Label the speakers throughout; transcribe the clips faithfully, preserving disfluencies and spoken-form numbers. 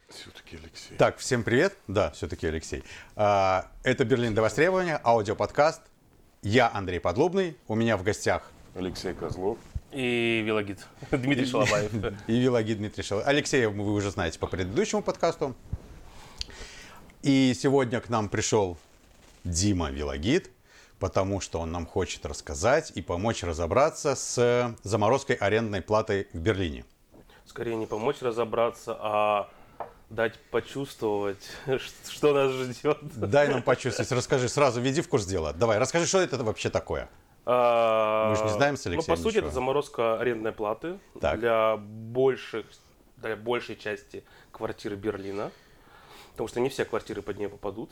Speaker 1: Все-таки Алексей.
Speaker 2: Так, всем привет. Да, все-таки Алексей. А, это «Берлин до востребования», аудиоподкаст. Я Андрей Подлобный. У меня в гостях
Speaker 1: Алексей Козлов.
Speaker 3: И Вилагид Дмитрий Шалабаев.
Speaker 2: И Вилагид Дмитрий Шалабаев. Алексея вы уже знаете по предыдущему подкасту. И сегодня к нам пришел Дима Вилагид, потому что он нам хочет рассказать и помочь разобраться с заморозкой арендной платы в Берлине.
Speaker 3: Скорее не помочь разобраться, а дать почувствовать, что нас ждет.
Speaker 2: Дай нам почувствовать. Расскажи, сразу веди в курс дела. Давай, расскажи, что это вообще такое.
Speaker 3: А,
Speaker 2: Мы же не знаем с Алексеем.
Speaker 3: Ну, по сути,
Speaker 2: ничего.
Speaker 3: это заморозка арендной платы
Speaker 2: Так.
Speaker 3: для больших, для большей части квартир Берлина. Потому что не все квартиры под нее попадут.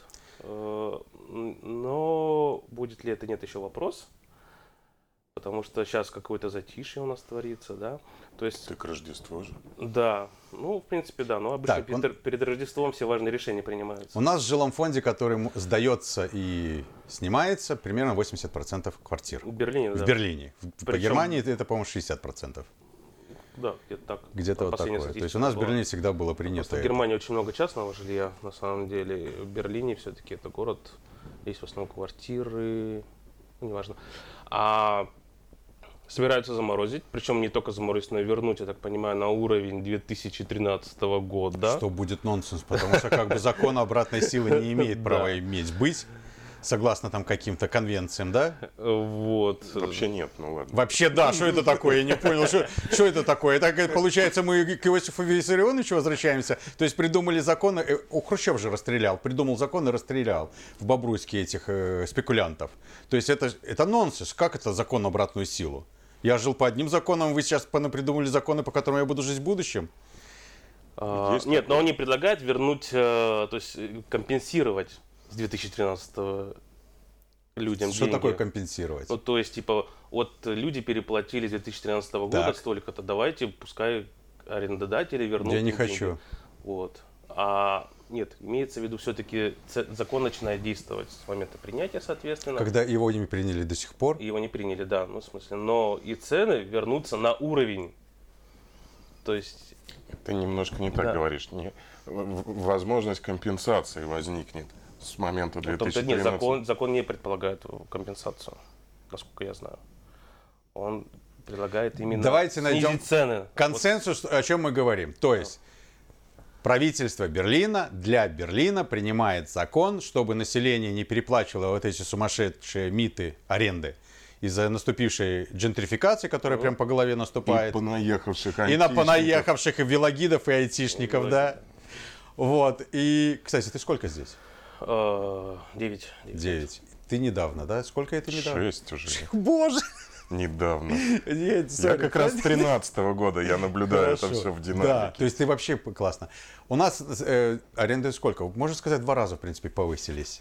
Speaker 3: Но будет ли это, нет, еще вопрос. Потому что сейчас какое-то затишье у нас творится, да. То есть,
Speaker 1: Так Рождество же.
Speaker 3: да, ну, в принципе, да. Но обычно
Speaker 2: Так, он-
Speaker 3: перед, перед Рождеством все важные решения принимаются.
Speaker 2: У нас в жилом фонде, который м- сдается и снимается, примерно восемьдесят процентов квартир.
Speaker 3: В Берлине,
Speaker 2: В
Speaker 3: да.
Speaker 2: Берлине. В- По
Speaker 3: Причем-
Speaker 2: Германии это, по-моему, шестьдесят процентов.
Speaker 3: Да, где-то так.
Speaker 2: Где-то вот
Speaker 3: Последняя
Speaker 2: такое. То есть
Speaker 3: статистика
Speaker 2: у нас в
Speaker 3: была.
Speaker 2: Берлине всегда было
Speaker 3: Просто
Speaker 2: принято
Speaker 3: в
Speaker 2: это.
Speaker 3: Германии очень много частного жилья, на самом деле. В Берлине все-таки это город, есть в основном квартиры, ну, неважно. А собираются заморозить, причем не только заморозить, но и вернуть, я так понимаю, на уровень две тысячи тринадцатого года.
Speaker 2: Что будет нонсенс, потому что как бы закон обратной силы не имеет права
Speaker 3: Да.
Speaker 2: иметь быть, согласно там каким-то конвенциям, да?
Speaker 3: Вот.
Speaker 1: Вообще нет, ну ладно.
Speaker 2: Вообще да, что это такое? Я не понял, что, что это такое. Это, э, получается, мы к Иосифу Виссарионовичу возвращаемся. То есть придумали законы, э, о, Хрущев же расстрелял, придумал закон и расстрелял в Бобруйске этих э, спекулянтов. То есть это, это нонсенс. Как это закон обратную силу? Я жил по одним законам, вы сейчас придумали законы, по которым я буду жить в будущем?
Speaker 3: А,
Speaker 1: Есть
Speaker 3: нет,
Speaker 1: такое?
Speaker 3: но он не предлагает вернуть, э, то есть э, компенсировать с две тысячи тринадцатого людям
Speaker 2: Что
Speaker 3: деньги.
Speaker 2: такое компенсировать?
Speaker 3: Ну, то есть, типа, вот люди переплатили с две тысячи тринадцатого года
Speaker 2: Так.
Speaker 3: столько-то, давайте, пускай арендодатели вернут
Speaker 2: Я не
Speaker 3: им
Speaker 2: хочу.
Speaker 3: деньги. Вот. А нет, имеется в виду, все-таки закон начинает действовать с момента принятия, соответственно.
Speaker 2: Когда его не приняли до сих пор?
Speaker 3: Его не приняли, да, ну, в смысле, но и цены вернутся на уровень. То есть,
Speaker 1: Ты немножко не так
Speaker 3: Да.
Speaker 1: говоришь. Не, в- в- возможность компенсации возникнет с момента две
Speaker 3: в том-то
Speaker 1: тысячи
Speaker 3: нет,
Speaker 1: тринадцатого.
Speaker 3: закон, закон не предполагает компенсацию, насколько я знаю. Он предлагает именно
Speaker 2: Давайте найдем
Speaker 3: снизить цены.
Speaker 2: Консенсус, о чем мы говорим. То есть правительство Берлина для Берлина принимает закон, чтобы население не переплачивало вот эти сумасшедшие миты аренды из-за наступившей джентрификации, которая прям по голове
Speaker 1: И
Speaker 2: наступает.
Speaker 1: понаехавших
Speaker 2: И на
Speaker 1: айтишников.
Speaker 2: понаехавших и вилагидов, и айтишников, да. Вот. И, кстати, ты сколько здесь?
Speaker 3: Э, Девять.
Speaker 2: Девять. Ты недавно, да? Сколько это недавно?
Speaker 1: Шесть уже.
Speaker 2: Боже!
Speaker 1: Недавно.
Speaker 2: Нет,
Speaker 1: Я
Speaker 2: sorry.
Speaker 1: как раз с тринадцатого года я наблюдаю это
Speaker 2: Хорошо.
Speaker 1: все в
Speaker 2: Да,
Speaker 1: динамике.
Speaker 2: то есть ты вообще п- классно. У нас э, аренды сколько? Можно сказать, два раза, в принципе, повысились.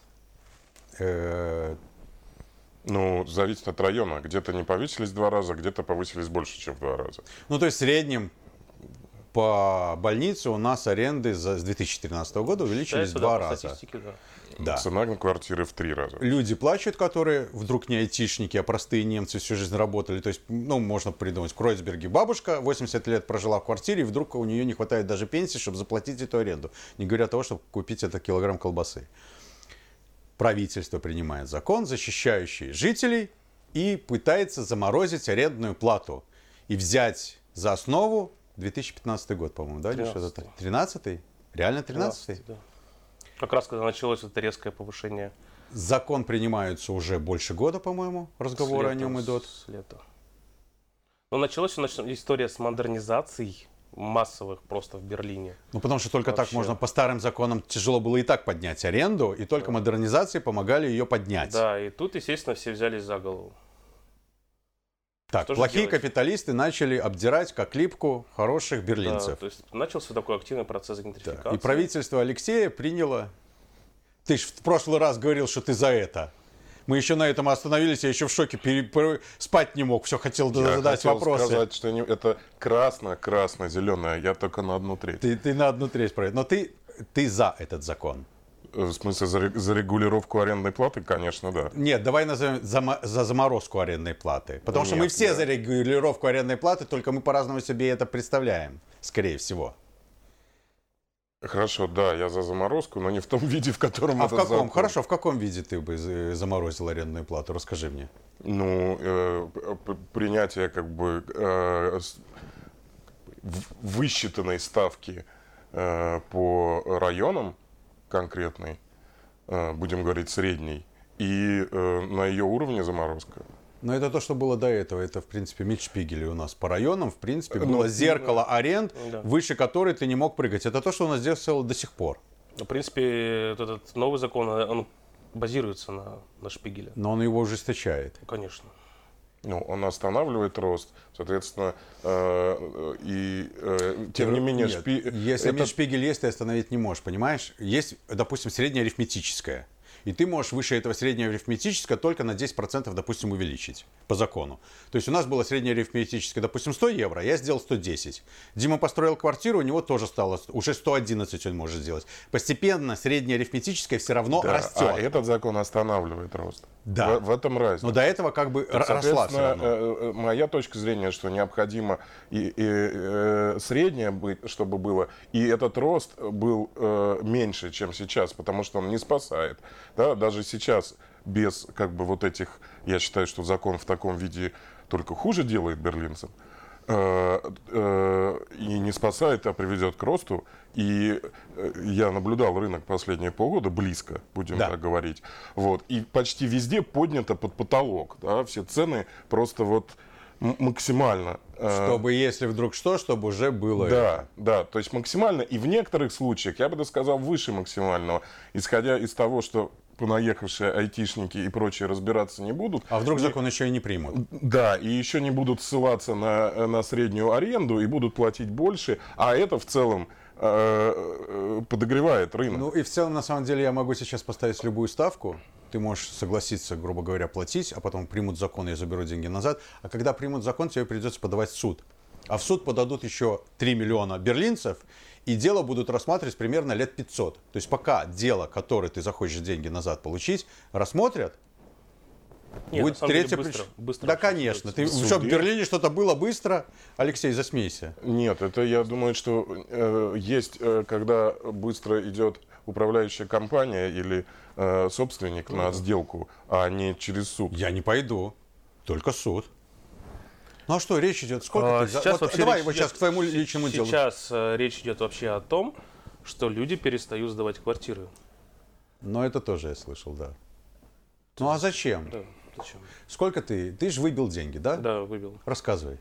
Speaker 2: Э,
Speaker 1: Ну, зависит от района. Где-то не повысились два раза, где-то повысились больше, чем в два раза.
Speaker 2: ну, то есть в среднем по больнице у нас аренды за, с две тысячи тринадцатого года увеличились
Speaker 3: Считается,
Speaker 2: два
Speaker 3: да, по
Speaker 2: раза.
Speaker 3: статистике, да.
Speaker 2: Да.
Speaker 1: Цена на квартиры в три раза.
Speaker 2: Люди плачут, которые вдруг не айтишники, а простые немцы всю жизнь работали. То есть, ну, можно придумать, в Кройцберге бабушка восемьдесят лет прожила в квартире, и вдруг у нее не хватает даже пенсии, чтобы заплатить эту аренду. Не говоря о том, чтобы купить этот килограмм колбасы. Правительство принимает закон, защищающий жителей, и пытается заморозить арендную плату. И взять за основу две тысячи пятнадцатый год, по-моему, да? Или что-то?
Speaker 3: тринадцатый.
Speaker 2: тринадцатый? Реально тринадцатый?
Speaker 3: Да. Как раз когда началось это резкое повышение.
Speaker 2: Закон принимается уже больше года, по-моему, разговоры
Speaker 3: с
Speaker 2: о нем
Speaker 3: лета,
Speaker 2: идут.
Speaker 3: С лета. Но началась история с модернизацией массовых просто в Берлине.
Speaker 2: Ну, потому что только так
Speaker 3: Вообще.
Speaker 2: можно, по старым законам тяжело было и так поднять аренду, и только модернизации помогали ее поднять.
Speaker 3: Да, и тут, естественно, все взялись за голову.
Speaker 2: Так,
Speaker 3: Что же
Speaker 2: плохие
Speaker 3: делать?
Speaker 2: капиталисты начали обдирать как липку хороших
Speaker 3: Да,
Speaker 2: берлинцев.
Speaker 3: то есть начался такой активный процесс гентрификации.
Speaker 2: Так, и правительство Алексея приняло... Ты ж в прошлый раз говорил, что ты за это. Мы еще на этом остановились, я еще в шоке, пере- пере- спать не мог, все хотел
Speaker 1: Я
Speaker 2: задать
Speaker 1: хотел
Speaker 2: вопросы.
Speaker 1: сказать, что не- это красно-красно-зеленое, я только на одну треть.
Speaker 2: Ты, ты на одну треть проверил. Но ты, ты за этот закон.
Speaker 1: В смысле, за, ре- за регулировку арендной платы, конечно, да.
Speaker 2: Нет, давай назовем за, ма- за заморозку арендной платы. Потому что мы
Speaker 1: Нет,
Speaker 2: все
Speaker 1: да.
Speaker 2: за регулировку арендной платы, только мы по-разному себе это представляем, скорее всего.
Speaker 1: Хорошо, да, я за заморозку, но не в том виде, в котором
Speaker 2: А
Speaker 1: этот
Speaker 2: в каком?
Speaker 1: закон.
Speaker 2: Хорошо, в каком виде ты бы за- заморозил арендную плату? Расскажи мне.
Speaker 1: Ну, э, п- принятие как бы э, с- в- высчитанной ставки э, по районам конкретной, э, будем говорить средней, и э, на ее уровне заморозка.
Speaker 2: Но это то, что было до этого. Это, в принципе, Митшпигель у нас по районам. В принципе,
Speaker 1: Ну,
Speaker 2: было зеркало аренд,
Speaker 3: да.
Speaker 2: выше которой ты не мог прыгать. Это то, что у нас сделано до сих пор.
Speaker 3: В принципе, вот этот новый закон, он базируется на, на Шпигеле.
Speaker 2: Но он его ужесточает.
Speaker 3: Конечно.
Speaker 1: Ну, он останавливает рост, соответственно, э, и э, тем не менее,
Speaker 2: Нет,
Speaker 1: шпи-
Speaker 2: если
Speaker 1: этот-
Speaker 2: Митшпигель есть, ты остановить не можешь, понимаешь? Есть, допустим, среднее арифметическое. И ты можешь выше этого среднего арифметического только на десять процентов, допустим, увеличить по закону. То есть у нас было среднее арифметическое, допустим, сто евро, я сделал сто десять. Дима построил квартиру, у него тоже стало, уже сто одиннадцать он может сделать. Постепенно среднее арифметическое все равно
Speaker 1: да,
Speaker 2: растет.
Speaker 1: а этот закон останавливает рост.
Speaker 2: Да.
Speaker 1: В, в этом разница.
Speaker 2: Но до этого как бы р- росла все
Speaker 1: Соответственно,
Speaker 2: равно.
Speaker 1: э, э, моя точка зрения, что необходимо и, и, э, среднее быть, чтобы было, и этот рост был э, меньше, чем сейчас, потому что он не спасает. Да? Даже сейчас без как бы вот этих, я считаю, что закон в таком виде только хуже делает берлинцам. э, э, И не спасает, а приведет к росту. И э, я наблюдал рынок последние полгода близко, будем
Speaker 2: Да.
Speaker 1: так говорить. Вот. И почти везде поднято под потолок. Да? Все цены просто вот м- максимально. э,
Speaker 2: Чтобы, если вдруг что, чтобы уже было
Speaker 1: да,
Speaker 2: это.
Speaker 1: да, то есть максимально. И в некоторых случаях, я бы даже сказал, выше максимального, исходя из того, что понаехавшие айтишники и прочие разбираться не будут.
Speaker 2: А вдруг
Speaker 1: И-
Speaker 2: закон еще и не примут?
Speaker 1: Да, и еще не будут ссылаться на, на среднюю аренду и будут платить больше, а это в целом э, э, подогревает рынок.
Speaker 2: Ну и в целом, на самом деле, я могу сейчас поставить любую ставку. Ты можешь согласиться, грубо говоря, платить, а потом примут закон, я заберу деньги назад. А когда примут закон, тебе придется подавать в суд. А в суд подадут еще три миллиона берлинцев, и дело будут рассматривать примерно лет пятьсот. То есть пока дело, которое ты захочешь деньги назад получить, рассмотрят,
Speaker 3: Нет,
Speaker 2: будет
Speaker 3: на самом деле
Speaker 2: третья
Speaker 3: быстро,
Speaker 2: прич-
Speaker 3: быстро
Speaker 2: Да,
Speaker 3: очень
Speaker 2: конечно. Ты,
Speaker 1: В
Speaker 2: что, в
Speaker 1: суде?
Speaker 2: Берлине что-то было быстро? Алексей, засмейся.
Speaker 1: Нет, это я думаю, что э, есть, э, когда быстро идет управляющая компания или э, собственник на сделку, а не через суд.
Speaker 2: Я не пойду. Только суд. Ну а что, речь идет? Сколько
Speaker 3: А,
Speaker 2: ты за-
Speaker 3: сейчас
Speaker 2: вот
Speaker 3: вообще
Speaker 2: давай
Speaker 3: речь
Speaker 2: вот сейчас
Speaker 3: идет-
Speaker 2: к твоему личному делу.
Speaker 3: Сейчас э, речь идет вообще о том, что люди перестают сдавать квартиры.
Speaker 2: Но это тоже я слышал, да. Ну а зачем?
Speaker 3: Да, зачем?
Speaker 2: Сколько ты? Ты же выбил деньги, да?
Speaker 3: Да, выбил.
Speaker 2: Рассказывай.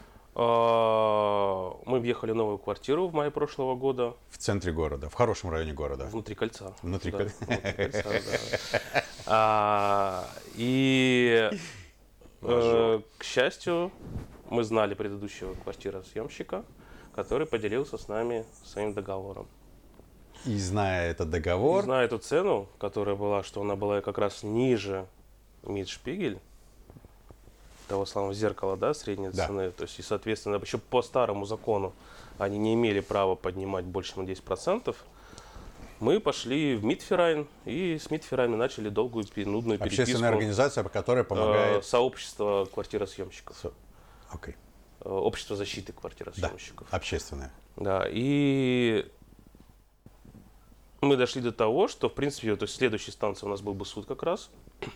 Speaker 3: А, Мы въехали в новую квартиру в мае прошлого года,
Speaker 2: В центре города, в хорошем районе города.
Speaker 3: внутри кольца.
Speaker 2: Внутри
Speaker 3: Да,
Speaker 2: коль-
Speaker 3: внутри кольца, да. А, И, э, к счастью, мы знали предыдущего квартиросъемщика, который поделился с нами своим договором.
Speaker 2: И зная этот
Speaker 3: И
Speaker 2: договор,
Speaker 3: зная эту цену, которая была, что она была как раз ниже Митшпигель, того самого зеркала, да, средней
Speaker 2: Да.
Speaker 3: цены, то есть, и, соответственно, еще по старому закону они не имели права поднимать больше на десять процентов, мы пошли в Митферайн, и с Митферайна начали долгую, пи- нудную переписку.
Speaker 2: общественная организация, которая
Speaker 3: э,
Speaker 2: помогает.
Speaker 3: Сообщество квартиросъемщиков,
Speaker 2: Со- Окей.
Speaker 3: э, общество защиты
Speaker 2: Да,
Speaker 3: квартиросъемщиков.
Speaker 2: общественная.
Speaker 3: Да, и мы дошли до того, что, в принципе, то есть следующей станцией у нас был бы суд как раз.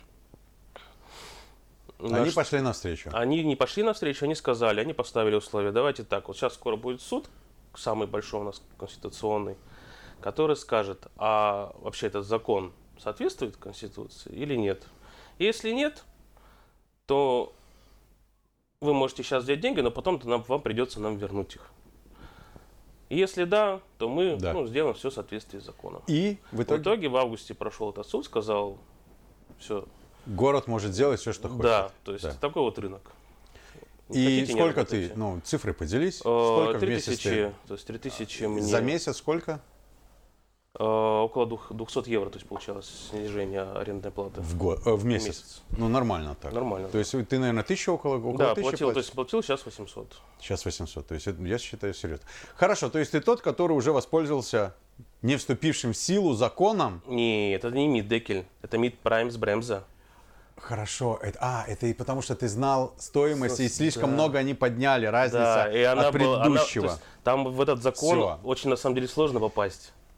Speaker 2: Они
Speaker 3: Наш-
Speaker 2: пошли навстречу.
Speaker 3: Они не пошли навстречу, они сказали, они поставили условия. Давайте так, вот сейчас скоро будет суд, самый большой у нас конституционный, который скажет, а вообще этот закон соответствует Конституции или нет. Если нет, то вы можете сейчас взять деньги, но потом нам, вам придется нам вернуть их. И если да, то мы
Speaker 2: Да.
Speaker 3: ну, сделаем все в соответствии с законом.
Speaker 2: И в
Speaker 3: В
Speaker 2: итоге,
Speaker 3: итоге в августе прошел этот суд, сказал, все,
Speaker 2: город может делать все, что хочет.
Speaker 3: да, то есть
Speaker 2: Да.
Speaker 3: такой вот рынок.
Speaker 2: И
Speaker 3: Хотите, не
Speaker 2: сколько ты,
Speaker 3: работайте.
Speaker 2: ну, цифры поделись,
Speaker 3: Э,
Speaker 2: сколько в
Speaker 3: три
Speaker 2: месяц
Speaker 3: тысячи,
Speaker 2: ты?
Speaker 3: то есть три тысячи мне,
Speaker 2: За месяц сколько?
Speaker 3: э, около двух- двухсот евро, то есть получалось снижение арендной платы.
Speaker 2: В, год, э, в месяц.
Speaker 3: месяц.
Speaker 2: Ну, нормально так.
Speaker 3: Нормально.
Speaker 2: То есть ты, наверное, тысячу около, около
Speaker 3: Да,
Speaker 2: тысячи
Speaker 3: платил, то
Speaker 2: платишь?
Speaker 3: есть платил сейчас восемьсот.
Speaker 2: Сейчас восемьсот. То есть это, я считаю, серьезно. Хорошо, то есть ты тот, который уже воспользовался не вступившим в силу законом.
Speaker 3: Не, это не МИД Декель, это МИД Праймс Бремза.
Speaker 2: Хорошо. Это, а, это и потому, что ты знал стоимость, и
Speaker 3: Слушай,
Speaker 2: слишком
Speaker 3: да.
Speaker 2: много они подняли, разница
Speaker 3: Да, и она
Speaker 2: от
Speaker 3: была, она- то
Speaker 2: предыдущего.
Speaker 3: есть там в этот закон
Speaker 2: Всё.
Speaker 3: очень на самом деле сложно попасть.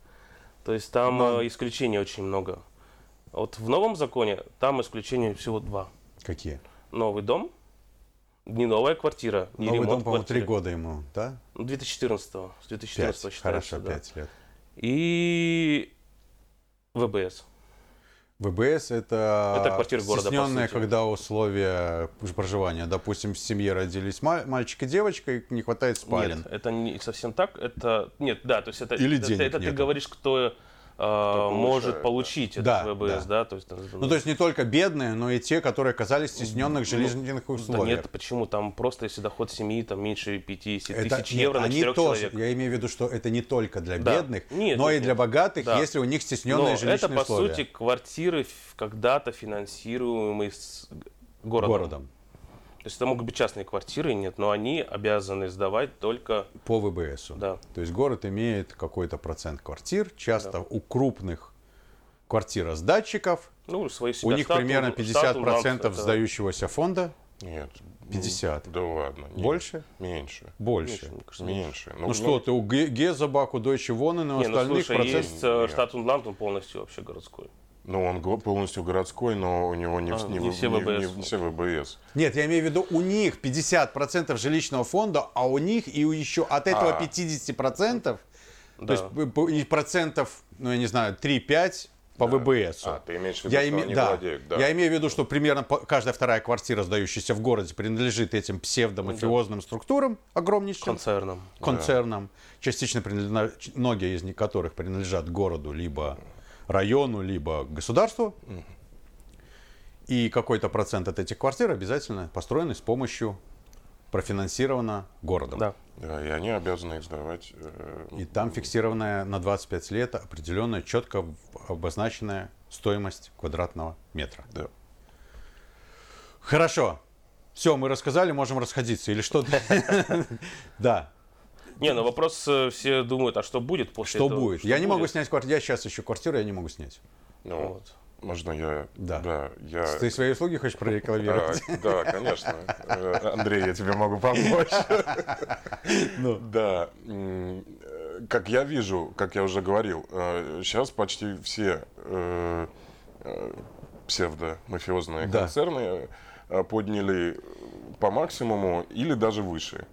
Speaker 3: То есть там
Speaker 2: Но-
Speaker 3: э, исключений очень много. Вот в новом законе там исключений всего два.
Speaker 2: Какие?
Speaker 3: Новый дом, не новая квартира, не
Speaker 2: Новый
Speaker 3: ремонт
Speaker 2: дом, по-моему, три
Speaker 3: квартиры.
Speaker 2: года ему, да?
Speaker 3: Ну, две тысячи четырнадцатого. С две тысячи четырнадцатого
Speaker 2: Пять.
Speaker 3: считается,
Speaker 2: Хорошо,
Speaker 3: да.
Speaker 2: пять лет.
Speaker 3: И ВБС.
Speaker 2: ВБС это,
Speaker 3: Это квартиры города, по
Speaker 2: стесненные,
Speaker 3: сути.
Speaker 2: когда условия проживания. Допустим, в семье родились ма- мальчик и девочка, и не хватает спален.
Speaker 3: Нет, это не совсем так. Это нет, да, то есть это
Speaker 2: Или
Speaker 3: это,
Speaker 2: денег
Speaker 3: это ты
Speaker 2: нету.
Speaker 3: говоришь, кто, э, может
Speaker 1: получает,
Speaker 3: получить
Speaker 2: да.
Speaker 3: этот ВБС, да, то есть.
Speaker 2: Ну, то есть не только бедные, но и те, которые оказались в стесненных жилищных
Speaker 3: Да
Speaker 2: условиях.
Speaker 3: нет, почему? Там просто если доход семьи там меньше пятьдесят
Speaker 2: Это-
Speaker 3: тысяч
Speaker 2: нет,
Speaker 3: евро на
Speaker 2: они
Speaker 3: четырех
Speaker 2: тоже,
Speaker 3: человек.
Speaker 2: я имею в виду, что это не только для
Speaker 3: Да.
Speaker 2: бедных,
Speaker 3: Нет,
Speaker 2: но
Speaker 3: нет,
Speaker 2: и для
Speaker 3: нет.
Speaker 2: богатых,
Speaker 3: Да.
Speaker 2: если у них стесненные
Speaker 3: Но
Speaker 2: жилищные
Speaker 3: это, по
Speaker 2: условия.
Speaker 3: сути, квартиры, ф- когда-то финансируемые с городом.
Speaker 2: городом.
Speaker 3: То есть это могут быть частные квартиры, нет, но они обязаны сдавать только...
Speaker 2: По ВБСу.
Speaker 3: Да.
Speaker 2: То есть город имеет какой-то процент квартир, часто у крупных квартиросдатчиков,
Speaker 3: Ну, свои
Speaker 2: у
Speaker 3: себя
Speaker 2: них
Speaker 3: статус-
Speaker 2: примерно пятьдесят процентов
Speaker 3: статус, это-
Speaker 2: сдающегося фонда.
Speaker 1: Нет.
Speaker 2: пятьдесят.
Speaker 1: Да ладно. нет.
Speaker 2: Больше?
Speaker 1: Меньше.
Speaker 2: Больше.
Speaker 3: Мне кажется,
Speaker 1: Меньше.
Speaker 2: Ну, что ты, у Ге- Гезабак, у Deutsche Wohnen и у
Speaker 3: Не, ну
Speaker 2: остальных
Speaker 3: слушай,
Speaker 2: процент...
Speaker 3: есть э,
Speaker 1: Нет.
Speaker 3: штат Унланд, он полностью вообще городской.
Speaker 1: Ну, он го- полностью городской, но у него не,
Speaker 3: А,
Speaker 1: вс- не,
Speaker 3: не
Speaker 1: в-
Speaker 3: все
Speaker 1: не-
Speaker 3: ВБС.
Speaker 1: не- не все ВБС.
Speaker 2: Нет, я имею в виду, у них пятьдесят процентов жилищного фонда, а у них и у еще от этого
Speaker 1: А.
Speaker 2: пятьдесят процентов,
Speaker 3: Да.
Speaker 2: то есть п- п- и процентов, ну я не знаю, три-пять по ВБСу.
Speaker 1: А, ты имеешь в виду,
Speaker 2: Я,
Speaker 1: что
Speaker 2: име-
Speaker 1: они
Speaker 2: да.
Speaker 1: владеют, да.
Speaker 2: Я имею в виду, что примерно по- каждая вторая квартира, сдающаяся в городе, принадлежит этим псевдомафиозным структурам огромнейшим,
Speaker 3: Концерном.
Speaker 2: концернам, частично принадлежат, многие из них которых принадлежат городу, либо району, либо государству. И какой-то процент от этих квартир обязательно построены с помощью, профинансировано городом.
Speaker 3: Да.
Speaker 1: Да, и они обязаны их сдавать. э,
Speaker 2: И там фиксированная на двадцать пять лет определенная, четко обозначенная стоимость квадратного метра.
Speaker 1: Да.
Speaker 2: Хорошо. Все, мы рассказали, можем расходиться. Или что? Да.
Speaker 3: Не, ну вопрос, э, все думают, а что будет после
Speaker 2: Что
Speaker 3: этого?
Speaker 2: будет? Я не могу снять квартиру. Я сейчас ищу квартиру, я не могу снять.
Speaker 1: Ну,
Speaker 3: Вот.
Speaker 1: можно я...
Speaker 2: Да.
Speaker 1: Да, я...
Speaker 2: Ты свои услуги хочешь прорекламировать?
Speaker 1: Да, да, конечно. Э, Андрей, я тебе могу помочь.
Speaker 2: Ну.
Speaker 1: Да. м, э, Как я вижу, как я уже говорил, сейчас почти все э, э, псевдомафиозные
Speaker 2: Да.
Speaker 1: концерны э, подняли по максимуму или даже выше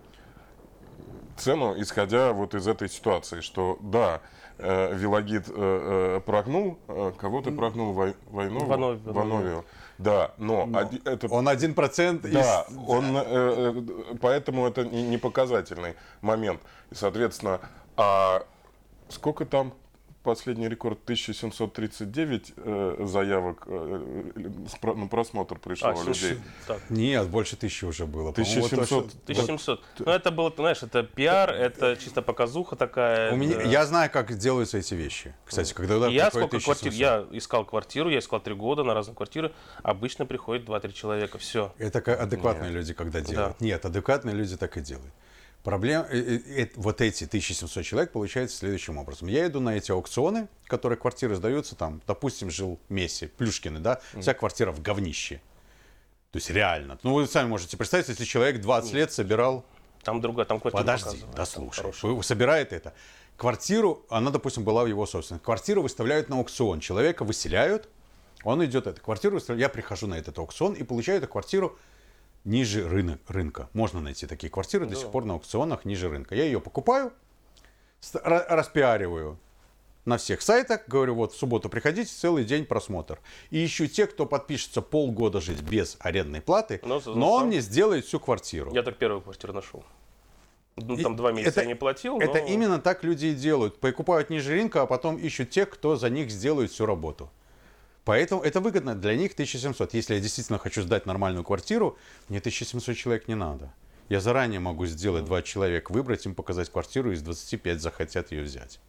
Speaker 1: цену, исходя вот из этой ситуации, что да, э, Вилагид э, э, прогнул, э, кого ты прогнул? Вой- Войнову?
Speaker 3: Ванове, Ванове.
Speaker 1: Ванове. Да, но, оди- это
Speaker 2: Он один процент из...
Speaker 1: да, он, э, э, поэтому это не не показательный момент. И, соответственно, а сколько там последний рекорд? тысяча семьсот тридцать девять э, заявок э, с про- на просмотр пришло
Speaker 3: А,
Speaker 1: людей.
Speaker 3: семьсот. Так,
Speaker 2: Нет, больше тысячи уже было. По-моему, вот
Speaker 1: тысяча семьсот.
Speaker 2: точно-
Speaker 3: тысяча семьсот. Ну, это было, ты знаешь, это пиар, это чисто показуха такая.
Speaker 2: У меня,
Speaker 3: да.
Speaker 2: я знаю, как делаются эти вещи. Кстати, когда туда
Speaker 3: И я
Speaker 2: приходит
Speaker 3: сколько квартир,
Speaker 2: тысяча семьсот.
Speaker 3: я искал квартиру, я искал три года на разные квартиры, обычно приходит два-три человека, все.
Speaker 2: Это ка- адекватные люди, когда делают. Нет, адекватные люди так и делают. Проблема, э, э, э, вот эти тысяча семьсот человек получается следующим образом. Я иду на эти аукционы, которые квартиры сдаются, там, допустим, жил Месси, Плюшкины, да, вся квартира в говнище. То есть реально. Ну, вы сами можете представить, если человек двадцать лет собирал...
Speaker 3: Там другая, там квартира
Speaker 2: Подожди,
Speaker 3: показывают,
Speaker 2: да
Speaker 3: там
Speaker 2: слушай,
Speaker 3: хорошая.
Speaker 2: вы- собирает это. Квартиру, она, допустим, была в его собственности. Квартиру выставляют на аукцион, человека выселяют, он идет эту квартиру, выставляет. Я прихожу на этот аукцион и получаю эту квартиру ниже рынок, рынка. Можно найти такие квартиры до сих пор на аукционах ниже рынка. Я ее покупаю, ст- ра- распиариваю на всех сайтах, говорю, вот в субботу приходите, целый день просмотр. И ищу тех, кто подпишется полгода жить без арендной платы,
Speaker 3: Но за-
Speaker 2: но он
Speaker 3: сам-
Speaker 2: мне сделает всю квартиру.
Speaker 3: Я так первую квартиру нашел. Ну,
Speaker 2: И
Speaker 3: там два месяца
Speaker 2: это-
Speaker 3: я не платил,
Speaker 2: Это
Speaker 3: но-
Speaker 2: именно так люди и делают. Покупают ниже рынка, а потом ищут тех, кто за них сделает всю работу. Поэтому это выгодно для них тысяча семьсот. Если я действительно хочу сдать нормальную квартиру, мне тысяча семьсот человек не надо. Я заранее могу сделать два человека, выбрать им, показать квартиру, из двадцати пять захотят ее взять.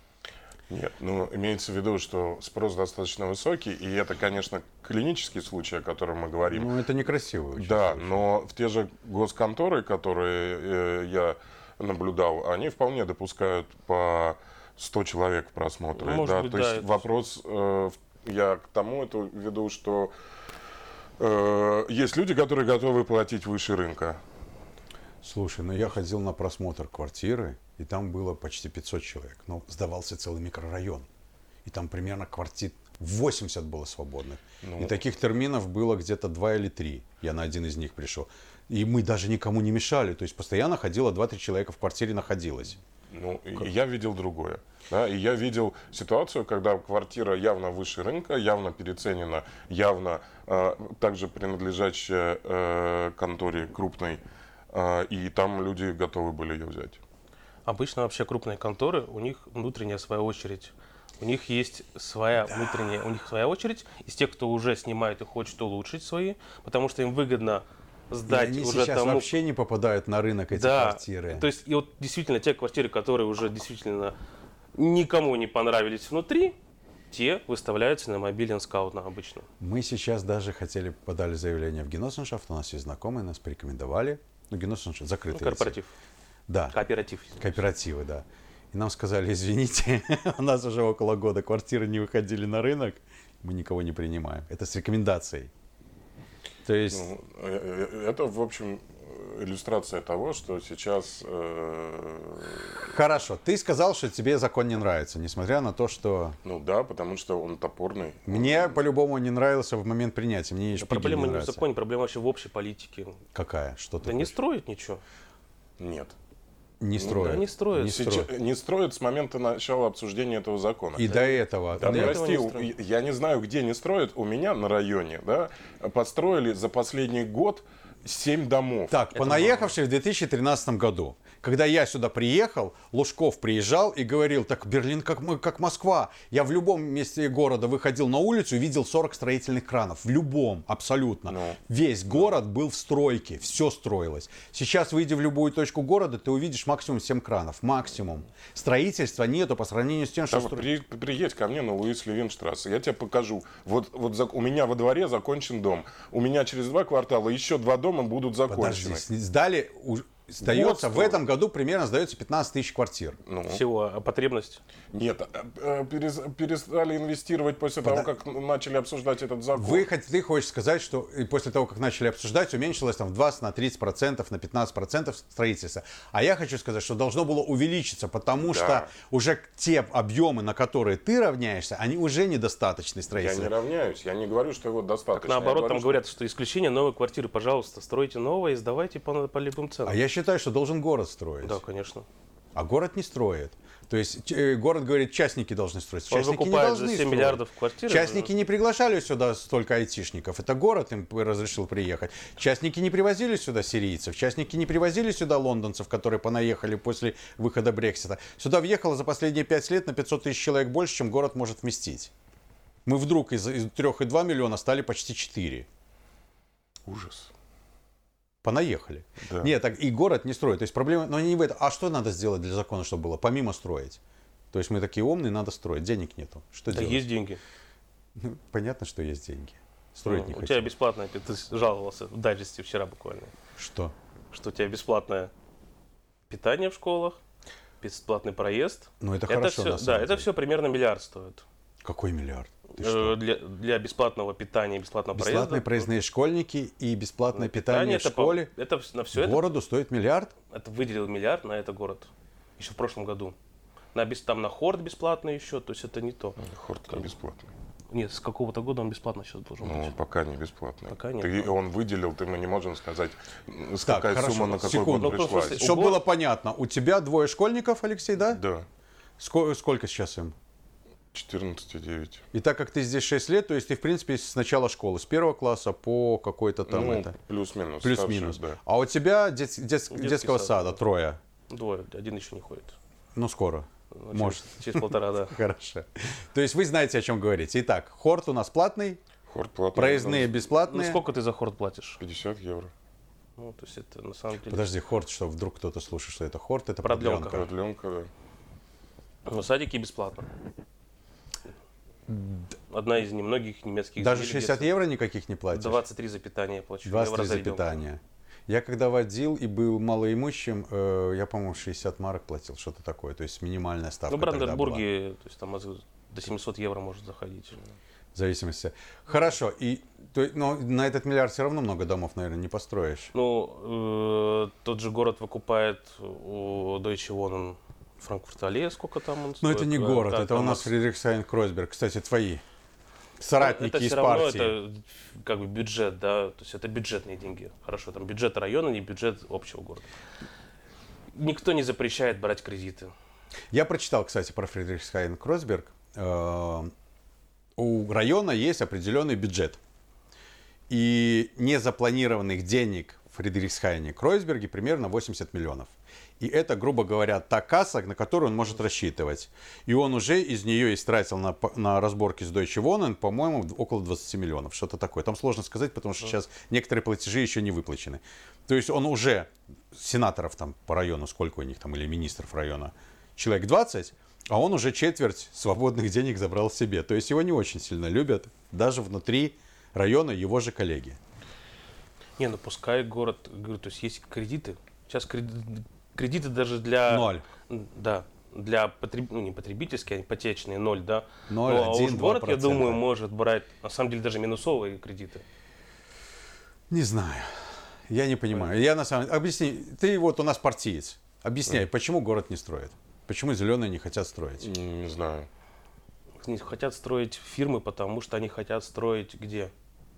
Speaker 1: Нет, ну, имеется в виду, что спрос достаточно высокий, и это, конечно, клинический случай, о котором мы говорим.
Speaker 2: Ну, это некрасиво. очень
Speaker 1: Да,
Speaker 2: случай.
Speaker 1: но в те же госконторы, которые э, я наблюдал, они вполне допускают по сто человек в просмотре.
Speaker 3: Ну, может
Speaker 1: да,
Speaker 3: быть,
Speaker 1: то
Speaker 3: да,
Speaker 1: есть
Speaker 3: это-
Speaker 1: вопрос, э, в- я к тому это веду, что э, есть люди, которые готовы платить выше рынка.
Speaker 2: Слушай, ну я ходил на просмотр квартиры, и там было почти пятьсот человек. Ну, сдавался целый микрорайон. и там примерно квартир восемьдесят было свободных.
Speaker 1: Ну.
Speaker 2: И таких терминов было где-то два или три. Я на один из них пришел. И мы даже никому не мешали. То есть постоянно ходило два-три человека в квартире находилось.
Speaker 1: Ну, и я видел другое. Да, и я видел ситуацию, когда квартира явно выше рынка, явно переценена, явно э, также принадлежащая э, конторе крупной, э, и там люди готовы были ее взять.
Speaker 3: Обычно вообще крупные конторы, у них внутренняя своя очередь. У них есть своя да. внутренняя, у них своя очередь из тех, кто уже снимает и хочет улучшить свои, потому что им выгодно сдать
Speaker 2: и они
Speaker 3: уже
Speaker 2: сейчас
Speaker 3: тому...
Speaker 2: вообще не попадают на рынок эти
Speaker 3: да.
Speaker 2: квартиры.
Speaker 3: То есть и вот действительно те квартиры, которые уже действительно никому не понравились внутри, те выставляются на мобилен скаут на обычно.
Speaker 2: Мы сейчас даже хотели, подали заявление в Геноссеншафт, у нас есть знакомые, нас порекомендовали. Ну, Геноссеншафт закрытый.
Speaker 3: Ну, корпоратив.
Speaker 2: Да.
Speaker 3: Кооператив.
Speaker 2: Кооперативы, да. И нам сказали, извините, у нас уже около года квартиры не выходили на рынок, мы никого не принимаем. Это с рекомендацией. То есть...
Speaker 1: Ну, это, в общем, иллюстрация того, что сейчас... Э...
Speaker 2: Хорошо, ты сказал, что тебе закон не нравится, несмотря на то, что...
Speaker 1: Ну да, потому что он топорный.
Speaker 2: Мне по-любому не нравился в момент принятия, мне еще
Speaker 3: проблема
Speaker 2: не
Speaker 3: не в законе, проблема вообще в общей политике.
Speaker 2: Какая? Что ты
Speaker 3: Да
Speaker 2: хочешь?
Speaker 3: не строят ничего.
Speaker 1: Нет.
Speaker 2: Не строят.
Speaker 3: Да, не строят.
Speaker 2: Не
Speaker 1: Сейчас,
Speaker 2: строят.
Speaker 1: не строят с момента начала обсуждения этого закона.
Speaker 2: И
Speaker 1: да.
Speaker 2: до этого.
Speaker 1: Да,
Speaker 2: Нет.
Speaker 1: прости,
Speaker 3: этого не
Speaker 1: я не знаю, где не строят. У меня на районе, да, построили за последний год семь домов.
Speaker 2: Так, понаехавший в две тысячи тринадцатом году. Когда я сюда приехал, Лужков приезжал и говорил, так Берлин как, мы, как Москва. Я в любом месте города выходил на улицу и видел сорок строительных кранов. В любом, абсолютно.
Speaker 1: Ну.
Speaker 2: Весь город был в стройке, все строилось. Сейчас, выйдя в любую точку города, ты увидишь максимум семь кранов. Максимум. Строительства нету по сравнению с тем, что...
Speaker 1: Да,
Speaker 2: стро...
Speaker 1: при, приедь ко мне на Луис-Левин-штрассе, я тебе покажу. Вот, вот за, у меня во дворе закончен дом. У меня через два квартала еще два дома будут закончены.
Speaker 2: Подожди, сдали... Сдается,
Speaker 1: Вот
Speaker 2: в этом году примерно сдается пятнадцать тысяч квартир.
Speaker 1: Ну.
Speaker 3: Всего, а потребность?
Speaker 1: Нет, перес, перестали инвестировать после
Speaker 2: Подо...
Speaker 1: того, как начали обсуждать этот закон.
Speaker 2: Вы, ты хочешь сказать, что после того, как начали обсуждать, уменьшилось там в двадцать, на тридцать процентов, на пятнадцать процентов строительства. А я хочу сказать, что должно было увеличиться, потому да. что уже те объемы, на которые ты равняешься, они уже недостаточны строительства.
Speaker 1: Я не равняюсь, я не говорю, что его достаточно.
Speaker 3: Так, наоборот,
Speaker 1: говорю,
Speaker 3: там
Speaker 1: что...
Speaker 3: говорят, что исключение новой квартиры, пожалуйста, стройте новое и сдавайте по, по любым ценам.
Speaker 2: А я считаю, что должен город строить.
Speaker 3: Да, конечно.
Speaker 2: А город не строит. То есть э, город говорит, частники должны строить.
Speaker 3: Он
Speaker 2: Частники не
Speaker 3: закупает
Speaker 2: должны
Speaker 3: за семь
Speaker 2: строить.
Speaker 3: миллиардов квартир.
Speaker 2: Частники не приглашали сюда столько айтишников. Это город им разрешил приехать. Частники не привозили сюда сирийцев. Частники не привозили сюда лондонцев, которые понаехали после выхода Брексита. Сюда въехало за последние пять лет на пятьсот тысяч человек больше, чем город может вместить. Мы вдруг из, из три и двух миллиона стали почти четыре.
Speaker 1: Ужас.
Speaker 2: Понаехали.
Speaker 1: Да.
Speaker 2: Нет, так и город не строит. То есть проблема, но не в этом. А что надо сделать для закона, чтобы было? Помимо строить. То есть мы такие умные, надо строить. Денег нету. Что
Speaker 3: да
Speaker 2: делать?
Speaker 3: есть деньги.
Speaker 2: Ну, понятно, что есть деньги. Строить
Speaker 3: ну,
Speaker 2: не
Speaker 3: у
Speaker 2: хотим.
Speaker 3: тебя бесплатное, ты жаловался в дайджесте вчера буквально.
Speaker 2: Что?
Speaker 3: Что у тебя бесплатное питание в школах, бесплатный проезд.
Speaker 2: Ну это,
Speaker 3: это
Speaker 2: хорошо,
Speaker 3: все,
Speaker 2: на
Speaker 3: да,
Speaker 2: самом
Speaker 3: это
Speaker 2: деле.
Speaker 3: все примерно миллиард стоит.
Speaker 2: Какой миллиард? Ты
Speaker 3: Э,
Speaker 2: что?
Speaker 3: Для, для бесплатного питания, бесплатного
Speaker 2: Бесплатные
Speaker 3: проезда.
Speaker 2: проездные школьники и бесплатное
Speaker 3: Ну,
Speaker 2: питание в
Speaker 3: это,
Speaker 2: школе
Speaker 3: это на все это,
Speaker 2: городу стоит миллиард?
Speaker 3: это выделил миллиард на это город. Еще в прошлом году. На, бес- там на Хорд бесплатно еще, то есть это не то.
Speaker 1: Хорд не бесплатный.
Speaker 3: Нет, с какого-то года он бесплатно сейчас должен
Speaker 1: Ну,
Speaker 3: быть.
Speaker 1: пока не бесплатный.
Speaker 3: Пока нет.
Speaker 1: Ты, он выделил, ты мы не можем сказать, с
Speaker 2: Так,
Speaker 1: какая
Speaker 2: хорошо,
Speaker 1: сумма на какой
Speaker 2: секунду.
Speaker 1: год
Speaker 3: Ну,
Speaker 1: пришлась.
Speaker 3: просто-
Speaker 2: Чтобы
Speaker 3: Ого.
Speaker 2: было понятно, у тебя двое школьников, Алексей, да?
Speaker 1: Да,
Speaker 2: Ско- сколько сейчас им?
Speaker 1: четырнадцать и девять.
Speaker 2: И так как ты здесь шесть лет, то есть ты, в принципе, с начала школы, с первого класса по какой-то там
Speaker 1: Ну,
Speaker 2: это.
Speaker 1: плюс-минус.
Speaker 2: Плюс-минус.
Speaker 1: старший, да.
Speaker 2: А у тебя дет- дет- детского
Speaker 3: сад,
Speaker 2: сада
Speaker 3: да.
Speaker 2: трое.
Speaker 3: Двое, один еще не ходит.
Speaker 2: Ну, скоро.
Speaker 3: Ну,
Speaker 2: Может.
Speaker 3: Через, через полтора, да.
Speaker 2: Хорошо. То есть вы знаете, о чем говорите. Итак, Хорт у нас платный,
Speaker 1: Хорд платный.
Speaker 2: проездные
Speaker 3: Ну,
Speaker 2: бесплатные.
Speaker 3: сколько ты за Хорд платишь?
Speaker 1: пятьдесят евро.
Speaker 3: Ну, то есть это на самом деле...
Speaker 2: Подожди, Хорт, что вдруг кто-то слушает, что это Хорт, это
Speaker 3: Продленка.
Speaker 2: продленка.
Speaker 1: Продленка, да.
Speaker 3: Ну, садики бесплатно. Одна из немногих немецких
Speaker 2: Даже
Speaker 3: земель,
Speaker 2: шестьдесят
Speaker 3: где
Speaker 2: евро никаких не платишь?
Speaker 3: двадцать три за питание я плачу.
Speaker 2: двадцать три
Speaker 3: евро
Speaker 2: за
Speaker 3: ребенка.
Speaker 2: питание. Я когда водил и был малоимущим, э, я, по-моему, шестьдесят марок платил, что-то такое. То есть минимальная ставка
Speaker 3: Ну, в
Speaker 2: тогда была.
Speaker 3: Бранденбурге, то есть там до семьсот евро может заходить.
Speaker 2: В зависимости. Хорошо. И, то, но на этот миллиард все равно много домов, наверное, не построишь.
Speaker 3: Ну, э, тот же город выкупает у Deutsche Wohnen Франкфурт-Аллея, сколько там он
Speaker 2: Но
Speaker 3: стоит?
Speaker 2: это не
Speaker 3: А,
Speaker 2: город,
Speaker 3: как
Speaker 2: это у
Speaker 3: там
Speaker 2: нас
Speaker 3: от-
Speaker 2: Фридрихсхайен-Кройсберг. Кстати, твои соратники
Speaker 3: это
Speaker 2: из
Speaker 3: все равно
Speaker 2: партии.
Speaker 3: это как бы бюджет, да, то есть это бюджетные деньги. Хорошо, там бюджет района, не бюджет общего города. Никто не запрещает брать кредиты.
Speaker 2: Я прочитал, кстати, про Фридрихсхайен-Кройсберг. Э, У района есть определенный бюджет. И незапланированных денег в Фридрихсхайне-Кройсберге примерно восемьдесят миллионов. И это, грубо говоря, та касса, на которую он может рассчитывать. И он уже из нее истратил на, на разборки с Deutsche Wohnen, по-моему, около двадцати миллионов. Что-то такое. Там сложно сказать, потому что сейчас некоторые платежи еще не выплачены. То есть он уже, сенаторов там по району, сколько у них там, или министров района, человек двадцать, а он уже четверть свободных денег забрал себе. То есть его не очень сильно любят, даже внутри района его же коллеги.
Speaker 3: Не, ну пускай город, говорю, то есть есть кредиты. Сейчас кредиты, кредиты даже для...
Speaker 2: Ноль.
Speaker 3: Да, для потреб... ну, не потребительские, а ипотечные, ноль, да.
Speaker 2: Ноль,
Speaker 3: Ну, а
Speaker 2: один,
Speaker 3: уж
Speaker 2: два
Speaker 3: город, я
Speaker 2: процента.
Speaker 3: думаю, может брать, на самом деле, даже минусовые кредиты.
Speaker 2: Не знаю. Я не понимаю. Я на самом деле... Объясни. Ты вот у нас партиец. Объясняй, почему город не строит? Почему зеленые не хотят строить?
Speaker 1: Не знаю.
Speaker 3: Не хотят строить фирмы, потому что они хотят строить где?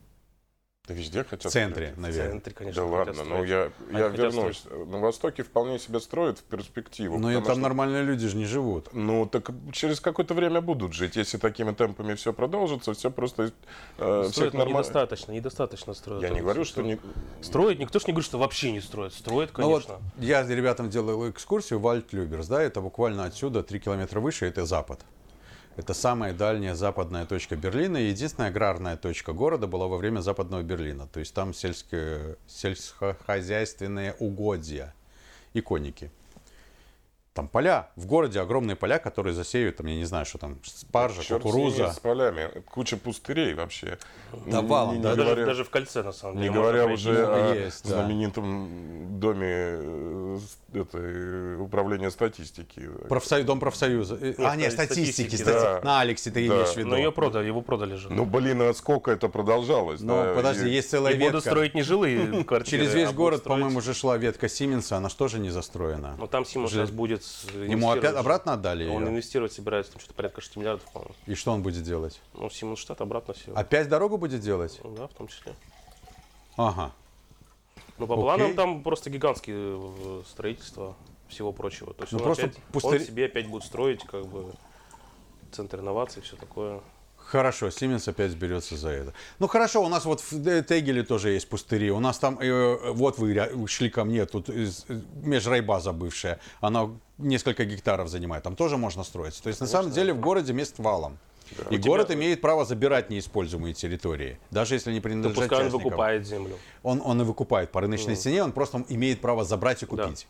Speaker 1: Да везде
Speaker 2: В
Speaker 1: хотят.
Speaker 2: центре,
Speaker 1: строить.
Speaker 3: В
Speaker 2: наверное.
Speaker 3: центре, конечно,
Speaker 1: Да
Speaker 3: хотят
Speaker 1: ладно, ну
Speaker 3: строить.
Speaker 1: я,
Speaker 3: Они
Speaker 1: я
Speaker 3: хотят
Speaker 1: вернусь. На Востоке вполне себе строят в перспективу.
Speaker 2: Но и
Speaker 1: потому
Speaker 2: там
Speaker 1: что-
Speaker 2: нормальные люди же не живут.
Speaker 1: Ну, так через какое-то время будут жить. Если такими темпами все продолжится, все просто... Э,
Speaker 3: Строят,
Speaker 1: всех
Speaker 3: но
Speaker 1: норма-
Speaker 3: недостаточно, недостаточно строят.
Speaker 1: Я не
Speaker 3: Там
Speaker 1: говорю,
Speaker 3: всё,
Speaker 1: что не...
Speaker 3: Строить, никто же не говорит, что вообще не строят. Строят,
Speaker 2: Ну вот
Speaker 3: конечно.
Speaker 2: я ребятам делал экскурсию в Альт-Люберс, да, это буквально отсюда три километра выше, это запад. Это самая дальняя западная точка Берлина. И единственная аграрная точка города была во время западного Берлина. То есть там сельские, сельскохозяйственные угодья и конники. Там поля. В городе огромные поля, которые засеют, там, я не знаю, что там, спаржа,
Speaker 1: Черт с
Speaker 2: кукуруза.
Speaker 1: ними, с полями. Куча пустырей вообще.
Speaker 2: Да
Speaker 1: Не-
Speaker 2: валом,
Speaker 1: не- не
Speaker 2: да,
Speaker 3: даже,
Speaker 1: говоря-
Speaker 3: даже в кольце, на самом
Speaker 1: Не
Speaker 3: деле.
Speaker 1: говоря
Speaker 3: можно
Speaker 1: уже
Speaker 3: пройти.
Speaker 1: о
Speaker 2: Есть, да.
Speaker 1: знаменитом доме э, с- это, э, управления статистики.
Speaker 2: Профсоюз, дом профсоюза. Э, а, нет,
Speaker 3: статистики,
Speaker 2: статистики.
Speaker 1: да.
Speaker 2: стати- На Алексе ты
Speaker 1: Да.
Speaker 2: имеешь в виду.
Speaker 3: Но ее продали, его продали же.
Speaker 1: Ну, блин, а сколько это продолжалось?
Speaker 2: Ну,
Speaker 1: да,
Speaker 2: подожди,
Speaker 1: и-
Speaker 2: есть целая
Speaker 3: И будут
Speaker 2: ветка.
Speaker 3: строить не жилые квартиры,
Speaker 2: Через весь
Speaker 3: а будут
Speaker 2: город,
Speaker 3: строить-
Speaker 2: по-моему, уже шла ветка Сименса, она же тоже не застроена.
Speaker 3: Но там Симон
Speaker 2: Уже-
Speaker 3: сейчас будет
Speaker 2: Ему опять
Speaker 3: инвестировать.
Speaker 2: обратно отдали
Speaker 3: Он
Speaker 2: ее?
Speaker 3: инвестировать собирается, там что-то порядка шести миллиардов, по-моему.
Speaker 2: И что он будет делать?
Speaker 3: Ну, Симонштадт обратно все.
Speaker 2: Опять дорогу будет делать?
Speaker 3: Да, в том числе.
Speaker 2: Ага.
Speaker 3: Ну, по
Speaker 2: Окей.
Speaker 3: планам там просто гигантские э, строительства всего прочего. То есть
Speaker 2: Ну,
Speaker 3: он,
Speaker 2: просто
Speaker 3: опять,
Speaker 2: пустырь-
Speaker 3: он себе опять будет строить как бы центр инноваций, все такое.
Speaker 2: Хорошо, Сименс опять берется за это. Ну хорошо, у нас вот в Д- Тегеле тоже есть пустыри. У нас там, э, вот вы ря- шли ко мне, тут из- э, межрайбаза бывшая, она несколько гектаров занимает, там тоже можно строить. То есть на самом деле в городе мест валом. И
Speaker 3: У
Speaker 2: город
Speaker 3: тебя-
Speaker 2: имеет право забирать неиспользуемые территории, даже если они
Speaker 3: Да
Speaker 2: принадлежат
Speaker 3: пускай он
Speaker 2: частникам.
Speaker 3: выкупает землю.
Speaker 2: Он, он и выкупает по рыночной цене, он просто имеет право забрать и купить.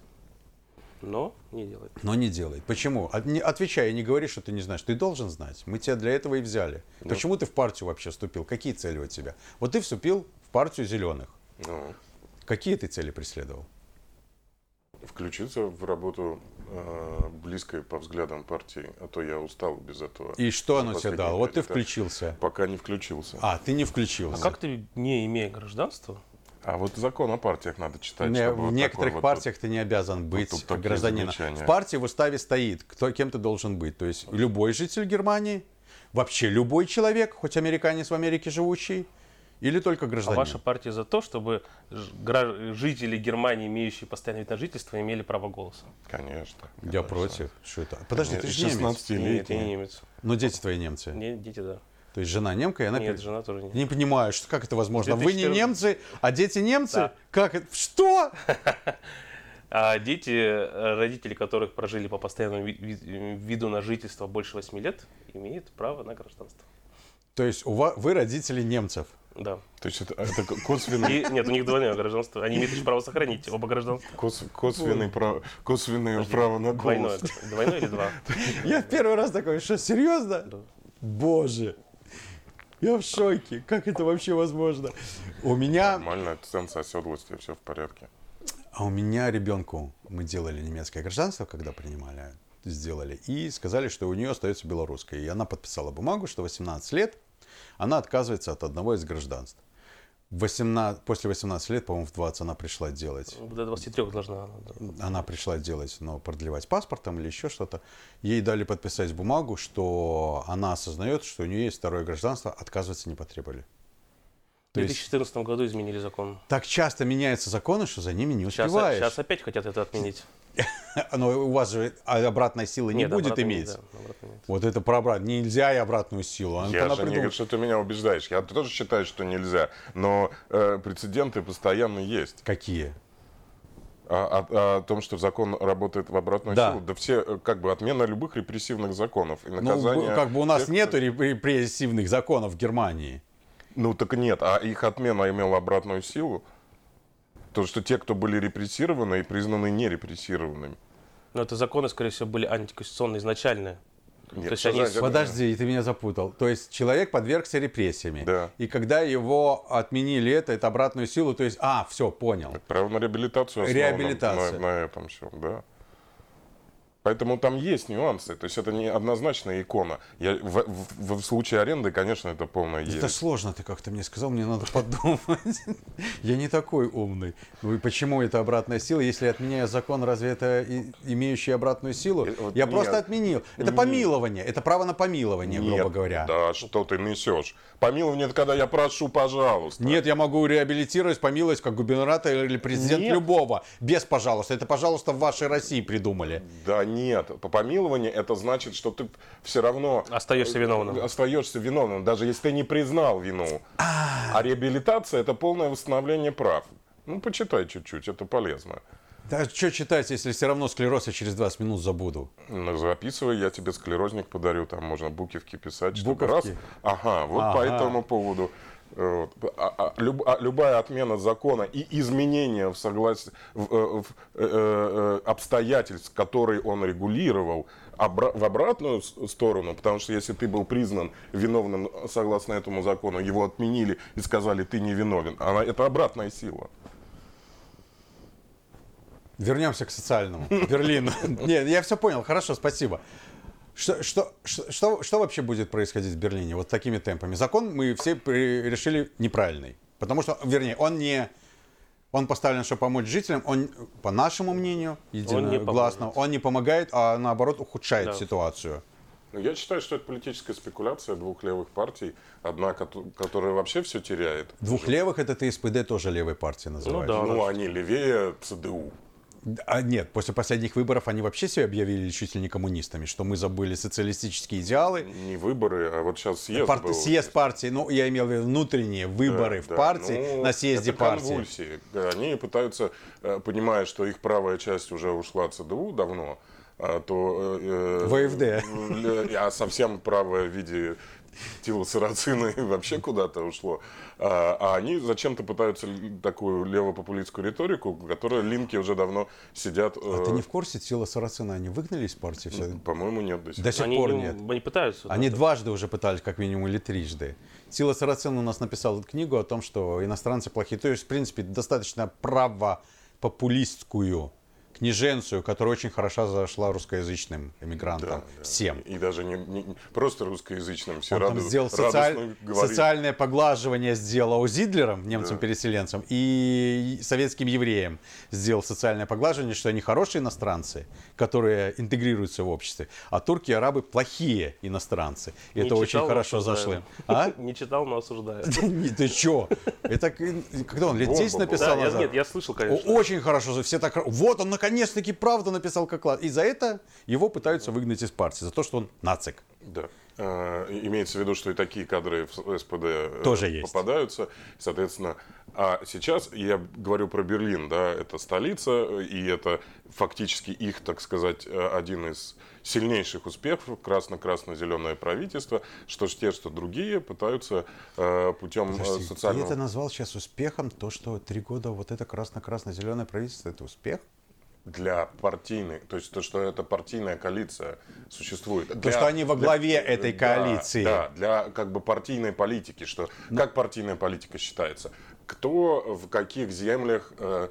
Speaker 3: Но не делает.
Speaker 2: Но не делает. Почему? От- не- Отвечай, и не говори, что ты не знаешь. Ты должен знать. Мы тебя для этого и взяли. Почему ты в партию вообще вступил? Какие цели у тебя? Вот ты вступил в партию зеленых.
Speaker 1: Ну,
Speaker 2: Какие ты цели преследовал?
Speaker 1: включиться в работу э, близкой по взглядам партии, а то я устал без этого.
Speaker 2: И что
Speaker 1: за
Speaker 2: оно тебе
Speaker 1: последние
Speaker 2: дало? Вот
Speaker 1: пять
Speaker 2: ты
Speaker 1: лет.
Speaker 2: включился.
Speaker 1: Пока не включился.
Speaker 2: А, ты не
Speaker 3: А
Speaker 2: включился.
Speaker 3: как ты, не имея гражданства,
Speaker 1: А вот закон о партиях надо читать.
Speaker 2: Не,
Speaker 1: чтобы
Speaker 2: в
Speaker 1: вот
Speaker 2: некоторых
Speaker 1: такой вот
Speaker 2: партиях ты не обязан быть
Speaker 1: тут такие
Speaker 2: гражданином.
Speaker 1: замечания.
Speaker 2: В партии в уставе стоит, кто, кем ты должен быть. То есть любой житель Германии, вообще любой человек, хоть американец в Америке живущий, или только
Speaker 3: а
Speaker 2: гражданин.
Speaker 3: ваша партия за то, чтобы ж- гра- жители Германии, имеющие постоянный вид на жительство, имели право голоса?
Speaker 1: Конечно.
Speaker 2: Я
Speaker 1: конечно.
Speaker 2: против. Что это? Подожди, ты же немец.
Speaker 3: Нет, я не
Speaker 1: шестнадцатилетний.
Speaker 3: немец.
Speaker 2: Но дети твои немцы.
Speaker 3: Не, дети, да.
Speaker 2: То есть жена немка, и она...
Speaker 3: Нет,
Speaker 2: пер-
Speaker 3: жена тоже нет.
Speaker 2: Не понимаю, что, как это возможно. Вы не
Speaker 3: две тысячи
Speaker 2: немцы, а дети немцы?
Speaker 3: Да.
Speaker 2: Как это? Что?
Speaker 3: А дети, э, родители которых прожили по постоянному ви- ви- виду на жительство больше восьми лет, имеют право на гражданство.
Speaker 2: То есть у вас, вы родители немцев.
Speaker 3: Да.
Speaker 1: То есть это, это косвенный,
Speaker 3: И, нет, у них двойное гражданство. Они имеют еще право сохранить оба гражданства.
Speaker 1: кос- косвенный прав- косвенное право на
Speaker 3: Двойное.
Speaker 1: голос.
Speaker 3: Двойное или два?
Speaker 2: Я в первый раз такой, что, серьезно?
Speaker 3: Да.
Speaker 2: Боже. Я в шоке. Как это вообще возможно? У меня...
Speaker 1: Нормально, ценз оседлости, все в порядке.
Speaker 2: А у меня ребенку мы делали немецкое гражданство, когда принимали, сделали, и сказали, что у нее остается белорусское. И она подписала бумагу, что восемнадцать лет она отказывается от одного из гражданств. восемнадцать, после восемнадцати лет, по-моему, в двадцать она пришла делать.
Speaker 3: До двадцати трёх должна. Да.
Speaker 2: Она пришла делать, но продлевать паспортом или еще что-то. Ей дали подписать бумагу, что она осознает, что у нее есть второе гражданство, отказываться не потребовали.
Speaker 3: В две тысячи четырнадцатом году изменили закон.
Speaker 2: Так часто меняются законы, что за ними не
Speaker 3: Сейчас,
Speaker 2: успеваешь.
Speaker 3: сейчас опять хотят это отменить.
Speaker 2: Но у вас же обратной силы не
Speaker 3: Нет,
Speaker 2: будет
Speaker 3: обратно
Speaker 2: иметь.
Speaker 3: нет, да, обратно нет.
Speaker 2: Вот это про обратную. Нельзя и обратную силу. Она-
Speaker 1: Я
Speaker 2: она
Speaker 1: же не
Speaker 2: придумала-
Speaker 1: говорю, что ты меня убеждаешь. Я тоже считаю, что нельзя. Но э, прецеденты постоянно есть.
Speaker 2: Какие?
Speaker 1: А, а- о том, что закон работает в обратную
Speaker 2: Да.
Speaker 1: силу. Да все, э, как бы, отмена любых репрессивных законов. И
Speaker 2: Ну,
Speaker 1: наказание
Speaker 2: как бы у нас
Speaker 1: тех,
Speaker 2: нету реп- репрессивных законов в Германии.
Speaker 1: Ну, так нет. А их отмена имела обратную силу. То, что те, кто были репрессированы и признаны нерепрессированными.
Speaker 3: Но это законы, скорее всего, были антиконституционные изначально.
Speaker 1: Нет,
Speaker 3: То есть
Speaker 1: что
Speaker 3: они-
Speaker 1: значит-
Speaker 2: Подожди, ты меня запутал. То есть человек подвергся репрессиями.
Speaker 1: Да.
Speaker 2: И когда его отменили это, это обратную силу, то есть, а, все, понял.
Speaker 1: Право на реабилитацию основано
Speaker 2: Реабилитация.
Speaker 1: На, на этом всем, да. Поэтому там есть нюансы. То есть это не однозначная икона. Я, в, в- в случае аренды, конечно, это полная
Speaker 2: Это
Speaker 1: ересь.
Speaker 2: сложно, ты как-то мне сказал, мне надо подумать. Я не такой умный. Ну и почему это обратная сила? Если отменяю закон, разве это и- имеющий обратную силу?
Speaker 1: Э, вот
Speaker 2: Я
Speaker 1: нет.
Speaker 2: просто отменил. Это
Speaker 1: Нет.
Speaker 2: помилование, это право на помилование, грубо
Speaker 1: Нет,
Speaker 2: говоря.
Speaker 1: Да, что ты несешь? Помилование — это когда я прошу, пожалуйста.
Speaker 2: Нет, я могу реабилитировать, помиловать как губернатора или президент
Speaker 1: Нет.
Speaker 2: любого. Без «пожалуйста». Это, пожалуйста, в вашей России придумали.
Speaker 1: Да нет, по помилование это значит, что ты все равно
Speaker 3: Остаешься виновным.
Speaker 1: остаешься виновным, даже если ты не признал вину. А реабилитация — это полное восстановление прав. Ну, почитай чуть-чуть, это полезно.
Speaker 2: Да что читать, если все равно склероз я через двадцать минут забуду?
Speaker 1: Ну, записывай, я тебе склерозник подарю, там можно буковки писать, чтобы
Speaker 2: Буковки?
Speaker 1: раз. Ага, вот
Speaker 2: Ага.
Speaker 1: по этому поводу. э, вот, а- а люб- а любая отмена закона и изменение в согласии в, э, в, э, э, обстоятельств, которые он регулировал, обра- в обратную с- сторону, потому что если ты был признан виновным согласно этому закону, его отменили и сказали, ты не виновен, она, это обратная сила.
Speaker 2: Вернемся к социальному. Берлин. Нет, я все понял. Хорошо, спасибо. Что, что, что, что, что вообще будет происходить в Берлине вот такими темпами? Закон мы все при- решили неправильный. Потому что, вернее, он не... Он поставлен, чтобы помочь жителям. Он, по нашему мнению, единогласно, он не помогает, а наоборот ухудшает
Speaker 3: Да.
Speaker 2: ситуацию.
Speaker 1: Ну, я считаю, что это политическая спекуляция двух левых партий, одна, кото- которая вообще все теряет.
Speaker 2: Двух левых, это ты СПД тоже левой партией называешь.
Speaker 3: да.
Speaker 1: Ну, они левее ЦДУ.
Speaker 2: А нет, после последних выборов они вообще себя объявили чуть ли не коммунистами, что мы забыли социалистические идеалы.
Speaker 1: Не выборы, а вот сейчас съезд
Speaker 2: Пар-
Speaker 1: был.
Speaker 2: Съезд партии, ну, я имел в виду внутренние выборы
Speaker 1: Да,
Speaker 2: в
Speaker 1: да.
Speaker 2: партии,
Speaker 1: Ну,
Speaker 2: на съезде
Speaker 1: это
Speaker 2: партии.
Speaker 1: конвульсии. Да, они пытаются, э, понимая, что их правая часть уже ушла от ЦДУ давно, а, то... э,
Speaker 2: ВФД.
Speaker 1: э, А совсем правое в виде Тила Сарацина вообще куда-то ушло. А, а они зачем-то пытаются л- такую левопопулистскую риторику, в которой линки уже давно сидят...
Speaker 2: А
Speaker 1: э,
Speaker 2: ты не в курсе, Тила Сарацина, они выгнали из партии? Все?
Speaker 1: По-моему, нет до сих
Speaker 2: До
Speaker 1: пор.
Speaker 2: сих
Speaker 3: Они,
Speaker 2: пор
Speaker 3: ну,
Speaker 2: нет.
Speaker 3: они пытаются. да,
Speaker 2: Они
Speaker 3: так.
Speaker 2: дважды уже пытались, как минимум, или трижды. Тила Сарацин у нас написал книгу о том, что иностранцы плохие. То есть, в принципе, достаточно правопопулистскую книженцию, которая очень хорошо зашла русскоязычным эмигрантам.
Speaker 1: Да, да.
Speaker 2: Всем.
Speaker 1: И даже не, не- просто русскоязычным. Все
Speaker 2: Он там
Speaker 1: раду-
Speaker 2: сделал
Speaker 1: радостно
Speaker 2: социаль-
Speaker 1: говорить.
Speaker 2: социальное поглаживание сделал Зидлером, немцам-переселенцам, и советским евреям сделал социальное поглаживание, что они хорошие иностранцы, которые интегрируются в обществе, а турки и арабы плохие иностранцы. И
Speaker 3: Не
Speaker 2: это очень
Speaker 3: читал, но
Speaker 2: хорошо
Speaker 3: осуждаю.
Speaker 2: зашло. А?
Speaker 3: Не читал, но осуждаю.
Speaker 2: Не, Ты чё? Это к- когда он лет
Speaker 1: Бомба
Speaker 2: десять
Speaker 1: была.
Speaker 2: написал
Speaker 3: Да, я,
Speaker 2: назад?
Speaker 3: нет, я слышал, конечно.
Speaker 2: О- Очень хорошо, все так... Вот он наконец-таки правду написал как лад. И за это его пытаются выгнать из партии, за то, что он нацик.
Speaker 1: Да. Э, Имеется в виду, что и такие кадры в СПД э,
Speaker 2: Тоже есть.
Speaker 1: попадаются. Соответственно, а сейчас я говорю про Берлин, да, это столица, и это фактически их, так сказать, э, один из сильнейших успехов, красно-красно-зеленое правительство, что ж те, что другие пытаются э, путем э,
Speaker 2: Подожди,
Speaker 1: социального...
Speaker 2: ты это назвал сейчас успехом, то, что три года вот это красно-красно-зеленое правительство, это успех?
Speaker 1: Для партийной, то есть то, что эта партийная коалиция существует.
Speaker 2: То, что они во главе этой коалиции.
Speaker 1: Да, да, для как бы партийной политики, что как партийная политика считается, кто в каких землях э,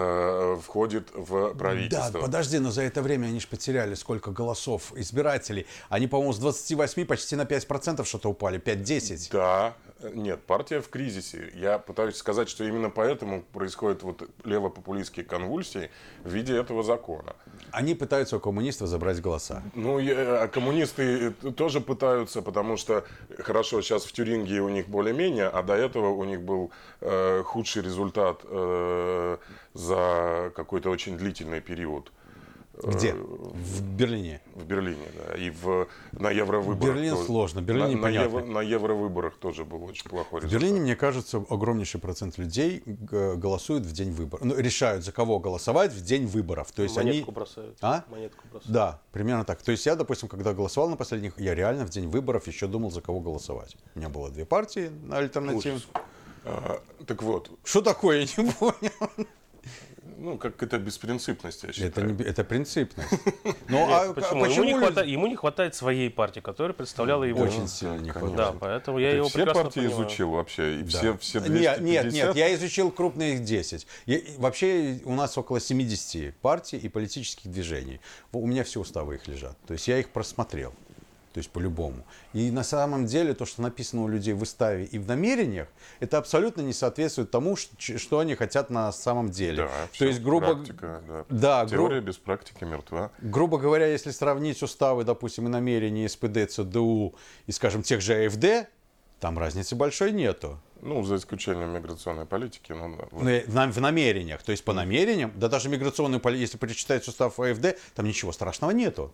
Speaker 1: э, входит в
Speaker 2: Да,
Speaker 1: правительство.
Speaker 2: подожди, но за это время они же потеряли сколько голосов избирателей. Они, по-моему, с двадцати восьми почти на пять процентов что-то упали, пять-десять.
Speaker 1: Да, Нет, партия в кризисе. Я пытаюсь сказать, что именно поэтому происходят вот левопопулистские конвульсии в виде этого закона.
Speaker 2: Они пытаются у коммунистов забрать голоса.
Speaker 1: Ну, я, а коммунисты тоже пытаются, потому что, хорошо, сейчас в Тюрингии у них более-менее, а до этого у них был э, худший результат э, за какой-то очень длительный период.
Speaker 2: Где? В Берлине.
Speaker 1: В Берлине, да. И в, на евровыборах.
Speaker 2: Берлин
Speaker 1: тоже.
Speaker 2: сложно, Берлин
Speaker 1: на,
Speaker 2: непонятно.
Speaker 1: На, евро, на евровыборах тоже был очень плохой
Speaker 2: В
Speaker 1: результат.
Speaker 2: Берлине, мне кажется, огромнейший процент людей голосуют в день выборов. Ну, решают, за кого голосовать в день выборов. То есть
Speaker 3: Монетку
Speaker 2: они...
Speaker 3: бросают.
Speaker 2: А?
Speaker 3: Монетку бросают.
Speaker 2: Да, примерно так. То есть я, допустим, когда голосовал на последних, я реально в день выборов еще думал, за кого голосовать. У меня было две партии на альтернативе.
Speaker 1: А, так вот.
Speaker 2: Что такое, я не понял.
Speaker 1: Ну, как это беспринципность, я считаю.
Speaker 2: Это, не, это принципность. Ну,
Speaker 3: Нет,
Speaker 2: а
Speaker 3: почему?
Speaker 2: почему
Speaker 3: Ему, не
Speaker 2: люди-
Speaker 3: хватает, ему не хватает своей партии, которая представляла его.
Speaker 2: Очень сильно не хватает.
Speaker 3: Да, поэтому я
Speaker 1: Ты
Speaker 3: его
Speaker 1: все
Speaker 3: прекрасно
Speaker 1: партии
Speaker 3: понимаю.
Speaker 1: изучил вообще? И
Speaker 2: Да.
Speaker 1: все, все
Speaker 2: Нет,
Speaker 1: двести пятьдесят?
Speaker 2: нет, нет, я изучил крупные десять. Я- вообще у нас около семидесяти партий и политических движений. У меня все уставы их лежат. То есть я их просмотрел. То есть по-любому. И на самом деле то, что написано у людей в уставе и в намерениях, это абсолютно не соответствует тому, ш- что они хотят на самом деле.
Speaker 1: Да,
Speaker 2: То
Speaker 1: всё,
Speaker 2: есть, грубо,
Speaker 1: практика, да.
Speaker 2: да, гру-
Speaker 1: Теория без практики мертва.
Speaker 2: грубо говоря, если сравнить уставы, допустим, и намерения СПД, ЦДУ и, скажем, тех же АФД, там разницы большой нету.
Speaker 1: Ну, за исключением миграционной политики. Ну, да, вот.
Speaker 2: Ну, в нам- в намерениях. То есть по намерениям, да даже миграционную политику, если перечитать устав АФД, там ничего страшного нету.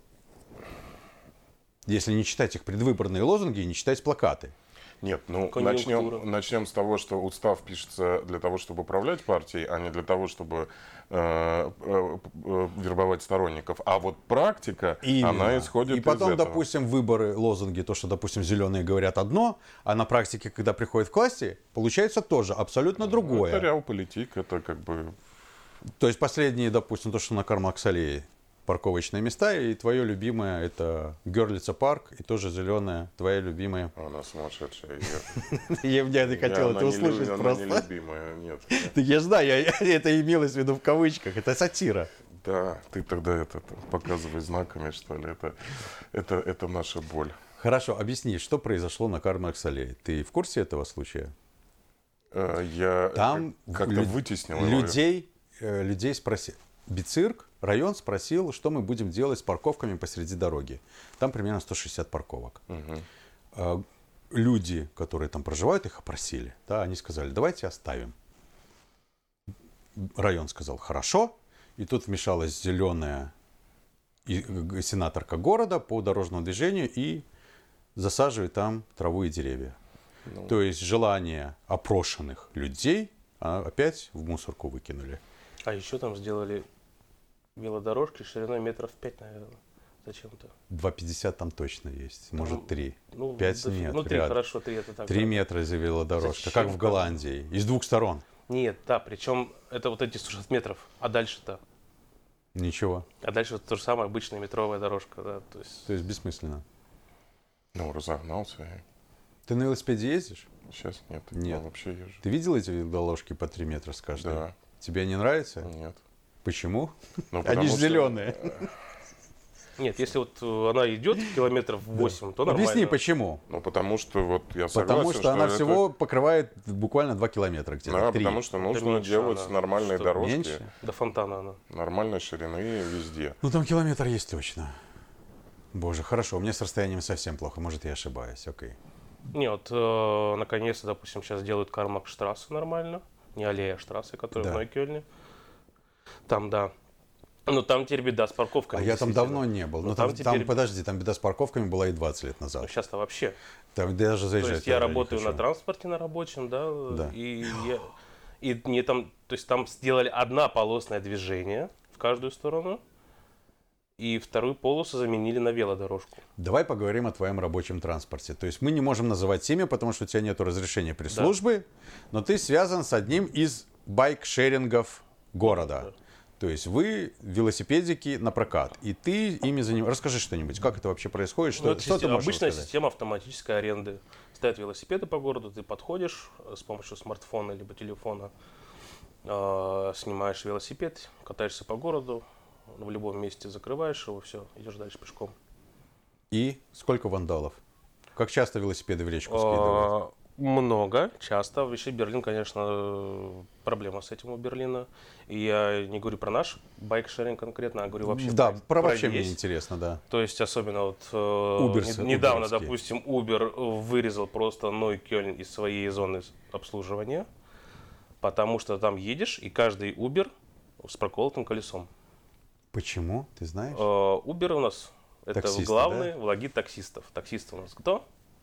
Speaker 2: Если не читать их предвыборные лозунги и не читать плакаты.
Speaker 1: Нет, ну
Speaker 3: Конъюнктура.
Speaker 1: начнем, начнем с того, что устав пишется для того, чтобы управлять партией, а не для того, чтобы э, э, э, вербовать сторонников. А вот практика,
Speaker 2: Именно.
Speaker 1: она исходит
Speaker 2: И потом,
Speaker 1: из этого.
Speaker 2: допустим, выборы, лозунги, то, что, допустим, зеленые говорят одно, а на практике, когда приходят к власти, получается тоже абсолютно другое.
Speaker 1: Это реалполитик, это как бы...
Speaker 2: То есть последние, допустим, то, что на Кармакс-аллее парковочные места, и твое любимое это Герлица парк, и тоже зеленая, твоя любимая.
Speaker 1: Она сумасшедшая.
Speaker 2: Я бы не хотел это услышать просто.
Speaker 1: Она нелюбимая, нет.
Speaker 2: Так я знаю, я, это имелось в виду в кавычках, это сатира.
Speaker 1: Да, ты тогда это показывай знаками, что ли. Это, это, это наша боль.
Speaker 2: Хорошо, объясни, что произошло на Кармакс-аллее. Ты в курсе этого случая?
Speaker 1: Э, Я
Speaker 2: Там
Speaker 1: как-то
Speaker 2: лю-
Speaker 1: вытеснил его.
Speaker 2: людей, э, людей спросил. Бицирк, район спросил, что мы будем делать с парковками посреди дороги. Там примерно сто шестьдесят парковок.
Speaker 1: Мгм.
Speaker 2: Э, Люди, которые там проживают, их опросили. Да, они сказали, давайте оставим. Район сказал, хорошо. И тут вмешалась зеленая и- г- сенаторка города по дорожному движению и засаживает там траву и деревья.
Speaker 1: Ну.
Speaker 2: То есть желание опрошенных людей а, опять в мусорку выкинули.
Speaker 3: А еще там сделали велодорожки шириной метров пять, наверное. Зачем-то.
Speaker 2: два пятьдесят там точно есть, может три.
Speaker 3: Ну,
Speaker 2: Пять
Speaker 3: дофи-
Speaker 2: нет,
Speaker 3: Ну, три,
Speaker 2: рядом.
Speaker 3: хорошо, три это так.
Speaker 2: Три
Speaker 3: да.
Speaker 2: метра за велодорожка,
Speaker 3: Зачем
Speaker 2: как в
Speaker 3: там?
Speaker 2: Голландии. И с двух сторон.
Speaker 3: Нет, да, причем это вот эти сто шестьдесят метров, а дальше-то?
Speaker 2: Ничего.
Speaker 3: А дальше вот то же самое, обычная метровая дорожка, да, то есть...
Speaker 2: То есть бессмысленно.
Speaker 1: Ну, разогнался. и
Speaker 2: Ты на велосипеде ездишь?
Speaker 1: Сейчас нет.
Speaker 2: Нет.
Speaker 1: Я вообще езжу.
Speaker 2: Ты видел эти велодорожки по три метра с каждой?
Speaker 1: Да.
Speaker 2: Тебе не нравится?
Speaker 1: Нет.
Speaker 2: Почему?
Speaker 1: Ну,
Speaker 2: Они
Speaker 1: потому
Speaker 2: же
Speaker 1: что-
Speaker 2: зеленые.
Speaker 3: Нет, если вот э, она идет километров восемь, то нормально.
Speaker 2: Объясни, почему?
Speaker 1: Ну, потому что вот я согласен,
Speaker 2: Потому что она
Speaker 1: это-
Speaker 2: всего покрывает буквально два километра где-то.
Speaker 1: Да,
Speaker 2: три.
Speaker 1: потому что нужно
Speaker 3: меньше
Speaker 1: делать
Speaker 3: она.
Speaker 1: нормальные
Speaker 3: Что,
Speaker 1: дорожки,
Speaker 2: меньше?
Speaker 3: До фонтана она.
Speaker 1: нормальной ширины везде.
Speaker 2: Ну там километр есть точно. Боже, хорошо, у меня с расстоянием совсем плохо, может я ошибаюсь, окей.
Speaker 3: Не, вот э, наконец-то, допустим, сейчас делают Кармак-штрассе нормально. Не аллея, а штрассе, которая
Speaker 2: Да.
Speaker 3: в Нойкёльне. Там, да. Ну, там теперь беда с парковками.
Speaker 2: А я там
Speaker 3: действительно.
Speaker 2: давно не был.
Speaker 3: Ну,
Speaker 2: Ну,
Speaker 3: там
Speaker 2: там, там,
Speaker 3: теперь-
Speaker 2: подожди, там беда с парковками была и двадцать лет
Speaker 3: Ну,
Speaker 2: назад.
Speaker 3: сейчас-то вообще.
Speaker 2: Там даже
Speaker 3: То
Speaker 2: заезжать
Speaker 3: есть я
Speaker 2: даже не
Speaker 3: работаю на
Speaker 2: хочу.
Speaker 3: транспорте на рабочем, да,
Speaker 2: Да.
Speaker 3: и я, и мне там, то есть там сделали однополосное движение в каждую сторону, и вторую полосу заменили на велодорожку.
Speaker 2: Давай поговорим о твоем рабочем транспорте. То есть мы не можем называть имя, потому что у тебя нет разрешения пресс-службы, но ты связан с одним из байк-шерингов города. То есть вы велосипедики на прокат, и ты ими занимаешься. Расскажи что-нибудь, как это вообще происходит, что,
Speaker 3: Ну, это
Speaker 2: что ты
Speaker 3: система-
Speaker 2: можешь
Speaker 3: обычная
Speaker 2: рассказать?
Speaker 3: система автоматической аренды. Стоят велосипеды по городу, ты подходишь э, с помощью смартфона либо телефона, э, снимаешь велосипед, катаешься по городу, в любом месте закрываешь его, все, идешь дальше пешком.
Speaker 2: И сколько вандалов? Как часто велосипеды в речку
Speaker 3: А,
Speaker 2: скидывают?
Speaker 3: Много, часто. Вообще Берлин, конечно, проблема с этим у Берлина. И я не говорю про наш байк-шеринг конкретно, а говорю вообще
Speaker 2: Да,
Speaker 3: про,
Speaker 2: про
Speaker 3: про
Speaker 2: вообще
Speaker 3: весь.
Speaker 2: мне интересно, да.
Speaker 3: То есть, особенно вот э,
Speaker 2: Уберс-
Speaker 3: не- недавно,
Speaker 2: уберовские.
Speaker 3: допустим, Uber вырезал просто Нойкёльн из своей зоны обслуживания, потому что там едешь, и каждый Uber с проколотым колесом.
Speaker 2: Почему? Ты знаешь?
Speaker 3: Э, Uber у нас это
Speaker 2: Таксисты,
Speaker 3: главные враги таксистов. Таксисты у нас кто?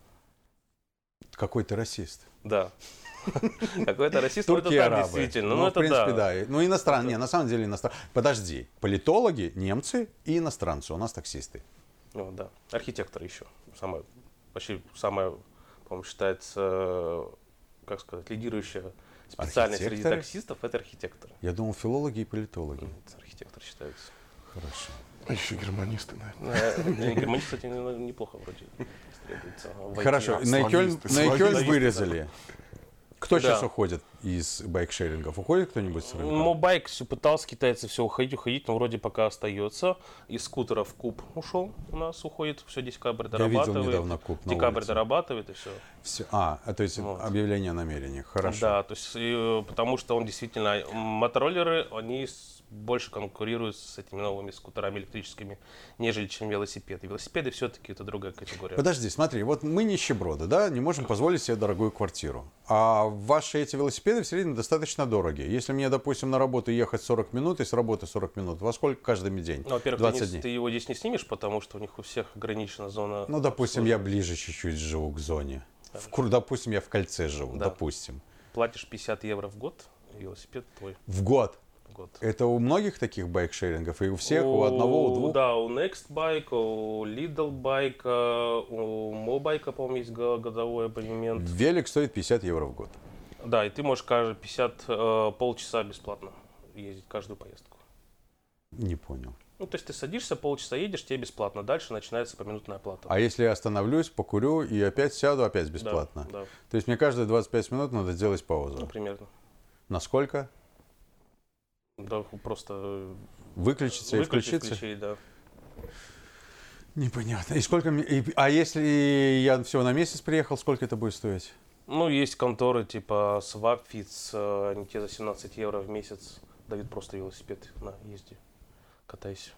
Speaker 2: Какой ты расист.
Speaker 3: Да. Какой-то расист, ну это
Speaker 2: Турки и
Speaker 3: так
Speaker 2: арабы.
Speaker 3: действительно.
Speaker 2: Ну,
Speaker 3: Ну
Speaker 2: в
Speaker 3: это
Speaker 2: принципе,
Speaker 3: да.
Speaker 2: да. Ну, иностранцы. Не, на самом деле иностранцы. Подожди. Политологи, немцы и иностранцы. У нас таксисты.
Speaker 3: Ну да. Архитектор еще. Самое, почти самое, по-моему, считается, как сказать, лидирующая специальность среди
Speaker 2: Архитекторы?
Speaker 3: таксистов — это архитектор.
Speaker 2: Я думал, филологи и политологи.
Speaker 3: Нет, архитектор считается.
Speaker 2: Хорошо.
Speaker 1: А еще германисты, наверное.
Speaker 3: Ну, э, Германист, кстати, не- неплохо вроде требуется. войти.
Speaker 2: Хорошо.
Speaker 1: а,
Speaker 2: Нойкёльн
Speaker 1: слависты,
Speaker 2: Нойкёльн
Speaker 1: слависты,
Speaker 2: вырезали. Кто
Speaker 3: Да.
Speaker 2: сейчас уходит из байк-шерингов? Уходит кто-нибудь с рынка?
Speaker 3: Мобайк все пытался, китайцы все уходить, уходить, но вроде пока остается. Из скутеров Куб ушел у нас, уходит. Все, декабрь
Speaker 2: Я видел
Speaker 3: дорабатывает.
Speaker 2: недавно Куб на
Speaker 3: Декабрь
Speaker 2: улице.
Speaker 3: дорабатывает и все.
Speaker 2: Все. А, а, то есть
Speaker 3: Вот.
Speaker 2: объявление о намерениях. Хорошо.
Speaker 3: Да, то есть, и, потому что он действительно, мотороллеры, они с- больше конкурируют с этими новыми скутерами электрическими, нежели чем велосипеды. Велосипеды все-таки это другая категория.
Speaker 2: Подожди, смотри, вот мы нищеброды, да, не можем позволить себе дорогую квартиру. А ваши эти велосипеды в среднем достаточно дорогие. Если мне, допустим, на работу ехать сорок минут, и с работы сорок минут, во сколько каждый день?
Speaker 3: Ну, во-первых, ты,
Speaker 2: двадцать
Speaker 3: не-
Speaker 2: дней.
Speaker 3: ты его здесь не снимешь, потому что у них у всех ограничена зона.
Speaker 2: Ну, допустим, я
Speaker 3: обслуживания.
Speaker 2: ближе чуть-чуть живу к зоне. В Кур- допустим, я в кольце живу,
Speaker 3: Да.
Speaker 2: допустим.
Speaker 3: Платишь пятьдесят евро в год, и велосипед твой
Speaker 2: В год.
Speaker 3: в год.
Speaker 2: Это у многих таких байк-шерингов? И у всех, у одного, у двух?
Speaker 3: Да, у Next Bike, у Lidl Bike, у Mobike, по-моему, есть го- годовой абонемент.
Speaker 2: Велик стоит пятьдесят евро в год.
Speaker 3: Да, и ты можешь каждые пятьдесят э, полчаса бесплатно ездить каждую поездку.
Speaker 2: Не понял.
Speaker 3: Ну, то есть ты садишься, полчаса едешь, тебе бесплатно. Дальше начинается поминутная оплата.
Speaker 2: А если я остановлюсь, покурю и опять сяду, опять
Speaker 3: Да,
Speaker 2: бесплатно?
Speaker 3: Да,
Speaker 2: То есть мне каждые двадцать пять минут надо сделать
Speaker 3: ну,
Speaker 2: паузу.
Speaker 3: примерно.
Speaker 2: Насколько?
Speaker 3: Да, просто э,
Speaker 2: Выключиться и
Speaker 3: выключить,
Speaker 2: включиться?
Speaker 3: включить, да.
Speaker 2: Непонятно. И сколько мне... и- А если я всего на месяц приехал, сколько это будет стоить?
Speaker 3: Ну, есть конторы типа Swapfits, э, они тебе за семнадцать евро в месяц дают просто велосипед на езде. Катайся.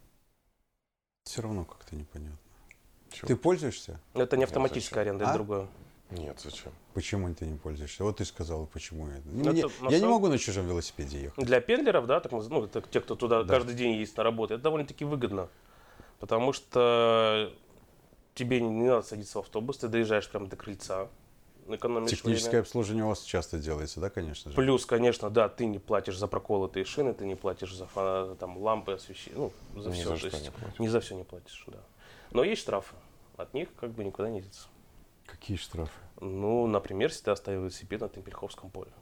Speaker 2: Все равно как-то непонятно.
Speaker 1: Чё?
Speaker 2: Ты пользуешься?
Speaker 3: Это не
Speaker 1: Нет,
Speaker 3: автоматическая
Speaker 1: зачем?
Speaker 3: аренда,
Speaker 2: А?
Speaker 3: это другое.
Speaker 1: Нет, зачем?
Speaker 2: Почему ты не пользуешься? Вот ты сказал, почему это.
Speaker 3: Ну,
Speaker 2: Мне-
Speaker 3: это на
Speaker 2: я не
Speaker 3: самом-
Speaker 2: могу на чужом велосипеде ехать.
Speaker 3: Для пендлеров, да, так, наз- ну, это те, кто туда
Speaker 2: Да.
Speaker 3: каждый день ездит на работу, это довольно-таки выгодно. Потому что тебе не надо садиться в автобус, ты доезжаешь прямо до крыльца, экономишь
Speaker 2: Техническое
Speaker 3: время.
Speaker 2: обслуживание у вас часто делается, да, конечно же?
Speaker 3: Плюс, конечно, да, ты не платишь за проколотые шины, ты не платишь за фа- там, лампы, освещение, ну, за
Speaker 1: Ни
Speaker 3: все.
Speaker 1: за
Speaker 3: то
Speaker 1: что
Speaker 3: есть
Speaker 1: не платишь.
Speaker 3: ни за все не платишь, да. Но есть штрафы, от них как бы никуда не деться.
Speaker 2: Какие штрафы?
Speaker 3: Ну, например, если ты оставил велосипед на Темпельховском поле.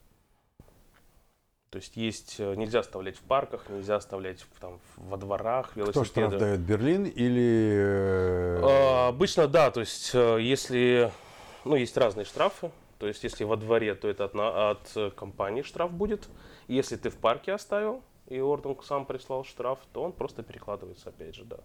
Speaker 3: То есть есть, э, нельзя оставлять в парках, нельзя оставлять в- там, во дворах
Speaker 2: Кто
Speaker 3: велосипеды.
Speaker 2: штраф дает? Берлин или... э,
Speaker 3: А, Обычно да, то есть э, если, ну, есть разные штрафы, то есть если во дворе, то это от, на- от э, компании штраф будет. Если ты в парке оставил, и Орден сам прислал штраф, то он просто перекладывается опять же, да.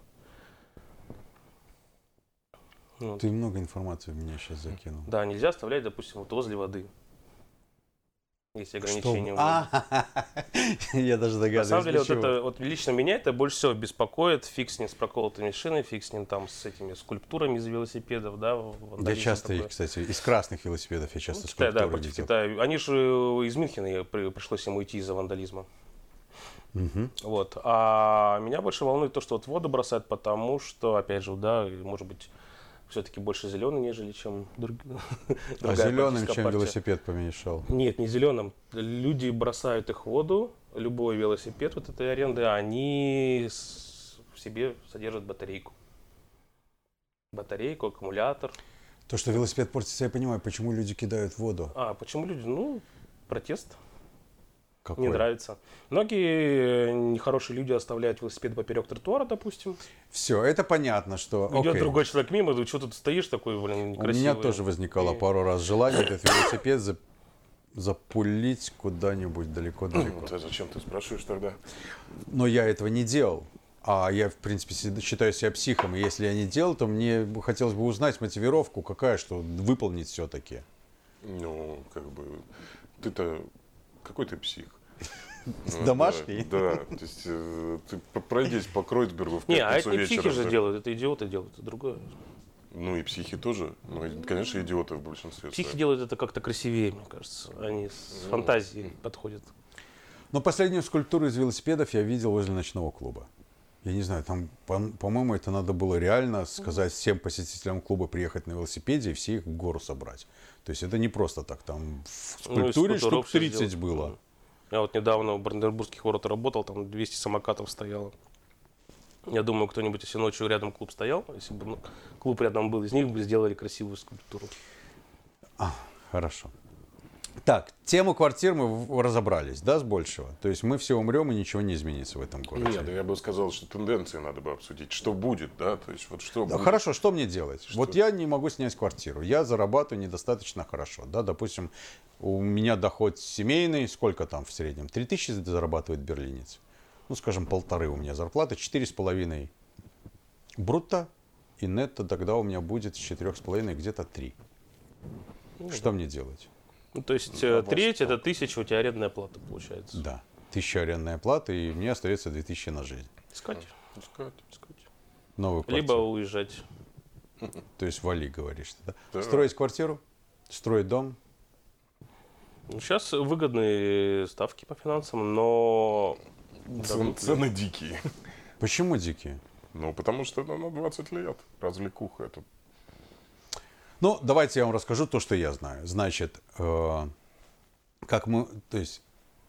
Speaker 3: Ну,
Speaker 2: Ты много информации в меня сейчас закинул.
Speaker 3: да, нельзя оставлять, допустим, вот возле воды. Есть ограничения.
Speaker 2: Что? А, я даже
Speaker 3: На
Speaker 2: догадываюсь.
Speaker 3: самом деле,
Speaker 2: для
Speaker 3: вот
Speaker 2: чего.
Speaker 3: это вот лично меня это больше всего беспокоит. Фиг с ним с проколотыми шинами, фиг с ним там с этими скульптурами из велосипедов, да.
Speaker 2: Я
Speaker 3: вандализм
Speaker 2: часто
Speaker 3: такой.
Speaker 2: их, кстати, из красных велосипедов я часто
Speaker 3: Ну, Китай, да,
Speaker 2: скульптуры
Speaker 3: против
Speaker 2: видел.
Speaker 3: Китая. Они же из Мюнхена при- пришлось им уйти из-за вандализма.
Speaker 2: Мгм.
Speaker 3: Вот. А меня больше волнует то, что вот воду бросают, потому что, опять же, да, может быть, все-таки больше зеленый, нежели чем друг...
Speaker 2: А
Speaker 3: другая
Speaker 2: зеленым
Speaker 3: политическая
Speaker 2: чем
Speaker 3: партия.
Speaker 2: велосипед помешал?
Speaker 3: Нет, не зеленым. Люди бросают их в воду, любой велосипед вот этой аренды, они с- в себе содержат батарейку. Батарейку, аккумулятор.
Speaker 2: То, что велосипед портится, я понимаю, почему люди кидают в воду.
Speaker 3: А, почему люди? Ну, протест.
Speaker 2: Какой?
Speaker 3: Не нравится. Многие нехорошие люди оставляют велосипед поперек тротуара, допустим.
Speaker 2: Все, это понятно, что...
Speaker 3: Идет
Speaker 2: окей.
Speaker 3: другой человек мимо, ты что тут стоишь такой, блин,
Speaker 2: У
Speaker 3: некрасивый.
Speaker 2: меня тоже возникало
Speaker 3: И-
Speaker 2: пару раз желание этот велосипед за- запулить куда-нибудь далеко-далеко.
Speaker 1: Ну, ты зачем ты спрашиваешь тогда?
Speaker 2: Но я этого не делал. А я, в принципе, си- считаю себя психом. И если я не делал, то мне бы хотелось бы узнать мотивировку, какая, что выполнить все-таки.
Speaker 1: Ну, как бы, ты-то, какой ты псих? Ну,
Speaker 2: Домашний?
Speaker 1: Да, да. То есть э, ты п- пройдись по Кройцбергу в
Speaker 3: Не, а
Speaker 1: пятницу
Speaker 3: это не психи
Speaker 1: вечером.
Speaker 3: же
Speaker 1: да.
Speaker 3: делают, это идиоты делают, это другое.
Speaker 1: Ну и психи тоже. Ну, и, конечно, идиоты в большинстве.
Speaker 3: Психи
Speaker 1: своем.
Speaker 3: делают это как-то красивее, мне кажется. Они с фантазией подходят.
Speaker 2: Но последнюю скульптуру из велосипедов я видел возле ночного клуба. Я не знаю, там, по- по-моему, это надо было реально сказать всем посетителям клуба приехать на велосипеде и все их в гору собрать. То есть это не просто так, там в
Speaker 3: Ну, из
Speaker 2: скульптуре
Speaker 3: скульптурок
Speaker 2: штук
Speaker 3: всё
Speaker 2: тридцать
Speaker 3: сделать.
Speaker 2: было.
Speaker 3: Я вот недавно у Бранденбургских ворот работал, там двести самокатов стояло. Я думаю, кто-нибудь, если ночью рядом клуб стоял, если бы ну, клуб рядом был, из них бы сделали красивую скульптуру.
Speaker 2: А, хорошо. Так, тему квартир мы в- разобрались, да, с большего? То есть мы все умрем и ничего не изменится в этом городе.
Speaker 1: Нет, я бы сказал, что тенденции надо бы обсудить. Что будет, да? То есть вот что
Speaker 2: Да,
Speaker 1: будет.
Speaker 2: хорошо, что мне делать? Вот я не могу снять квартиру, я зарабатываю недостаточно хорошо, да, допустим, у меня доход семейный, сколько там в среднем? три тысячи зарабатывает берлинец. Ну, скажем, полторы у меня зарплата, четыре с половиной брутто, и нетто тогда у меня будет с четырех с половиной где-то три. Что мне делать?
Speaker 3: Ну, то есть э, треть это тысяча, у тебя арендная плата получается.
Speaker 2: Да, тысяча арендная плата, и мне остается две тысячи на жизнь.
Speaker 3: Искать.
Speaker 1: Искать.
Speaker 3: Искать.
Speaker 2: Новую квартиру.
Speaker 3: Либо уезжать.
Speaker 2: То есть вали, говоришь ты, да?
Speaker 1: Да.
Speaker 2: Строить квартиру, строить дом.
Speaker 3: Ну, сейчас выгодные ставки по финансам, но
Speaker 1: Цен-
Speaker 3: дадут ли?
Speaker 1: цены дикие.
Speaker 2: Почему дикие?
Speaker 1: Ну, потому что это на двадцать лет. Развлекуха это.
Speaker 2: Ну, давайте я вам расскажу то, что я знаю. Значит, э, как мы, то есть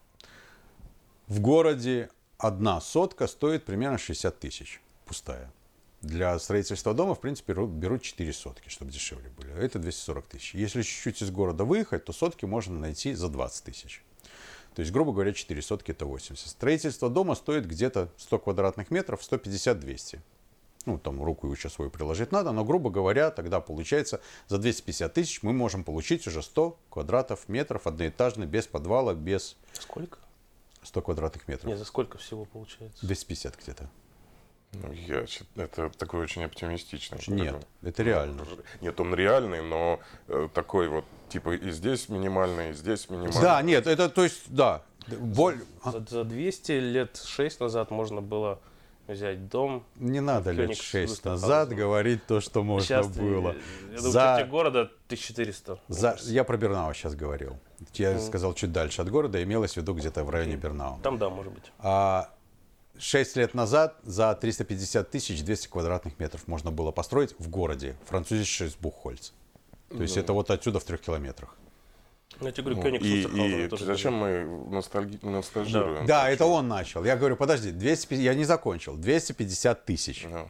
Speaker 2: в городе одна сотка стоит примерно шестьдесят тысяч, пустая. Для строительства дома, в принципе, берут- берут четыре сотки, чтобы дешевле были. Это двести сорок тысяч. Если чуть-чуть из города выехать, то сотки можно найти за двадцать тысяч. То есть, грубо говоря, четыре сотки это восемьдесят. Строительство дома стоит где-то сто квадратных метров, сто пятьдесят - двести. Ну, там руку еще свою приложить надо, но, грубо говоря, тогда получается за двести пятьдесят тысяч мы можем получить уже сто квадратов метров одноэтажный, без подвала, без
Speaker 3: Сколько?
Speaker 2: сто квадратных метров.
Speaker 3: Нет, за сколько всего получается?
Speaker 2: двести пятьдесят где-то.
Speaker 1: Ну, я, счит- это такой очень оптимистичный.
Speaker 2: Нет,
Speaker 1: такой.
Speaker 2: это реально.
Speaker 1: Нет, он реальный, но э, такой вот, типа, и здесь минимальный, и здесь минимальный.
Speaker 2: Да, нет, это, то есть, да. Боль... а,
Speaker 3: За, за двести лет шесть назад можно было взять дом.
Speaker 2: Не надо лет
Speaker 3: Феникс
Speaker 2: шесть
Speaker 3: Вестенхаузен.
Speaker 2: назад говорить то, что можно
Speaker 3: Сейчас
Speaker 2: было.
Speaker 3: Я думаю, в
Speaker 2: За-
Speaker 3: черте города тысяча четыреста. мне
Speaker 2: За...
Speaker 3: кажется.
Speaker 2: Я про Бернау сейчас говорил. Я сказал чуть дальше от города, имелось в виду где-то в районе Бернау.
Speaker 3: Там да, может быть.
Speaker 2: А шесть лет назад за триста пятьдесят тысяч двести квадратных метров можно было построить в городе, французский Буххольц. То есть это вот отсюда в трех километрах.
Speaker 3: Я тебе говорю,
Speaker 1: Ну,
Speaker 3: Кёнигс
Speaker 1: и,
Speaker 3: Вестенхаузен
Speaker 1: и
Speaker 3: тоже
Speaker 1: зачем мы ностальги... ностальгируем?
Speaker 2: Да, это он начал. Я говорю, подожди, двести пятьдесят я не закончил. двести пятьдесят тысяч
Speaker 1: Да.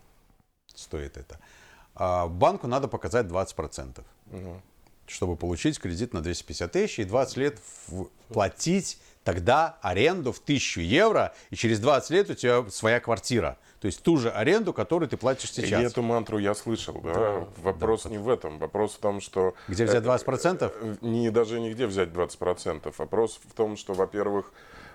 Speaker 2: стоит это. А банку надо показать двадцать процентов,
Speaker 1: Мгм.
Speaker 2: чтобы получить кредит на двести пятьдесят тысяч и двадцать лет в- платить тогда аренду в тысячу евро, и через двадцать лет у тебя своя квартира. То есть ту же аренду, которую ты платишь
Speaker 1: И
Speaker 2: сейчас.
Speaker 1: эту мантру я слышал, да. Вопрос не в этом. Вопрос в том, что...
Speaker 2: Где взять
Speaker 1: это-
Speaker 2: двадцать процентов?
Speaker 1: Не, даже нигде взять двадцать процентов. Вопрос в том, что, во-первых,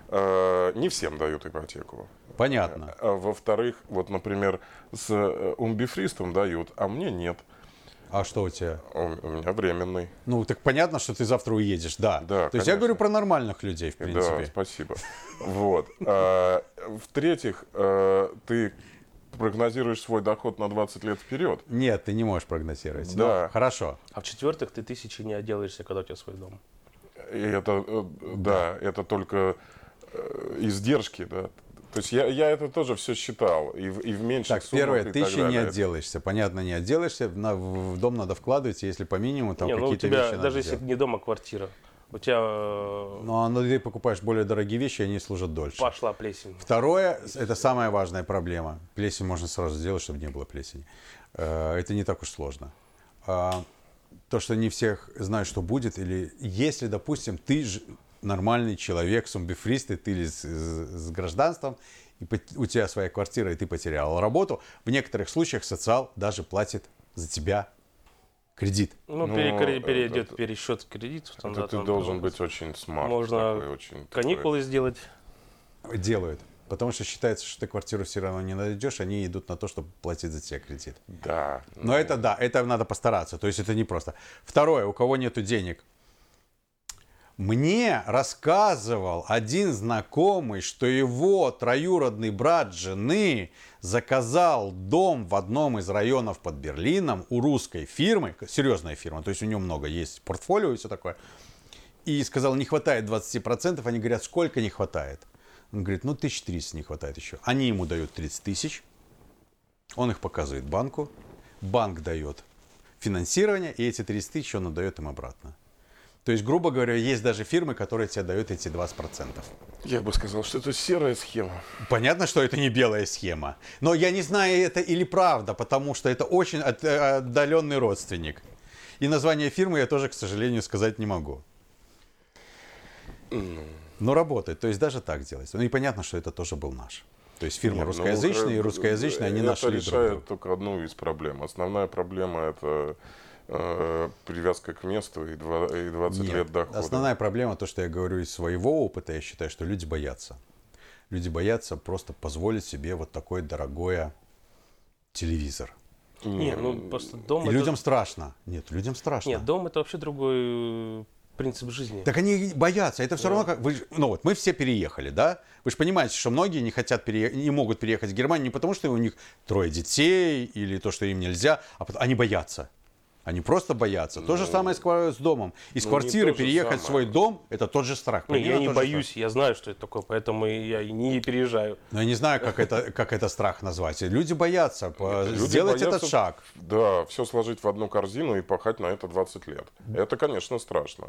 Speaker 1: э, не всем дают ипотеку.
Speaker 2: Понятно.
Speaker 1: А во-вторых, вот, например, с э, умбифристом дают, а мне нет.
Speaker 2: А что у тебя?
Speaker 1: У, у меня временный.
Speaker 2: Ну, так понятно, что ты завтра уедешь, да.
Speaker 1: Да,
Speaker 2: То есть я
Speaker 1: конечно.
Speaker 2: говорю про нормальных людей, в
Speaker 1: Да,
Speaker 2: принципе.
Speaker 1: спасибо. Вот. А, В-третьих, э, ты прогнозируешь свой доход на двадцать лет вперед.
Speaker 2: Нет, ты не можешь прогнозировать.
Speaker 1: Да.
Speaker 2: Ну, хорошо.
Speaker 3: А в четвертых ты тысячи не отделаешься, когда у тебя свой дом.
Speaker 1: И это, э, да, это только э, издержки, да. То есть я, я это тоже все считал. И в, и в меньших
Speaker 2: Так,
Speaker 1: суммах,
Speaker 2: первое,
Speaker 1: и так
Speaker 2: тысячи не
Speaker 1: далее.
Speaker 2: отделаешься. Понятно, не отделаешься. На- в дом надо вкладывать, если по минимуму там
Speaker 3: не, ну у
Speaker 2: какие-то
Speaker 3: тебя,
Speaker 2: вещи надо
Speaker 3: даже если
Speaker 2: делать.
Speaker 3: не дом, а квартира, у тебя э,
Speaker 2: Но ну, ты покупаешь более дорогие вещи, они служат дольше.
Speaker 3: пошла плесень.
Speaker 2: Второе, это самая важная проблема. Плесень можно сразу сделать, чтобы не было плесени. Э, Это не так уж сложно. А, То, что не всех знают, что будет, или если, допустим, ты ж нормальный человек, сумбифрист, и ты с, с- с гражданством, и пот- у тебя своя квартира, и ты потерял работу, в некоторых случаях социал даже платит за тебя кредит.
Speaker 3: Ну,
Speaker 1: Ну,
Speaker 3: пере- пере-
Speaker 1: это-
Speaker 3: перейдет пересчет в кредит.
Speaker 1: Это ты должен быть очень смарт.
Speaker 3: Можно
Speaker 1: такой, очень
Speaker 3: каникулы сделать.
Speaker 2: Делают. Потому что считается, что ты квартиру все равно не найдешь, они идут на то, чтобы платить за тебя кредит.
Speaker 1: Да.
Speaker 2: Но
Speaker 1: ну,
Speaker 2: это да, это надо постараться. То есть это не просто. Второе, у кого нету денег. Мне рассказывал один знакомый, что его троюродный брат жены заказал дом в одном из районов под Берлином у русской фирмы, серьезная фирма, то есть у него много есть портфолио и все такое. И сказал, не хватает двадцать процентов, они говорят, сколько не хватает? Он говорит, ну тысяч триста не хватает еще. Они ему дают тридцать тысяч, он их показывает банку, банк дает финансирование, и эти тридцать тысяч он отдает им обратно. То есть, грубо говоря, есть даже фирмы, которые тебе дают эти двадцать процентов.
Speaker 1: Я бы сказал, что это серая схема.
Speaker 2: Понятно, что это не белая схема. Но я не знаю, это или правда, потому что это очень от- отдаленный родственник. И название фирмы я тоже, к сожалению, сказать не могу. Но работает. То есть даже так делается. Ну и понятно, что это тоже был наш. То есть фирма
Speaker 1: Не, ну,
Speaker 2: русскоязычная и русскоязычная, они
Speaker 1: это
Speaker 2: нашли друг
Speaker 1: решает
Speaker 2: друга.
Speaker 1: только одну из проблем. Основная проблема это э, привязка к месту и, два, и двадцать
Speaker 2: Нет,
Speaker 1: лет дохода.
Speaker 2: основная проблема, то, что я говорю из своего опыта, я считаю, что люди боятся. Люди боятся просто позволить себе вот такой дорогой телевизор.
Speaker 3: Не, ну просто дом
Speaker 2: И
Speaker 3: это...
Speaker 2: людям страшно. Нет, людям страшно.
Speaker 3: Нет, дом это вообще другой э, принцип жизни.
Speaker 2: Так они боятся. Это все равно как... Вы, ж- ну вот, мы все переехали, да? Вы же понимаете, что многие не хотят переехать, не могут переехать в Германию не потому, что у них трое детей или то, что им нельзя, а потому, они боятся. Они просто боятся. То же самое с, ква- с домом. Из
Speaker 1: ну,
Speaker 2: квартиры
Speaker 1: не то же
Speaker 2: переехать в свой
Speaker 1: самое.
Speaker 2: дом, это тот же страх.
Speaker 3: Не, я
Speaker 2: Примерно
Speaker 3: не
Speaker 2: тот же
Speaker 3: боюсь,
Speaker 2: страх.
Speaker 3: я знаю, что это такое, поэтому и я и не переезжаю.
Speaker 2: Но я не знаю, как это, как это страх назвать. Люди боятся по-
Speaker 1: Люди
Speaker 2: сделать
Speaker 1: боятся,
Speaker 2: этот шаг.
Speaker 1: Да, все сложить в одну корзину и пахать на это двадцать лет. Это, конечно, страшно.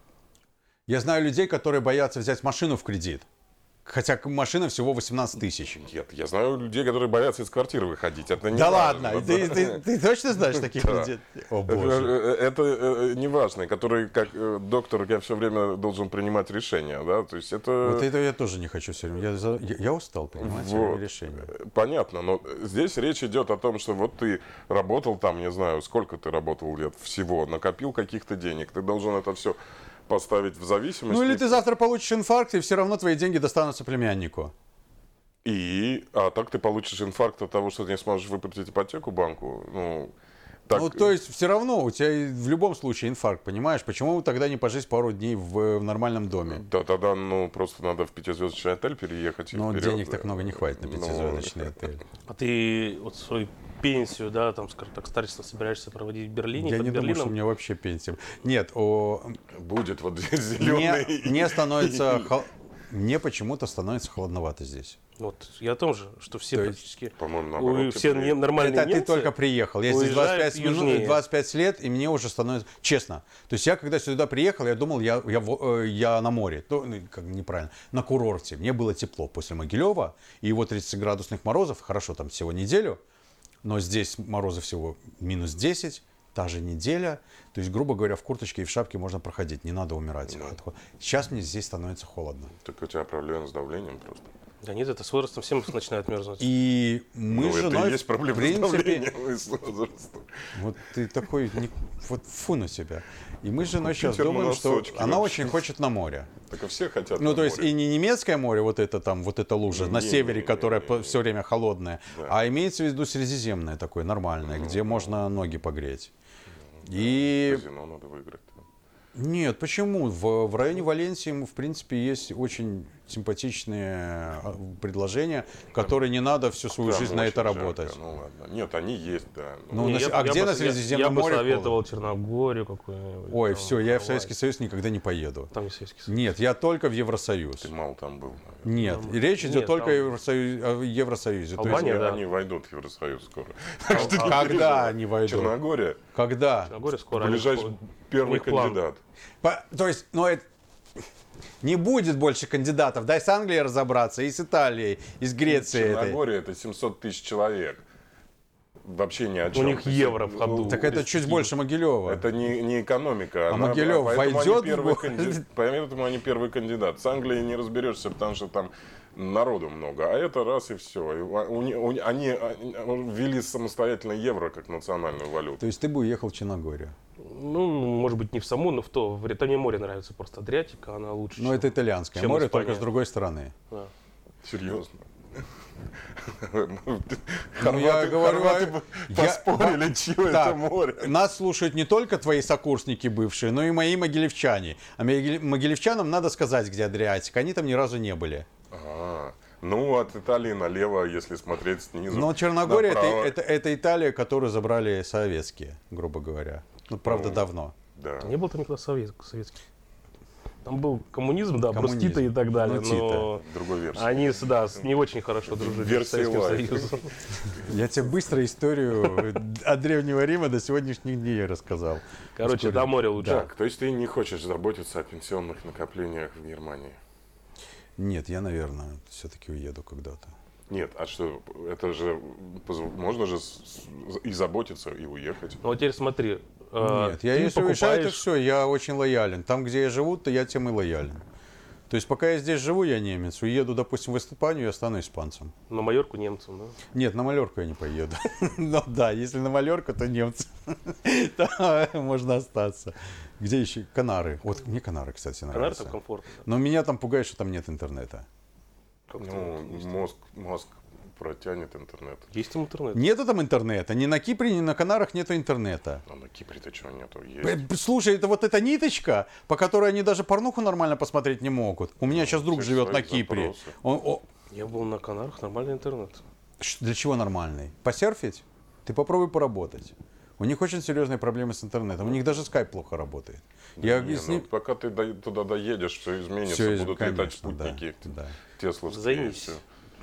Speaker 2: Я знаю людей, которые боятся взять машину в кредит. Хотя машина всего восемнадцать тысяч.
Speaker 1: Нет, я знаю людей, которые боятся из квартиры выходить. Это не
Speaker 2: Да
Speaker 1: важно.
Speaker 2: ладно, ты, ты- ты точно знаешь таких
Speaker 1: Да.
Speaker 2: людей? О боже.
Speaker 1: Это э, не важно, который как э, доктор я все время должен принимать решения, да, то есть это
Speaker 2: Вот это я тоже не хочу все время. Я, за- я- я устал принимать свои
Speaker 1: Вот.
Speaker 2: решения.
Speaker 1: Понятно, но здесь речь идет о том, что вот ты работал там, не знаю, сколько ты работал лет всего, накопил каких-то денег, ты должен это все поставить в зависимость.
Speaker 2: Ну или ты завтра получишь инфаркт, и все равно твои деньги достанутся племяннику.
Speaker 1: И, а так ты получишь инфаркт от того, что ты не сможешь выплатить ипотеку банку, ну... Так,
Speaker 2: Ну, то есть, все равно у тебя и в любом случае инфаркт, понимаешь? Почему тогда не пожить пару дней в, в нормальном доме?
Speaker 1: да, тогда, ну, просто надо в пятизвездочный отель переехать. и
Speaker 2: Но
Speaker 1: вперед.
Speaker 2: денег так много не хватит на
Speaker 1: Ну,
Speaker 2: пятизвездочный отель.
Speaker 3: А ты вот свою пенсию, да, там, скажем так, старательство собираешься проводить в Берлине,
Speaker 2: Я
Speaker 3: под
Speaker 2: не думаю, что
Speaker 3: Берлином?
Speaker 2: у меня вообще пенсия. Нет, о,
Speaker 1: Будет вот здесь зеленый.
Speaker 2: мне, мне становится... хол- Мне почему-то становится холодновато здесь.
Speaker 3: Вот, я о том же, что все
Speaker 2: То есть,
Speaker 3: практически,
Speaker 1: по-моему,
Speaker 3: у-
Speaker 1: наоборот,
Speaker 3: все
Speaker 1: теперь.
Speaker 3: не- нормальные
Speaker 2: Это ты
Speaker 3: немцы
Speaker 2: только приехал. Я здесь двадцать пять,
Speaker 3: уезжают
Speaker 2: минут,
Speaker 3: южнее.
Speaker 2: двадцать пять лет, и мне уже становится... Честно. То есть я, когда сюда приехал, я думал, я, я, в- э, я на море. То, ну, как неправильно. На курорте. Мне было тепло после Могилева. И его тридцатиградусных морозов. Хорошо, там всего неделю. Но здесь морозы всего минус десять. Та же неделя. То есть, грубо говоря, в курточке и в шапке можно проходить. Не надо умирать. от хо- Сейчас мне здесь становится холодно.
Speaker 1: Так у тебя проблемы с давлением просто.
Speaker 3: Да нет, это с возрастом всем начинает мерзнуть.
Speaker 2: И мы
Speaker 1: Ну,
Speaker 2: с
Speaker 1: это
Speaker 2: женой,
Speaker 1: и есть проблема
Speaker 2: в принципе,
Speaker 1: с давлением и с возрастом.
Speaker 2: вот ты такой, не- вот фу на себя. И мы с женой сейчас
Speaker 1: Питер на
Speaker 2: думаем, что
Speaker 1: носочки
Speaker 2: она
Speaker 1: вообще.
Speaker 2: очень хочет на море.
Speaker 1: Так и все хотят
Speaker 2: Ну,
Speaker 1: на
Speaker 2: то есть
Speaker 1: море.
Speaker 2: и не немецкое море, вот это там, вот эта лужа на
Speaker 1: Не,
Speaker 2: севере,
Speaker 1: не,
Speaker 2: которая
Speaker 1: не, не,
Speaker 2: все время холодная,
Speaker 1: Да.
Speaker 2: а имеется в виду средиземное такое, нормальное, где можно ноги погреть. И
Speaker 1: Казино надо выиграть.
Speaker 2: нет, почему? В, в районе Валенсии, ему, в принципе, есть очень симпатичные а, предложения, которые не надо всю свою
Speaker 1: Там
Speaker 2: жизнь на
Speaker 1: очень
Speaker 2: это
Speaker 1: жарко,
Speaker 2: работать.
Speaker 1: Ну ладно. Нет, они есть, да.
Speaker 2: Ну,
Speaker 3: Не,
Speaker 2: на
Speaker 3: я
Speaker 2: с-
Speaker 3: бы-
Speaker 2: а
Speaker 3: я
Speaker 2: где
Speaker 3: бы-
Speaker 2: на
Speaker 3: я-
Speaker 2: Средиземном
Speaker 3: Я бы
Speaker 2: море
Speaker 3: советовал Черногорию какую-нибудь.
Speaker 2: Ой,
Speaker 3: там,
Speaker 2: все, я в
Speaker 3: Алай.
Speaker 2: Советский Союз никогда не поеду.
Speaker 3: Там не Советский Союз.
Speaker 2: Нет, я только в Евросоюз.
Speaker 1: Ты мало там был, наверное.
Speaker 2: Нет, и речь идет
Speaker 3: Нет,
Speaker 2: только
Speaker 3: там-
Speaker 2: о Евросоюзе. О Евросоюзе. То есть,
Speaker 3: Албания,
Speaker 1: Они-
Speaker 3: да.
Speaker 1: Они войдут в Евросоюз скоро.
Speaker 2: когда они войдут?
Speaker 1: Черногория.
Speaker 2: Когда?
Speaker 3: Черногория скоро. они
Speaker 1: Ближайший
Speaker 3: входят. У
Speaker 1: первый
Speaker 3: них план.
Speaker 1: кандидат.
Speaker 2: По- то есть, ну это... Не будет больше кандидатов. Дай с Англией разобраться, и с Италией, и с Грецией. этой.
Speaker 1: Черногория это семьсот тысяч человек. Вообще ни о
Speaker 3: У
Speaker 1: чем.
Speaker 3: них
Speaker 1: То есть,
Speaker 3: евро в ходу.
Speaker 1: ну,
Speaker 2: Так это чуть больше Могилева.
Speaker 1: Это не, не экономика.
Speaker 2: А
Speaker 1: она-
Speaker 2: Могилев
Speaker 1: поэтому
Speaker 2: войдет
Speaker 1: они
Speaker 2: в
Speaker 1: первый
Speaker 2: город?
Speaker 1: канди- Поэтому они первый кандидат. С Англией не разберешься, потому что там народу много. А это раз и все. И у- у- у- Они они ввели самостоятельно евро как национальную валюту.
Speaker 2: То есть ты бы уехал в Черногорию.
Speaker 3: Ну, может быть, не в саму, но в то. В- Там мне море нравится просто. Адриатика, она лучше.
Speaker 2: Но
Speaker 3: чем-
Speaker 2: это итальянское
Speaker 3: чем
Speaker 2: море,
Speaker 3: Испания.
Speaker 2: только с другой стороны.
Speaker 3: Да.
Speaker 1: Серьезно.
Speaker 2: Ну, я говорю,
Speaker 1: Хорваты
Speaker 2: я-
Speaker 1: поспорили, чье это
Speaker 2: Так,
Speaker 1: море.
Speaker 2: нас слушают не только твои сокурсники бывшие, но и мои могилевчане. А могиле- могилевчанам надо сказать, где Адриатика. Они там ни разу не были.
Speaker 1: А, ну, от Италии налево, если смотреть снизу.
Speaker 2: Но Черногория это,
Speaker 1: направо.
Speaker 2: это, это Италия, которую забрали советские, грубо говоря. Ну, правда,
Speaker 1: Ну,
Speaker 2: давно.
Speaker 1: Да.
Speaker 3: Не был там никогда совет, советский. Там был коммунизм, да,
Speaker 2: Коммунизм.
Speaker 3: Брус Тита и так далее,
Speaker 2: Ну, Тита.
Speaker 3: но
Speaker 1: Другой версии.
Speaker 3: они, да, с- не очень хорошо дружили с
Speaker 1: Версия
Speaker 3: Советским
Speaker 1: лайт.
Speaker 3: Союзом.
Speaker 2: Я тебе быстро историю от Древнего Рима до сегодняшних дней рассказал.
Speaker 3: Короче, до моря лучше.
Speaker 1: Так, то есть ты не хочешь заботиться о пенсионных накоплениях в Германии?
Speaker 2: Нет, я, наверное, все-таки уеду когда-то.
Speaker 1: Нет, а что, это же, позв- можно же с- с- и заботиться, и уехать.
Speaker 3: Ну вот теперь смотри. э,
Speaker 2: Нет, я
Speaker 3: ты
Speaker 2: если уезжаю, то
Speaker 3: покупаешь-
Speaker 2: все, я очень лоялен. Там, где я живу, то я тем и лоялен. То есть, пока я здесь живу, я немец. Уеду, допустим, в Испанию, я стану испанцем.
Speaker 3: На Майорку немцам, да?
Speaker 2: Нет, на Малерку я не поеду. Ну да, если на Малерку, то немцы. Там можно остаться. Где еще? Канары. Вот мне Канары, кстати,
Speaker 3: Канары
Speaker 2: нравятся.
Speaker 3: там комфортно. да.
Speaker 2: Но меня там пугает, что там нет интернета.
Speaker 3: Как-то
Speaker 1: Ну,
Speaker 3: вот есть.
Speaker 1: мозг, мозг протянет интернет.
Speaker 3: Есть там интернет.
Speaker 2: Нету там интернета. Ни на Кипре, ни на Канарах нету интернета.
Speaker 1: А на Кипре-то чего нету?
Speaker 2: Э,
Speaker 1: Есть.
Speaker 2: Слушай, это вот эта ниточка, по которой они даже порнуху нормально посмотреть не могут. У меня сейчас друг
Speaker 1: есть
Speaker 2: живет
Speaker 1: свои
Speaker 2: на Кипре.
Speaker 1: запросы.
Speaker 2: Он, о,
Speaker 3: Я был на Канарах, нормальный интернет.
Speaker 2: ш- для чего нормальный? Посерфить? Ты попробуй поработать. У них очень серьезные проблемы с интернетом. У них даже скайп плохо работает. Я
Speaker 1: Не,
Speaker 2: с
Speaker 1: ну,
Speaker 2: ним-
Speaker 1: пока ты до- туда доедешь, все изменится,
Speaker 2: Всё из-
Speaker 1: будут
Speaker 2: конечно,
Speaker 1: летать спутники,
Speaker 2: да, да.
Speaker 1: тесловские.
Speaker 3: Займись.
Speaker 1: всё.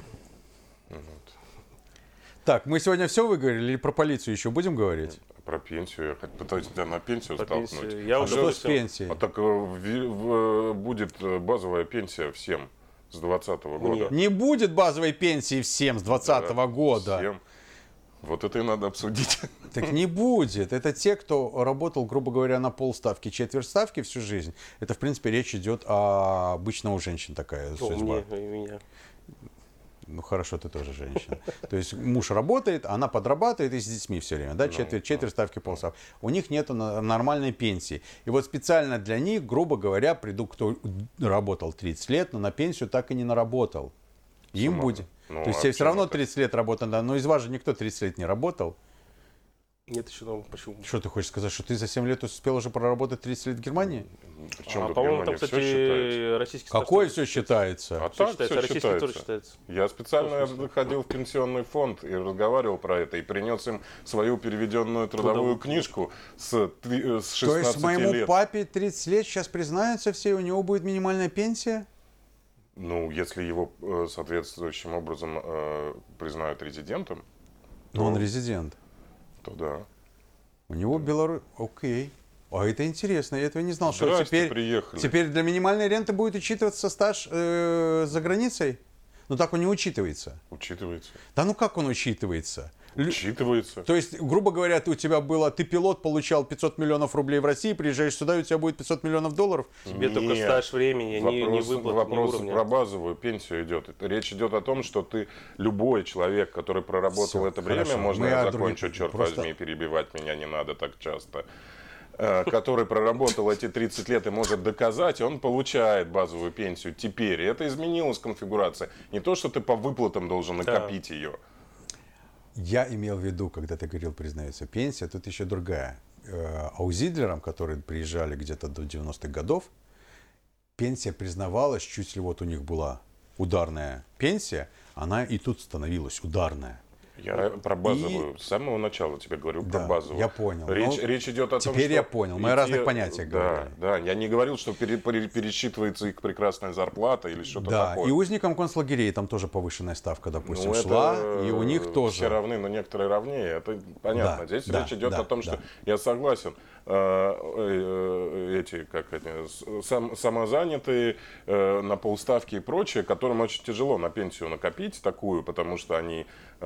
Speaker 2: Так, мы сегодня все выговорили или про полицию еще будем говорить?
Speaker 1: Про пенсию, я хоть пытаюсь тебя на пенсию
Speaker 3: Про
Speaker 1: столкнуть.
Speaker 3: пенсию. Я
Speaker 2: А
Speaker 3: уже
Speaker 2: что с
Speaker 3: всё.
Speaker 2: пенсией?
Speaker 1: А так э, в- в- будет э, базовая пенсия всем с двадцатого года.
Speaker 2: Не будет базовой пенсии всем с двадцатого
Speaker 1: Да,
Speaker 2: года.
Speaker 1: всем. Вот это и надо обсудить.
Speaker 2: Так не будет. Это те, кто работал, грубо говоря, на полставки, четверть ставки всю жизнь. Это, в принципе, речь идет о обычно у женщин такая
Speaker 3: О,
Speaker 2: судьба.
Speaker 3: мне, и меня.
Speaker 2: Ну хорошо, ты тоже женщина. То есть муж работает, она подрабатывает и с детьми все время, да, четверть, четверть ставки, полставки. У них нет нормальной пенсии. И вот специально для них, грубо говоря, приду, кто работал тридцать лет, но на пенсию так и не наработал. Им
Speaker 1: Сама.
Speaker 2: будет.
Speaker 1: Ну,
Speaker 2: То есть
Speaker 1: а
Speaker 2: тебе все равно
Speaker 1: почему-то?
Speaker 2: тридцать лет работал, да, но из вас же никто тридцать лет не работал.
Speaker 3: Нет еще там почему?
Speaker 2: Что ты хочешь сказать, что ты за семь лет успел уже проработать тридцать лет в Германии?
Speaker 1: Причем
Speaker 3: А,
Speaker 1: тут
Speaker 3: по-моему,
Speaker 1: Германия
Speaker 3: там,
Speaker 1: все
Speaker 3: кстати,
Speaker 1: считается.
Speaker 3: российский
Speaker 2: Какое
Speaker 3: стаж
Speaker 2: все считается?
Speaker 1: А
Speaker 3: тоже
Speaker 1: так
Speaker 3: считается,
Speaker 1: все
Speaker 3: а российский
Speaker 1: считается.
Speaker 3: тоже считается.
Speaker 1: Я специально
Speaker 3: В смысле?
Speaker 1: ходил в пенсионный фонд и разговаривал про это, и принес им свою переведенную трудовую
Speaker 3: Трудовую
Speaker 1: книжку с, три- э, с
Speaker 2: То
Speaker 1: шестнадцати
Speaker 2: есть моему
Speaker 1: лет.
Speaker 2: папе тридцать лет, сейчас признаются все, у него будет минимальная пенсия?
Speaker 1: Ну, если его э, соответствующим образом э, признают резидентом,
Speaker 2: Но он резидент.
Speaker 1: то да.
Speaker 2: У него Беларусь... Окей. А это интересно, я этого не знал, что
Speaker 1: Здрасте,
Speaker 2: теперь,
Speaker 1: приехали.
Speaker 2: теперь для минимальной ренты будет учитываться стаж э, за границей? Ну так он не учитывается.
Speaker 1: Учитывается.
Speaker 2: Да ну как он учитывается? Лю-
Speaker 1: Учитывается.
Speaker 2: То есть, грубо говоря, ты, у тебя было, ты пилот, получал пятьсот миллионов рублей в России, приезжаешь сюда, и у тебя будет пятьсот миллионов долларов?
Speaker 3: Тебе только
Speaker 1: Нет.
Speaker 3: стаж времени, не, не
Speaker 1: Вопрос,
Speaker 3: выплат,
Speaker 1: вопрос
Speaker 3: не уровня.
Speaker 1: про базовую пенсию идет. Это Речь идет о том, что ты, любой человек, который проработал
Speaker 2: Всё,
Speaker 1: это время,
Speaker 2: хорошо.
Speaker 1: можно
Speaker 2: Мы
Speaker 1: я
Speaker 2: о
Speaker 1: закончу,
Speaker 2: других-
Speaker 1: черт
Speaker 2: просто-
Speaker 1: возьми, перебивать меня не надо так часто, э, который проработал эти тридцать лет и может доказать, он получает базовую пенсию теперь. И это изменилась конфигурация. Не то, что ты по выплатам должен накопить ее.
Speaker 2: Я имел в виду, когда ты говорил, признается, пенсия, тут еще другая. Э, Аузидлерам, которые приезжали где-то до девяностых годов, пенсия признавалась, чуть ли вот у них была ударная пенсия, она и тут становилась ударная.
Speaker 1: Я про базовую. С самого начала тебе говорю
Speaker 2: Да,
Speaker 1: про базовую.
Speaker 2: я понял.
Speaker 1: Речь,
Speaker 2: Ну,
Speaker 1: речь идет о том,
Speaker 2: теперь
Speaker 1: что...
Speaker 2: я понял. Мы о
Speaker 1: и
Speaker 2: разных
Speaker 1: те-
Speaker 2: понятиях
Speaker 1: да,
Speaker 2: говорили.
Speaker 1: Да, я не говорил, что пере- пере- пересчитывается их прекрасная зарплата или что-то
Speaker 2: Да,
Speaker 1: такое.
Speaker 2: и узникам концлагерей там тоже повышенная ставка, допустим,
Speaker 1: Ну, это,
Speaker 2: шла, и у них
Speaker 1: э,
Speaker 2: тоже.
Speaker 1: Все равны, но некоторые равнее. Это понятно.
Speaker 2: Да,
Speaker 1: Здесь
Speaker 2: да,
Speaker 1: речь идет
Speaker 2: да,
Speaker 1: о том,
Speaker 2: да.
Speaker 1: что я согласен. э, э, Эти, как они, с- сам- самозанятые э, на полставки и прочее, которым очень тяжело на пенсию накопить такую, потому что они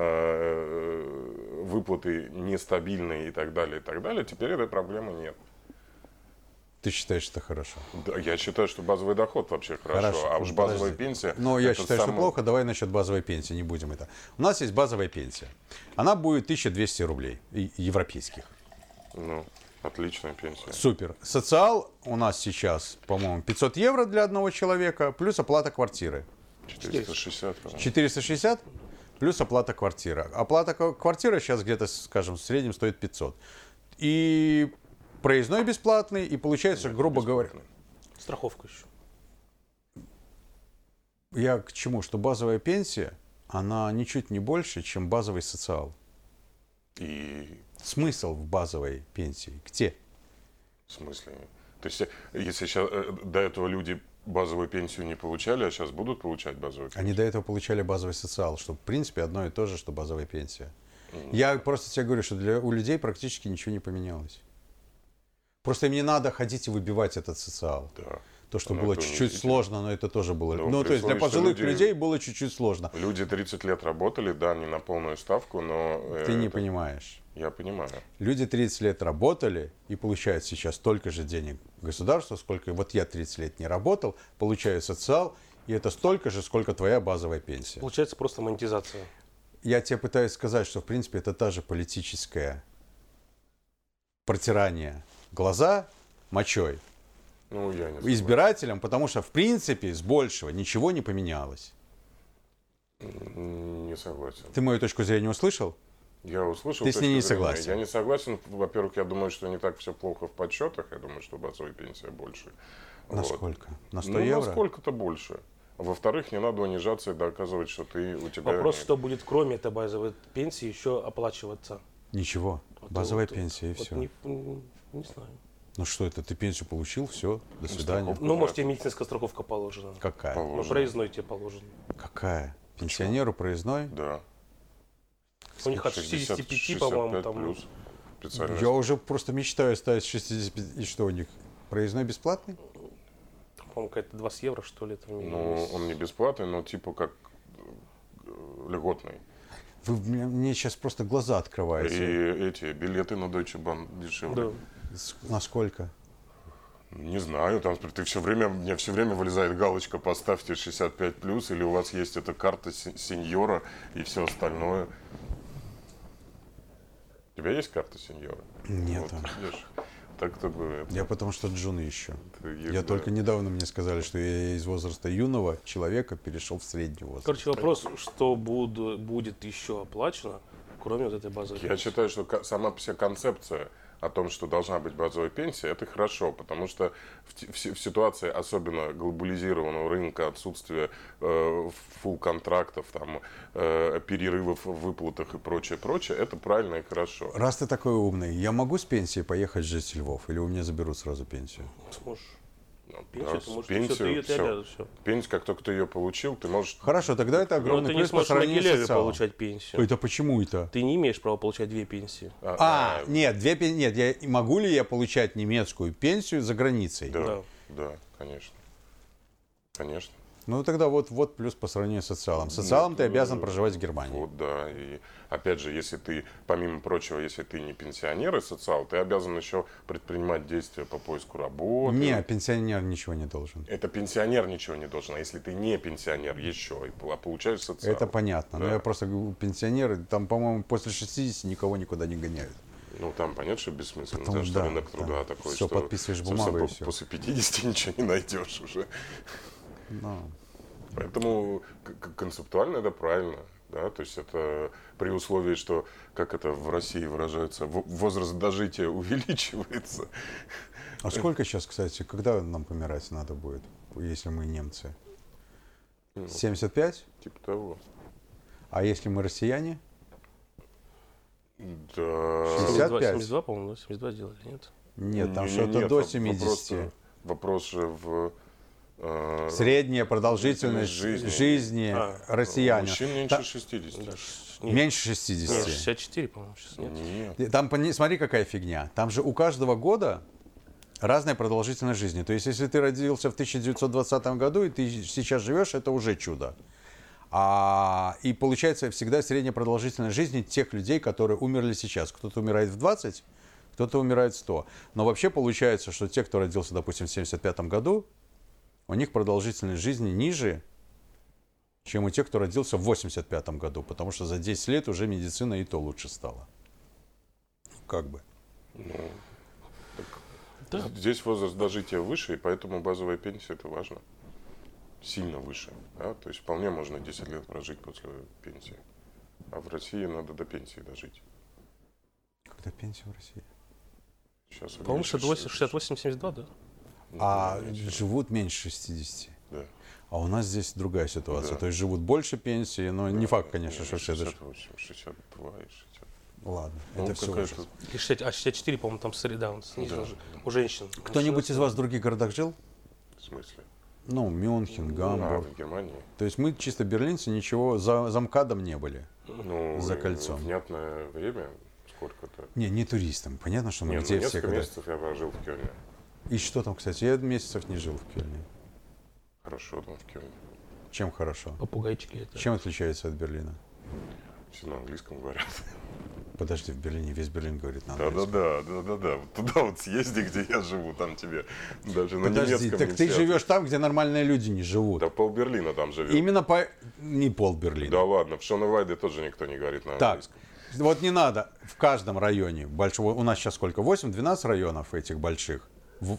Speaker 1: э, выплаты нестабильные и так далее, и так далее. Теперь этой проблемы нет.
Speaker 2: Ты считаешь, это хорошо?
Speaker 1: Да, я считаю, что базовый доход вообще хорошо,
Speaker 2: Хорошо,
Speaker 1: а уж
Speaker 2: ну,
Speaker 1: базовая
Speaker 2: подожди.
Speaker 1: пенсия...
Speaker 2: Но я
Speaker 1: это
Speaker 2: считаю, что
Speaker 1: самое-
Speaker 2: плохо. Давай насчет базовой пенсии, не будем это. У нас есть базовая пенсия. Она будет тысяча двести рублей и- европейских.
Speaker 1: Ну, отличная пенсия.
Speaker 2: Супер. Социал у нас сейчас, по-моему, пятьсот евро для одного человека, плюс оплата квартиры.
Speaker 1: четыреста шестьдесят.
Speaker 2: четыреста шестьдесят плюс оплата квартиры. Оплата квартиры сейчас где-то, скажем, в среднем стоит пятьсот. И проездной бесплатный, и получается,
Speaker 1: Нет,
Speaker 2: грубо говоря...
Speaker 3: Страховка еще.
Speaker 2: Я к чему? Что базовая пенсия, она ничуть не больше, чем базовый социал.
Speaker 1: И
Speaker 2: Смысл в базовой пенсии где?
Speaker 1: в смысле? То есть, если сейчас до этого люди базовую пенсию не получали, а сейчас будут получать базовую пенсию?
Speaker 2: Они до этого получали базовый социал, что в принципе одно и то же, что базовая пенсия. Mm. Я просто тебе говорю, что для, у людей практически ничего не поменялось. Просто им не надо ходить и выбивать этот социал.
Speaker 1: Да.
Speaker 2: То, что
Speaker 1: но
Speaker 2: было чуть-чуть сложно, но это тоже было.
Speaker 1: Но
Speaker 2: ну, то есть для пожилых люди, людей было чуть-чуть сложно.
Speaker 1: Люди тридцать лет работали, да, не на полную ставку, но...
Speaker 2: Ты
Speaker 1: это...
Speaker 2: не понимаешь.
Speaker 1: Я понимаю.
Speaker 2: Люди тридцать лет работали и получают сейчас столько же денег государству, сколько... Вот я тридцать лет не работал, получаю социал, и это столько же, сколько твоя базовая пенсия.
Speaker 3: Получается просто монетизация.
Speaker 2: Я тебе пытаюсь сказать, что в принципе это та же политическое протирание глаза мочой.
Speaker 1: Ну, я не
Speaker 2: избирателям, потому что в принципе с большего ничего не поменялось.
Speaker 1: Не согласен.
Speaker 2: Ты мою точку зрения услышал?
Speaker 1: Я услышал.
Speaker 2: Ты с ней не
Speaker 1: зрения.
Speaker 2: согласен?
Speaker 1: Я не согласен. Во-первых, я думаю, что не так все плохо в подсчетах. Я думаю, что базовая пенсия больше.
Speaker 2: Насколько?
Speaker 1: Вот.
Speaker 2: На сто
Speaker 1: ну,
Speaker 2: евро?
Speaker 1: насколько-то больше. Во-вторых, не надо унижаться и доказывать, что ты у тебя...
Speaker 3: Вопрос,
Speaker 1: нет.
Speaker 3: что будет кроме этой базовой пенсии еще оплачиваться.
Speaker 2: Ничего.
Speaker 3: Вот,
Speaker 2: Базовая
Speaker 3: вот,
Speaker 2: пенсия и
Speaker 3: вот
Speaker 2: все.
Speaker 3: Не, не, не знаю.
Speaker 2: Ну что это, ты пенсию получил, все, до свидания.
Speaker 1: страховку.
Speaker 3: Ну, может, тебе медицинская страховка положена.
Speaker 2: Какая?
Speaker 1: Положено.
Speaker 3: Ну, проездной тебе положен.
Speaker 2: Какая? Пенсионеру проездной?
Speaker 1: Да.
Speaker 3: У них от шестидесяти пяти, по-моему, там...
Speaker 1: плюс. Специально.
Speaker 2: Я уже просто мечтаю стать шестьдесят пять. И что у них? Проездной бесплатный?
Speaker 3: По-моему, какая-то двадцать евро, что ли, это в месяц.
Speaker 1: Ну, он не бесплатный, но типа как э, льготный.
Speaker 2: Вы мне, мне сейчас просто глаза
Speaker 1: И
Speaker 2: открываете.
Speaker 1: эти билеты на Deutsche Bahn дешевле.
Speaker 3: Да.
Speaker 2: С- Насколько?
Speaker 1: Не знаю, там ты все время, мне все время вылезает галочка, поставьте шестьдесят пять плюс, или у вас есть эта карта се- сеньора и все остальное. У тебя есть карта сеньора?
Speaker 2: Нет.
Speaker 1: Вот, видишь, так-то бы...
Speaker 2: Я потому что джун еще.
Speaker 1: это есть,
Speaker 2: Я
Speaker 1: да.
Speaker 2: только недавно мне сказали, что я из возраста юного человека перешел в средний возраст.
Speaker 3: Короче, вопрос, что буду, будет еще оплачено, кроме вот этой базовой
Speaker 1: Я
Speaker 3: пенсии.
Speaker 1: считаю, что ка- сама вся концепция о том, что должна быть базовая пенсия, это хорошо, потому что в, ти- в си- в ситуации особенно глобализированного рынка, отсутствия э, фулл-контрактов, там, э, перерывов в выплатах и прочее, прочее, это правильно и хорошо.
Speaker 2: Раз ты такой умный, я могу с пенсии поехать жить в Львов? Или у меня заберут сразу пенсию?
Speaker 3: Сможешь.
Speaker 1: Ну,
Speaker 3: Пенсию
Speaker 1: да,
Speaker 3: ты
Speaker 1: с
Speaker 3: можешь,
Speaker 1: пенсию,
Speaker 3: всё, ты её- ты
Speaker 1: всё.
Speaker 3: обязан, всё.
Speaker 1: Пенсию, как только ты ее получил, ты можешь...
Speaker 2: Хорошо, тогда это
Speaker 3: Но
Speaker 2: огромный
Speaker 3: ты не
Speaker 2: плюс по
Speaker 3: сможешь на
Speaker 2: сравнению с
Speaker 3: Гелеве
Speaker 2: социалом.
Speaker 3: получать пенсию.
Speaker 2: Это почему это?
Speaker 3: Ты не имеешь права получать две пенсии.
Speaker 2: А, нет, две пен- нет, я могу ли я получать немецкую пенсию за границей?
Speaker 1: Да,
Speaker 3: Да.
Speaker 1: да, конечно. Конечно.
Speaker 2: Ну тогда вот, вот плюс по сравнению с социалом. Социалом
Speaker 1: Нет,
Speaker 2: ты обязан
Speaker 1: э,
Speaker 2: проживать в Германии.
Speaker 1: Вот, да. И опять же, если ты, помимо прочего, если ты не пенсионер и социал, ты обязан еще предпринимать действия по поиску работы.
Speaker 2: Не, пенсионер ничего не должен.
Speaker 1: Это пенсионер ничего не должен, а если ты не пенсионер еще и пол- получаешь социал.
Speaker 2: Это понятно. Но
Speaker 1: Да.
Speaker 2: я просто говорю, пенсионеры, там, по-моему, после шестидесяти никого никуда не гоняют.
Speaker 1: Ну, там, понятно, что бессмысленно,
Speaker 2: Потом,
Speaker 1: потому что
Speaker 2: да,
Speaker 1: рынок труда
Speaker 2: да.
Speaker 1: такой,
Speaker 2: Всё,
Speaker 1: что...
Speaker 2: подписываешь
Speaker 1: собственно,
Speaker 2: бумагу и
Speaker 1: по-
Speaker 2: всё.
Speaker 1: После пятидесяти ничего не найдешь уже.
Speaker 2: Но.
Speaker 1: Поэтому к- к- концептуально это правильно. Да? То есть это при условии, что, как это в России выражается, в- возраст дожития увеличивается.
Speaker 2: А сколько сейчас, кстати, когда нам помирать надо будет, если мы немцы?
Speaker 1: Ну,
Speaker 2: семьдесят пять?
Speaker 1: Типа того.
Speaker 2: А если мы россияне?
Speaker 1: Да.
Speaker 2: шестьдесят пять?
Speaker 3: семьдесят два, по-моему, да? семьдесят два делали, нет?
Speaker 2: Нет, там
Speaker 1: Не- не-
Speaker 2: что-то
Speaker 1: нет,
Speaker 2: до
Speaker 1: вопрос-
Speaker 2: семидесяти.
Speaker 1: Вопрос же в... э,
Speaker 2: Средняя продолжительность
Speaker 1: Жизни.
Speaker 2: жизни,
Speaker 3: А,
Speaker 2: россияне.
Speaker 1: Мужчин меньше
Speaker 2: Та-
Speaker 1: шестидесяти.
Speaker 3: Да, ш- нет.
Speaker 2: Меньше
Speaker 3: Нет,
Speaker 2: шестидесяти.
Speaker 3: шестьдесят четыре, по-моему, сейчас нет.
Speaker 1: Нет.
Speaker 2: Там, пони- смотри, какая фигня. Там же у каждого года разная продолжительность жизни. То есть, если ты родился в тысяча девятьсот двадцатом году, и ты сейчас живешь, это уже чудо. А, и получается всегда средняя продолжительность жизни тех людей, которые умерли сейчас. Кто-то умирает в двадцать, кто-то умирает в сто. Но вообще получается, что те, кто родился, допустим, в семьдесят пятом году, у них продолжительность жизни ниже, чем у тех, кто родился в восемьдесят пятом году. Потому что за десять лет уже медицина и то лучше стала. Как бы.
Speaker 3: Да.
Speaker 1: Здесь возраст дожития выше, и поэтому базовая пенсия это важно. сильно выше. Да? То есть вполне можно десять лет прожить после пенсии. А в России надо до пенсии дожить.
Speaker 2: Когда пенсия в России?
Speaker 1: Сейчас
Speaker 3: По-моему, шестьдесят восемь семьдесят два, да?
Speaker 2: А живут меньше шестидесяти.
Speaker 1: Да.
Speaker 2: А у нас здесь другая ситуация.
Speaker 1: Да.
Speaker 2: То есть живут больше пенсии, но не факт, конечно,
Speaker 1: Нет,
Speaker 2: что все даже...
Speaker 1: шестьдесят восемь, шестьдесят два и шестьдесят.
Speaker 2: Ладно,
Speaker 1: Ну,
Speaker 2: это все
Speaker 1: какая-то-
Speaker 2: ужас.
Speaker 3: И шестьдесят, а шестьдесят четыре, по-моему, там среда он снизу
Speaker 1: Да,
Speaker 3: уже.
Speaker 1: да.
Speaker 3: У женщин.
Speaker 2: Кто-нибудь из вас в других городах жил?
Speaker 1: В смысле?
Speaker 2: Ну, Мюнхен,
Speaker 1: А,
Speaker 2: Гамбург.
Speaker 1: в Германии?
Speaker 2: То есть мы чисто берлинцы, ничего за, за МКАДом не были.
Speaker 1: Ну,
Speaker 2: За
Speaker 1: и
Speaker 2: кольцом.
Speaker 1: Внятное время, сколько-то.
Speaker 2: Не, не туристам. Понятно, что мы
Speaker 1: Нет,
Speaker 2: где
Speaker 1: ну,
Speaker 2: все
Speaker 1: несколько
Speaker 2: когда...
Speaker 1: месяцев я прожил в Кёльне.
Speaker 2: И что там, кстати? Я месяцев не жил в Кёльне.
Speaker 1: Хорошо там в Кёльне.
Speaker 2: Чем хорошо?
Speaker 3: Попугайчики это.
Speaker 2: Чем отличается от Берлина?
Speaker 1: Все на английском говорят.
Speaker 2: Подожди, в Берлине весь Берлин говорит на английском.
Speaker 1: Да-да-да, да-да-да. Вот туда вот съезди, где я живу, там тебе даже на
Speaker 2: Подожди,
Speaker 1: немецком
Speaker 2: так
Speaker 1: не
Speaker 2: ты
Speaker 1: сядут.
Speaker 2: живешь там, где нормальные люди не живут.
Speaker 1: Да пол Берлина там живет.
Speaker 2: Именно по... Не пол Берлина.
Speaker 1: Да ладно, в Шоневайде тоже никто не говорит на
Speaker 2: Так,
Speaker 1: английском.
Speaker 2: вот не надо в каждом районе большого... У нас сейчас сколько? восемь-двенадцать районов этих больших. В-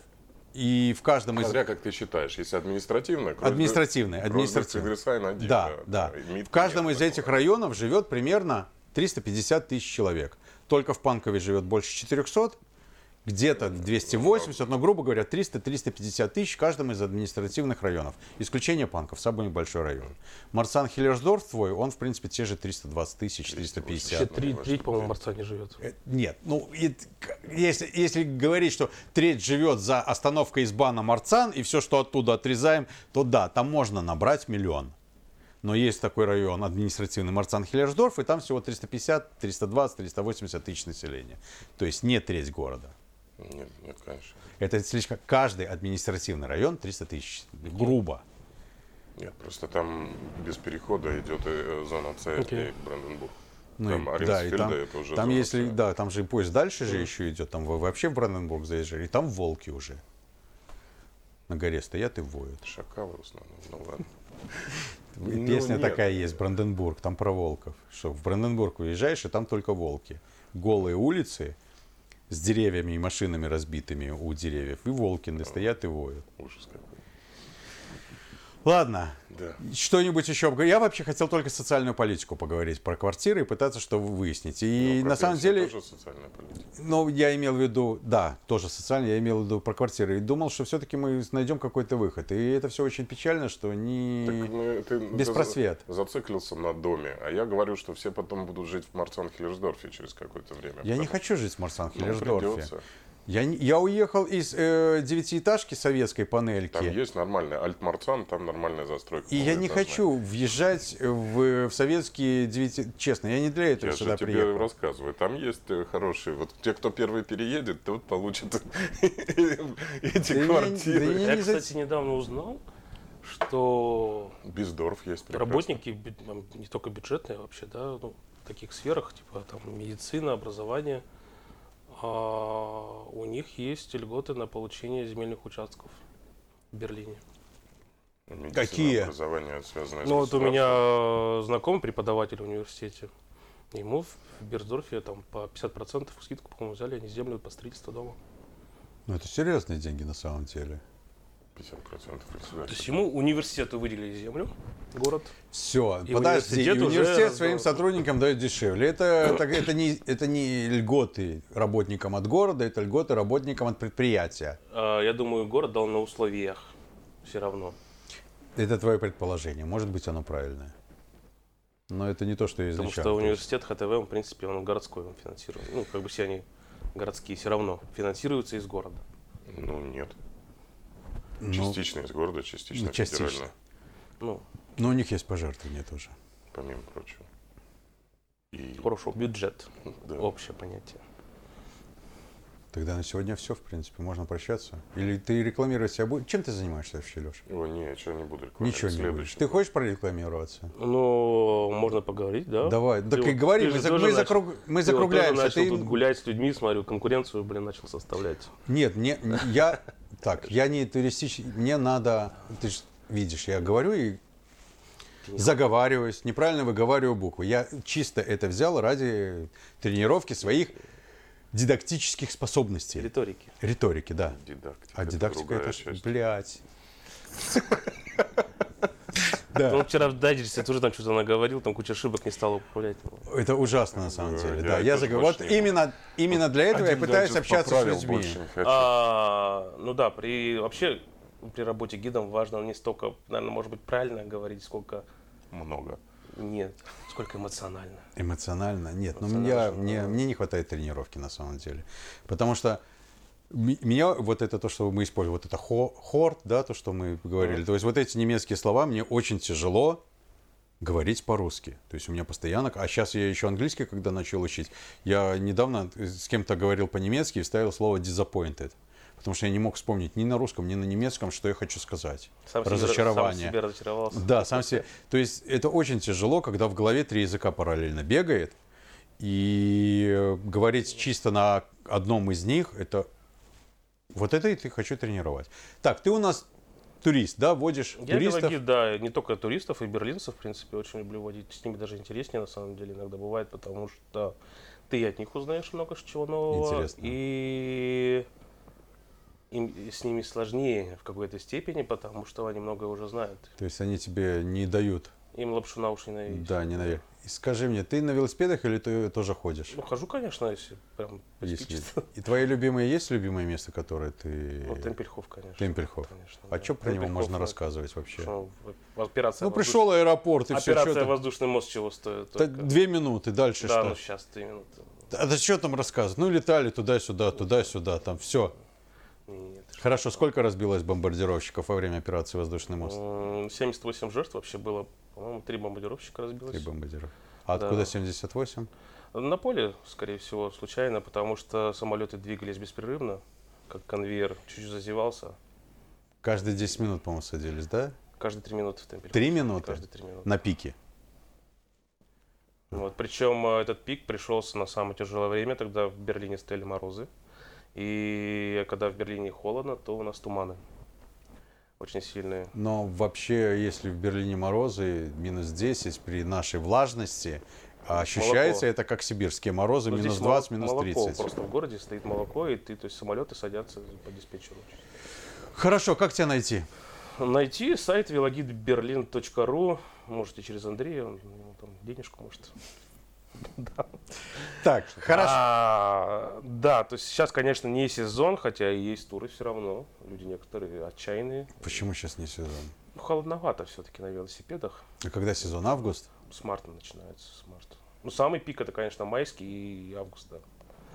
Speaker 2: И в каждом из...
Speaker 1: Смотря как ты считаешь, если административно...
Speaker 2: Административный, административный.
Speaker 1: один.
Speaker 2: Да, да. В каждом из этих районов живет примерно триста пятьдесят тысяч человек. Только в Панкове живет больше четырехсот, где-то двести восемьдесят, но, грубо говоря, триста-триста пятьдесят тысяч в каждом из административных районов. Исключение Панков, самый большой район. Марсан-Хиллерсдорф твой, он, в принципе, те же триста двадцать тысяч, триста
Speaker 3: Вообще
Speaker 2: пятьдесят.
Speaker 3: треть, треть, по-моему, Марса не живет.
Speaker 2: Э, Нет, ну, и к- если, если говорить, что треть живет за остановкой изба на Марцан, и все, что оттуда отрезаем, то да, там можно набрать миллион. Но есть такой район административный Марцан-Хиллерсдорф, и там всего триста пятьдесят, триста двадцать, триста восемьдесят тысяч населения. То есть не треть города.
Speaker 1: Нет, нет, конечно.
Speaker 2: Это слишком... Каждый административный район триста тысяч. Грубо.
Speaker 1: Нет, просто там без перехода идет э, зона С
Speaker 3: Окей.
Speaker 1: и Бранденбург.
Speaker 2: Ну,
Speaker 1: Там
Speaker 2: и- да, и
Speaker 1: Аренсфельда
Speaker 2: там,
Speaker 1: это уже
Speaker 2: там
Speaker 1: зона
Speaker 2: если,
Speaker 1: С.
Speaker 2: да, там же и поезд дальше же еще идет, там вы вообще в Бранденбург заезжали, и там волки уже. На горе стоят и воют.
Speaker 1: Шакалы в основном, ну ладно.
Speaker 2: И
Speaker 1: Ну,
Speaker 2: песня
Speaker 1: нет.
Speaker 2: такая есть, Бранденбург, там про волков. Что в Бранденбург уезжаешь, и там только волки. Голые улицы с деревьями и машинами разбитыми у деревьев. И волки стоят и воют.
Speaker 1: Ужас какой.
Speaker 2: Ладно,
Speaker 1: Да.
Speaker 2: что-нибудь еще обговорить? Я вообще хотел только социальную политику поговорить про квартиры и пытаться что выяснить. И
Speaker 1: Ну, про
Speaker 2: на самом
Speaker 1: пенсии
Speaker 2: деле...
Speaker 1: тоже социальная политика.
Speaker 2: Ну, я имел в виду, да, тоже социально, я имел в виду про квартиры. И думал, что все-таки мы найдем какой-то выход. И это все очень печально, что не...
Speaker 1: Так, ну, ты,
Speaker 2: Беспросвет.
Speaker 1: ты за- зациклился на доме, а я говорю, что все потом будут жить в Марцан-Хиллерсдорфе через какое-то время.
Speaker 2: Я не
Speaker 1: потому-
Speaker 2: хочу жить в
Speaker 1: Ну,
Speaker 2: Марсан-Хиллерсдорфе.
Speaker 1: придется.
Speaker 2: я, не- я уехал из э, девятиэтажки советской панельки.
Speaker 1: Там есть нормальный Альт-Марцан, там нормальная застройка.
Speaker 2: И я не
Speaker 1: малоэтажная.
Speaker 2: хочу въезжать в, в советские девяти... Честно, я не для этого
Speaker 1: Я
Speaker 2: сюда
Speaker 1: же тебе
Speaker 2: приехал.
Speaker 1: рассказываю. Там есть э, хорошие. Вот те, кто первый переедет, тот получит эти
Speaker 2: Да я-
Speaker 1: квартиры.
Speaker 2: да я
Speaker 3: Я,
Speaker 2: не за-
Speaker 3: кстати, недавно узнал, что
Speaker 1: Бездорф есть прекрасно.
Speaker 3: работники, бю- там, не только бюджетные вообще, да, ну, в таких сферах, типа там медицина, образование, а, у них есть льготы на получение земельных участков в Берлине.
Speaker 1: Медицина,
Speaker 2: Какие?
Speaker 1: Образование, связанное с
Speaker 3: Ну вот у
Speaker 1: государством.
Speaker 3: меня знакомый преподаватель в университете. Ему в Берсдорфе там по пятьдесят процентов скидку, по-моему, взяли они землю по строительству дома.
Speaker 2: Ну, это серьезные деньги на самом деле.
Speaker 1: пятьдесят процентов
Speaker 3: То есть ему университету выделили землю, город.
Speaker 2: Все,
Speaker 3: И
Speaker 2: подожди, и
Speaker 3: университет уже
Speaker 2: университет
Speaker 3: раздал.
Speaker 2: своим сотрудникам дает дешевле. Это, это, это, не, это не льготы работникам от города, это льготы работникам от предприятия.
Speaker 3: А, я думаю, город дал на условиях все равно.
Speaker 2: Это твое предположение. Может быть, оно правильное. Но это не то, что я
Speaker 3: Потому
Speaker 2: изначально.
Speaker 3: что университет ХТВ, он, в принципе, он городской, он финансирует. Ну, как бы все они городские все равно финансируются из города.
Speaker 1: Ну, нет.
Speaker 2: Ну,
Speaker 1: Частично из города, частично
Speaker 2: ну, частично.
Speaker 1: федерально,
Speaker 3: Ну,
Speaker 2: но у них есть пожертвования тоже.
Speaker 1: помимо прочего. И,
Speaker 3: хорошо, бюджет,
Speaker 1: да.
Speaker 3: общее понятие.
Speaker 2: Тогда на сегодня все, в принципе, можно прощаться. Или ты рекламировать себя будешь? Чем ты занимаешься вообще, Леша?
Speaker 1: О, не, что не буду рекламировать.
Speaker 2: Ничего не
Speaker 1: Следующий.
Speaker 2: будешь. Ты хочешь прорекламироваться?
Speaker 3: Ну, можно поговорить, да?
Speaker 2: Давай,
Speaker 3: Ты
Speaker 2: так и
Speaker 3: вот-
Speaker 2: говори,
Speaker 3: ты
Speaker 2: мы,
Speaker 3: же
Speaker 2: за-
Speaker 3: тоже
Speaker 2: мы,
Speaker 3: начал-
Speaker 2: закруг- мы
Speaker 3: ты вот тоже
Speaker 2: закругляемся.
Speaker 3: начал
Speaker 2: Ты-
Speaker 3: тут гулять с людьми, смотрю, конкуренцию, блин, начал составлять.
Speaker 2: Нет, не, не- я так, я не туристический, мне надо, ты же видишь, я говорю и заговариваюсь, неправильно выговариваю буквы. Я чисто это взял ради тренировки своих дидактических способностей.
Speaker 3: Риторики.
Speaker 2: Риторики, да.
Speaker 1: Дидактика.
Speaker 2: А дидактика
Speaker 1: другая
Speaker 2: это, ж,
Speaker 1: часть.
Speaker 2: блядь.
Speaker 3: Он вчера в дайджесте тоже там что-то наговорил, там куча ошибок не стал управлять.
Speaker 2: Это ужасно на самом деле. Да,
Speaker 1: Я
Speaker 2: я
Speaker 1: тоже
Speaker 2: заговорю. Вот
Speaker 1: больше не
Speaker 2: именно, именно для этого я
Speaker 1: Один
Speaker 2: пытаюсь
Speaker 1: гаджет
Speaker 2: общаться с
Speaker 1: поправил,
Speaker 2: людьми.
Speaker 1: больше не хочу.
Speaker 3: А, ну да, при вообще при работе гидом важно не столько, наверное, может быть, правильно говорить, сколько
Speaker 1: Много.
Speaker 3: нет, сколько эмоционально.
Speaker 2: Эмоционально? Нет, но
Speaker 3: Эмоционально
Speaker 2: меня,
Speaker 3: же,
Speaker 2: мне,
Speaker 3: да.
Speaker 2: мне не хватает тренировки на самом деле. Потому что ми- меня вот это то, что мы используем, вот это хо- хорт, да, то, что мы говорили, то есть вот эти немецкие слова мне очень тяжело говорить по-русски. То есть у меня постоянно... А сейчас я еще английский, когда начал учить, я недавно с кем-то говорил по-немецки и вставил слово disappointed. Потому что я не мог вспомнить ни на русском, ни на немецком, что я хочу сказать.
Speaker 3: Сам себе-
Speaker 2: Разочарование.
Speaker 3: сам себе разочаровался.
Speaker 2: Да, сам себе. То есть это очень тяжело, когда в голове три языка параллельно бегает. И э, говорить чисто на одном из них, это... Вот это и ты хочу тренировать. Так, ты у нас турист, да, водишь
Speaker 3: Я
Speaker 2: туристов?
Speaker 3: велогид, да, не только туристов, и берлинцев, в принципе, очень люблю водить. С ними даже интереснее, на самом деле, иногда бывает, потому что ты от них узнаешь много чего нового.
Speaker 2: Интересно.
Speaker 3: И им, с ними сложнее в какой-то степени, потому что они многое уже знают.
Speaker 2: То есть они тебе не дают,
Speaker 3: Им лапшу на уши не навесить.
Speaker 2: да, не наверх. И скажи мне, ты на велосипедах или ты тоже ходишь?
Speaker 3: Ну, хожу, конечно, если прям
Speaker 2: Если-
Speaker 3: приспичит.
Speaker 2: И твои любимые, есть любимое место, которое ты...
Speaker 3: Ну, Темпельхоф, конечно.
Speaker 2: Темпельхоф.
Speaker 3: Конечно,
Speaker 2: А
Speaker 3: да.
Speaker 2: что про него
Speaker 3: Темпельхоф,
Speaker 2: можно
Speaker 3: ну,
Speaker 2: рассказывать вообще?
Speaker 3: что, операция
Speaker 2: Ну,
Speaker 3: воздуш-
Speaker 2: пришел аэропорт и все.
Speaker 3: Операция «Воздушный мост» чего стоит?
Speaker 2: Да,
Speaker 3: только?
Speaker 2: две минуты, дальше
Speaker 3: Да,
Speaker 2: что?
Speaker 3: ну сейчас три минуты.
Speaker 2: А да что там рассказывать? Ну, летали туда-сюда, туда-сюда, там все.
Speaker 3: Нет, ты что.
Speaker 2: Хорошо, сколько разбилось бомбардировщиков во время операции «Воздушный мост»?
Speaker 3: М, семьдесят восемь жертв вообще было. По-моему, три бомбардировщика разбилось.
Speaker 2: Три бомбардировки. А
Speaker 3: Да.
Speaker 2: откуда семьдесят восемь?
Speaker 3: На поле, скорее всего, случайно, потому что самолеты двигались беспрерывно, как конвейер, чуть-чуть зазевался.
Speaker 2: Каждые десять минут, по-моему, садились, да?
Speaker 3: Каждые три минуты в темпе.
Speaker 2: Три минуты?
Speaker 3: Каждые три минуты.
Speaker 2: На пике.
Speaker 3: Вот. Причем э, этот пик пришелся на самое тяжелое время, тогда в Берлине стояли морозы. И когда в Берлине холодно, то у нас туманы. Очень сильные.
Speaker 2: Но вообще, если в Берлине морозы минус десять при нашей влажности, а ощущается
Speaker 3: Молоко.
Speaker 2: это как сибирские морозы,
Speaker 3: Но
Speaker 2: минус
Speaker 3: здесь
Speaker 2: двадцать,
Speaker 3: моло-
Speaker 2: минус
Speaker 3: молоко,
Speaker 2: тридцать.
Speaker 3: просто в городе стоит молоко, и ты, то есть самолеты садятся по диспетчеру.
Speaker 2: Хорошо, как тебя найти?
Speaker 3: Найти сайт велогидберлин точка ру, можете через Андрея, он ему там денежку может.
Speaker 2: Так, хорошо.
Speaker 3: А, да, то есть сейчас, конечно, не сезон, хотя и есть туры все равно. Люди некоторые отчаянные.
Speaker 2: Почему сейчас не сезон?
Speaker 3: Ну, холодновато все-таки на велосипедах.
Speaker 2: А когда сезон? Август?
Speaker 3: С марта начинается, с марта. Ну, самый пик это, конечно, майский и август, да.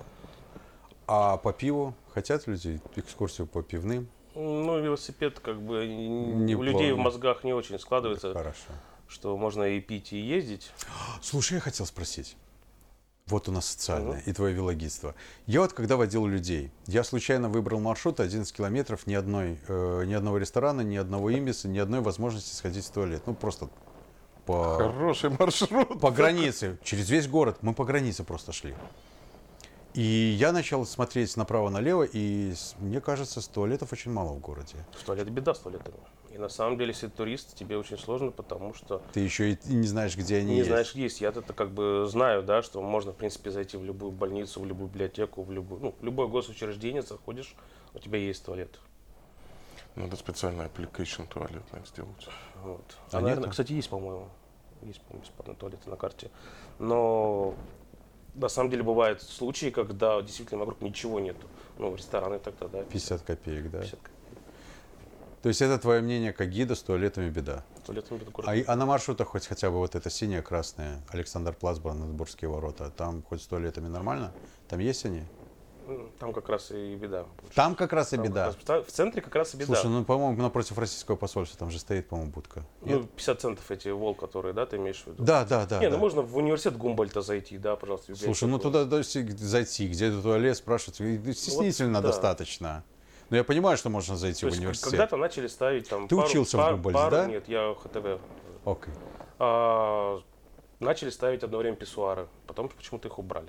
Speaker 2: А по пиву хотят люди экскурсию по пивным?
Speaker 3: Ну, велосипед, как бы,
Speaker 2: Не
Speaker 3: у людей в
Speaker 2: плавно.
Speaker 3: мозгах не очень складывается,
Speaker 2: Хорошо.
Speaker 3: что можно и пить, и ездить.
Speaker 2: Слушай, я хотел спросить. Вот у нас социальное
Speaker 3: Мгм.
Speaker 2: и твое велогидство. Я вот когда водил людей, я случайно выбрал маршрут одиннадцать километров, ни, одной, э, ни одного ресторана, ни одного имбиса, ни одной возможности сходить в туалет. Ну, просто по,
Speaker 1: Хороший маршрут.
Speaker 2: по границе, через весь город. Мы по границе просто шли. И я начал смотреть направо-налево, и с- мне кажется, с туалетов очень мало в городе.
Speaker 3: В туалет беда с туалетами. И на самом деле, если ты турист, тебе очень сложно, потому что
Speaker 2: Ты еще и не знаешь, где они
Speaker 3: не
Speaker 2: есть.
Speaker 3: знаешь, где есть. Я это как бы знаю, да, что можно, в принципе, зайти в любую больницу, в любую библиотеку, в любую, ну, в любое госучреждение заходишь, у тебя есть туалет.
Speaker 1: Надо специальный application туалетный сделать.
Speaker 3: Вот.
Speaker 2: А
Speaker 3: А, наверное,
Speaker 2: нету?
Speaker 3: кстати, есть, по-моему, есть, по-моему, бесплатные туалеты на карте. Но на самом деле бывают случаи, когда действительно вокруг ничего нету. Ну, рестораны тогда, да,
Speaker 2: пятьдесят копеек, да?
Speaker 3: пятьдесят копеек.
Speaker 2: То есть это твое мнение как гида, с туалетами беда.
Speaker 3: С туалетами это город.
Speaker 2: А, и- а на маршрутах хоть хотя бы вот это синее, красное, Александр Плац, Бранденбургские ворота, там хоть с туалетами нормально? Там есть они?
Speaker 3: М, Там как раз и беда. больше.
Speaker 2: Там как раз и
Speaker 3: Там
Speaker 2: беда.
Speaker 3: как раз- в центре как раз и беда.
Speaker 2: Слушай, ну, по-моему, напротив российского посольства, там же стоит, по-моему, будка. Нет?
Speaker 3: Ну, пятьдесят центов эти вол, которые, да, ты имеешь в виду?
Speaker 2: Да, да, да.
Speaker 3: Не,
Speaker 2: да.
Speaker 3: ну можно в университет Гумбольта зайти, да, пожалуйста. в
Speaker 2: Слушай, ну
Speaker 3: библиотеку.
Speaker 2: туда даже зайти, где тут туалет, спрашивать, и стеснительно
Speaker 3: да.
Speaker 2: достаточно. Но я понимаю, что можно зайти
Speaker 3: То
Speaker 2: в
Speaker 3: есть
Speaker 2: университет.
Speaker 3: когда-то начали ставить там
Speaker 2: Ты
Speaker 3: пару-
Speaker 2: учился в
Speaker 3: пар-
Speaker 2: Гумбольдте,
Speaker 3: пару-
Speaker 2: да?
Speaker 3: Нет, я ХТВ.
Speaker 2: Окей.
Speaker 3: А, начали ставить одно время писсуары, потом почему-то их убрали.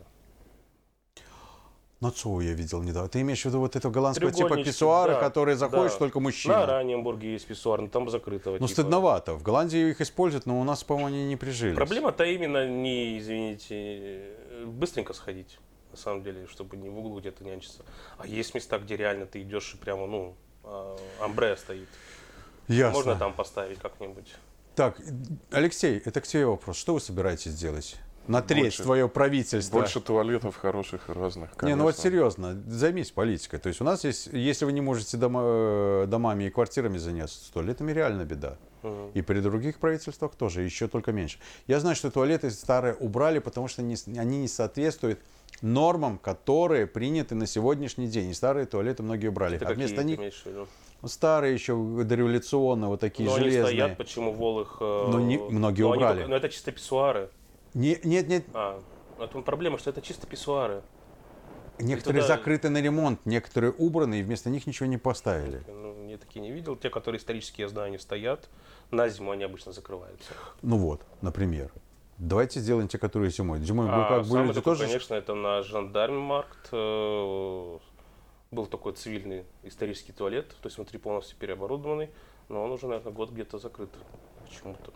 Speaker 2: На ЦУ я видел недавно. Ты имеешь в виду вот этого голландского типа
Speaker 3: Треугольнички,
Speaker 2: писсуары,
Speaker 3: да,
Speaker 2: которые заходишь
Speaker 3: да.
Speaker 2: только мужчина?
Speaker 3: На Ораниенбурге есть писсуар, но там закрытого
Speaker 2: Ну,
Speaker 3: типа.
Speaker 2: стыдновато. В Голландии их используют, но у нас, по-моему, они не прижились.
Speaker 3: Проблема-то именно не, извините, быстренько сходить, на самом деле, чтобы не в углу где-то нянчиться. А есть места, где реально ты идешь и прямо, ну, а, амбре стоит.
Speaker 2: Ясно.
Speaker 3: Можно там поставить как-нибудь.
Speaker 2: Так, Алексей, это к тебе вопрос. Что вы собираетесь делать? На треть
Speaker 1: Больше-
Speaker 2: твое правительство.
Speaker 1: Больше туалетов хороших и разных,
Speaker 2: Не, ну вот
Speaker 1: конечно.
Speaker 2: серьезно, займись политикой. То есть у нас есть, если вы не можете дома, э, домами и квартирами заняться, с туалетами реально беда.
Speaker 3: Мгм.
Speaker 2: И при других правительствах тоже, еще только меньше. Я знаю, что туалеты старые убрали, потому что не с- они не соответствуют нормам, которые приняты на сегодняшний день. И старые туалеты многие убрали.
Speaker 3: Ты
Speaker 2: А
Speaker 3: какие
Speaker 2: вместо
Speaker 3: ты
Speaker 2: них
Speaker 3: имеешь в виду?
Speaker 2: старые еще дореволюционные, вот такие
Speaker 3: Но они
Speaker 2: железные.
Speaker 3: стоят, почему Волых... э,
Speaker 2: Но не- многие
Speaker 3: но они
Speaker 2: убрали.
Speaker 3: только- Но это чисто писсуары.
Speaker 2: Не- нет, нет,
Speaker 3: А, это проблема, что это чисто писсуары.
Speaker 2: некоторые
Speaker 3: туда-
Speaker 2: закрыты на ремонт, некоторые убраны, и вместо них ничего не поставили.
Speaker 3: Ну, я такие не видел. Те, которые исторически, я знаю, они стоят. На зиму они обычно закрываются.
Speaker 2: Ну вот, например. Давайте сделаем те, которые зимой. Зимой
Speaker 3: А
Speaker 2: как бы
Speaker 3: самый
Speaker 2: люди
Speaker 3: такой,
Speaker 2: тоже...
Speaker 3: конечно, это на Жандарммаркт. э, Был такой цивильный исторический туалет. То есть внутри полностью переоборудованный. Но он уже, наверное, год где-то закрыт. Почему-то.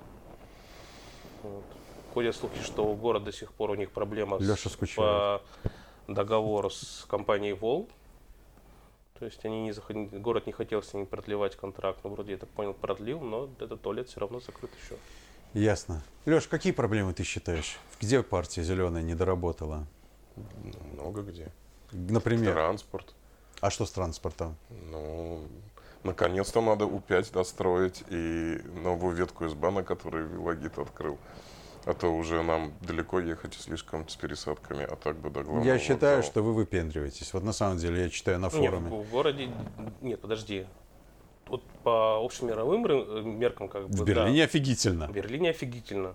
Speaker 3: Вот. Ходят слухи, что город до сих пор у них проблема
Speaker 2: Леша
Speaker 3: с,
Speaker 2: скучает.
Speaker 3: по договору с компанией Вол. То есть они не захот- город не хотел с ними продлевать контракт. Ну, вроде, я так понял, продлил, но этот туалет все равно закрыт еще.
Speaker 2: Ясно. Леш, какие проблемы ты считаешь? Где партия зеленая не доработала?
Speaker 1: Много где.
Speaker 2: Например,
Speaker 1: Транспорт.
Speaker 2: а что с транспортом?
Speaker 1: Ну, наконец-то надо У пять достроить и новую ветку СБ, на которой Вилагит открыл. А то уже нам далеко ехать и слишком с пересадками, а так бы до главного
Speaker 2: Я считаю,
Speaker 1: вокзала.
Speaker 2: что вы выпендриваетесь. Вот на самом деле, я читаю на
Speaker 3: Нет,
Speaker 2: форуме.
Speaker 3: в городе... Нет, подожди. Вот по общемировым ры- меркам, как бы,
Speaker 2: В
Speaker 3: да.
Speaker 2: Берлине офигительно.
Speaker 3: В Берлине офигительно.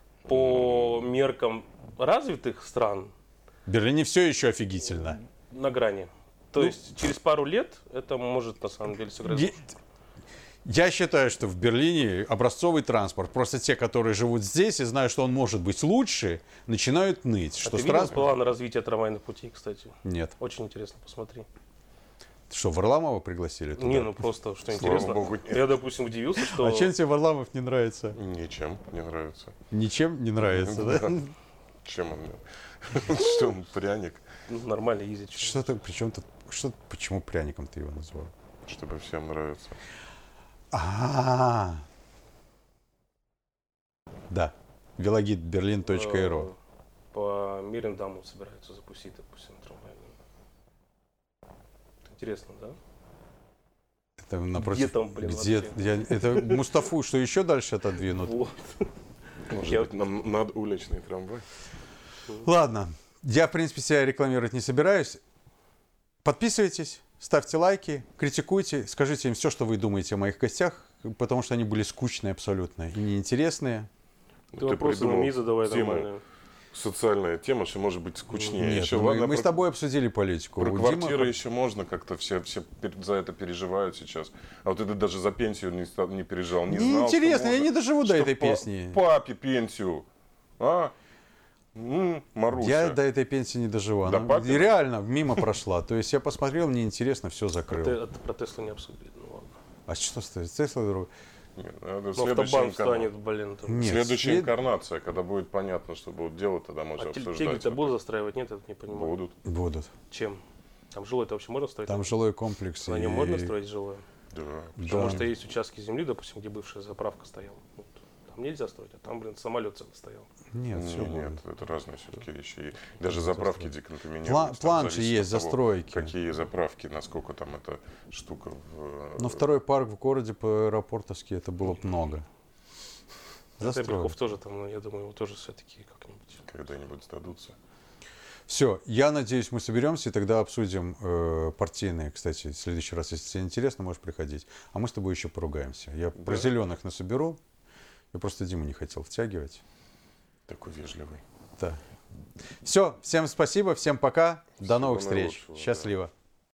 Speaker 3: По меркам развитых стран
Speaker 2: В Берлине все еще офигительно.
Speaker 3: на грани. То
Speaker 2: Ну,
Speaker 3: есть через пару лет это может на самом деле сыграть.
Speaker 2: Е- Я считаю, что в Берлине образцовый транспорт. Просто те, которые живут здесь и знают, что он может быть лучше, начинают ныть.
Speaker 3: А
Speaker 2: Что
Speaker 3: ты
Speaker 2: с
Speaker 3: видел
Speaker 2: транспортом...
Speaker 3: план развития трамвайных путей, кстати?
Speaker 2: Нет.
Speaker 3: Очень интересно, посмотри.
Speaker 2: Что, Варламова пригласили туда?
Speaker 3: Не, ну просто, что
Speaker 1: Слава
Speaker 3: интересно.
Speaker 1: богу, нет.
Speaker 3: Я, допустим, удивился, что...
Speaker 2: А чем тебе Варламов не нравится?
Speaker 1: Ничем не нравится.
Speaker 2: Ничем не нравится, да?
Speaker 1: Чем он мне? Что он пряник,
Speaker 3: ну, нормально ездить.
Speaker 2: Что ты, причем тут, что, почему пряником ты его назвал?
Speaker 1: чтобы всем нравится.
Speaker 2: А, да, велогид берлин точка ру.
Speaker 3: Э, По Мирендаму собираются запустить, допустим, трамвайную. Интересно, да?
Speaker 2: Это напротив.
Speaker 3: Где там, блин,
Speaker 2: где,
Speaker 3: вообще?
Speaker 2: я, это Мустафу, что еще дальше отодвинут?
Speaker 3: Вот.
Speaker 1: Может
Speaker 3: Я-
Speaker 1: быть, нам над уличный трамвай?
Speaker 2: Ладно, я, в принципе, себя рекламировать не собираюсь. Подписывайтесь, ставьте лайки, критикуйте, скажите им все, что вы думаете о моих гостях, потому что они были скучные абсолютно и неинтересные.
Speaker 3: Ты вопросы на МИ задавай нормально.
Speaker 1: Социальная тема, что может быть скучнее.
Speaker 2: Нет,
Speaker 1: Еще,
Speaker 2: мы,
Speaker 1: ладно,
Speaker 2: мы с
Speaker 1: про-
Speaker 2: тобой обсудили политику.
Speaker 1: Про
Speaker 2: У Димы-
Speaker 1: квартиры еще можно как-то, все, все пер- за это переживают сейчас. А вот это даже за пенсию не, ста- не переживал, не знал, что
Speaker 2: Неинтересно, я
Speaker 1: можно.
Speaker 2: не доживу до
Speaker 1: Что
Speaker 2: этой
Speaker 1: па-
Speaker 2: песни.
Speaker 1: Папе пенсию. А? М, Маруся.
Speaker 2: Я до этой пенсии не доживу.
Speaker 1: До
Speaker 2: Она
Speaker 1: папиной?
Speaker 2: реально мимо прошла. То есть я посмотрел, мне интересно, все
Speaker 3: А
Speaker 2: закрыл.
Speaker 3: ты, а ты про Теслу не обсудили. Ну ладно.
Speaker 2: А что стоит? Тесла друг-
Speaker 1: Нет, это
Speaker 3: Ну,
Speaker 1: следующая
Speaker 3: автобан
Speaker 1: инкарна-
Speaker 3: встанет, блин. Там.
Speaker 2: Нет,
Speaker 1: Следующая
Speaker 2: след-
Speaker 1: инкарнация, когда будет понятно, что будут делать, тогда можно
Speaker 3: А те-
Speaker 1: обсуждать.
Speaker 3: тегли-то будут застраивать? Нет, это не понимаю.
Speaker 1: Будут.
Speaker 2: Будут.
Speaker 3: Чем? Там жилой-то вообще можно строить?
Speaker 2: Там жилой комплекс.
Speaker 3: На
Speaker 2: и-
Speaker 3: нем можно строить жилое?
Speaker 1: Да.
Speaker 3: Потому
Speaker 2: Да.
Speaker 3: что есть участки земли, допустим, где бывшая заправка стояла. Вот. Там нельзя строить, а там, блин, самолет целый стоял.
Speaker 2: Нет,
Speaker 1: Не,
Speaker 2: все
Speaker 1: нет, это разные все-таки вещи. И даже заправки деконтаминируются.
Speaker 2: План-
Speaker 1: Там
Speaker 2: план же
Speaker 1: зависит
Speaker 2: есть,
Speaker 1: от того,
Speaker 2: застройки.
Speaker 1: Какие заправки, насколько там эта штука. В...
Speaker 2: Но второй парк в городе по аэропортовски это было б много. Застроил.
Speaker 3: Стебельков тоже там, ну, я думаю, его тоже все-таки как-нибудь.
Speaker 1: Когда-нибудь сдадутся.
Speaker 2: Все, я надеюсь, мы соберемся и тогда обсудим э, партийные. Кстати, в следующий раз, если тебе интересно, можешь приходить. А мы с тобой еще поругаемся. Я про
Speaker 1: Да.
Speaker 2: зеленых насоберу. Я просто Диму не хотел втягивать.
Speaker 1: Такой вежливый.
Speaker 2: Да. Все, всем спасибо, всем пока. До
Speaker 1: Всего
Speaker 2: новых встреч.
Speaker 1: наилучшего, да.
Speaker 2: Счастливо.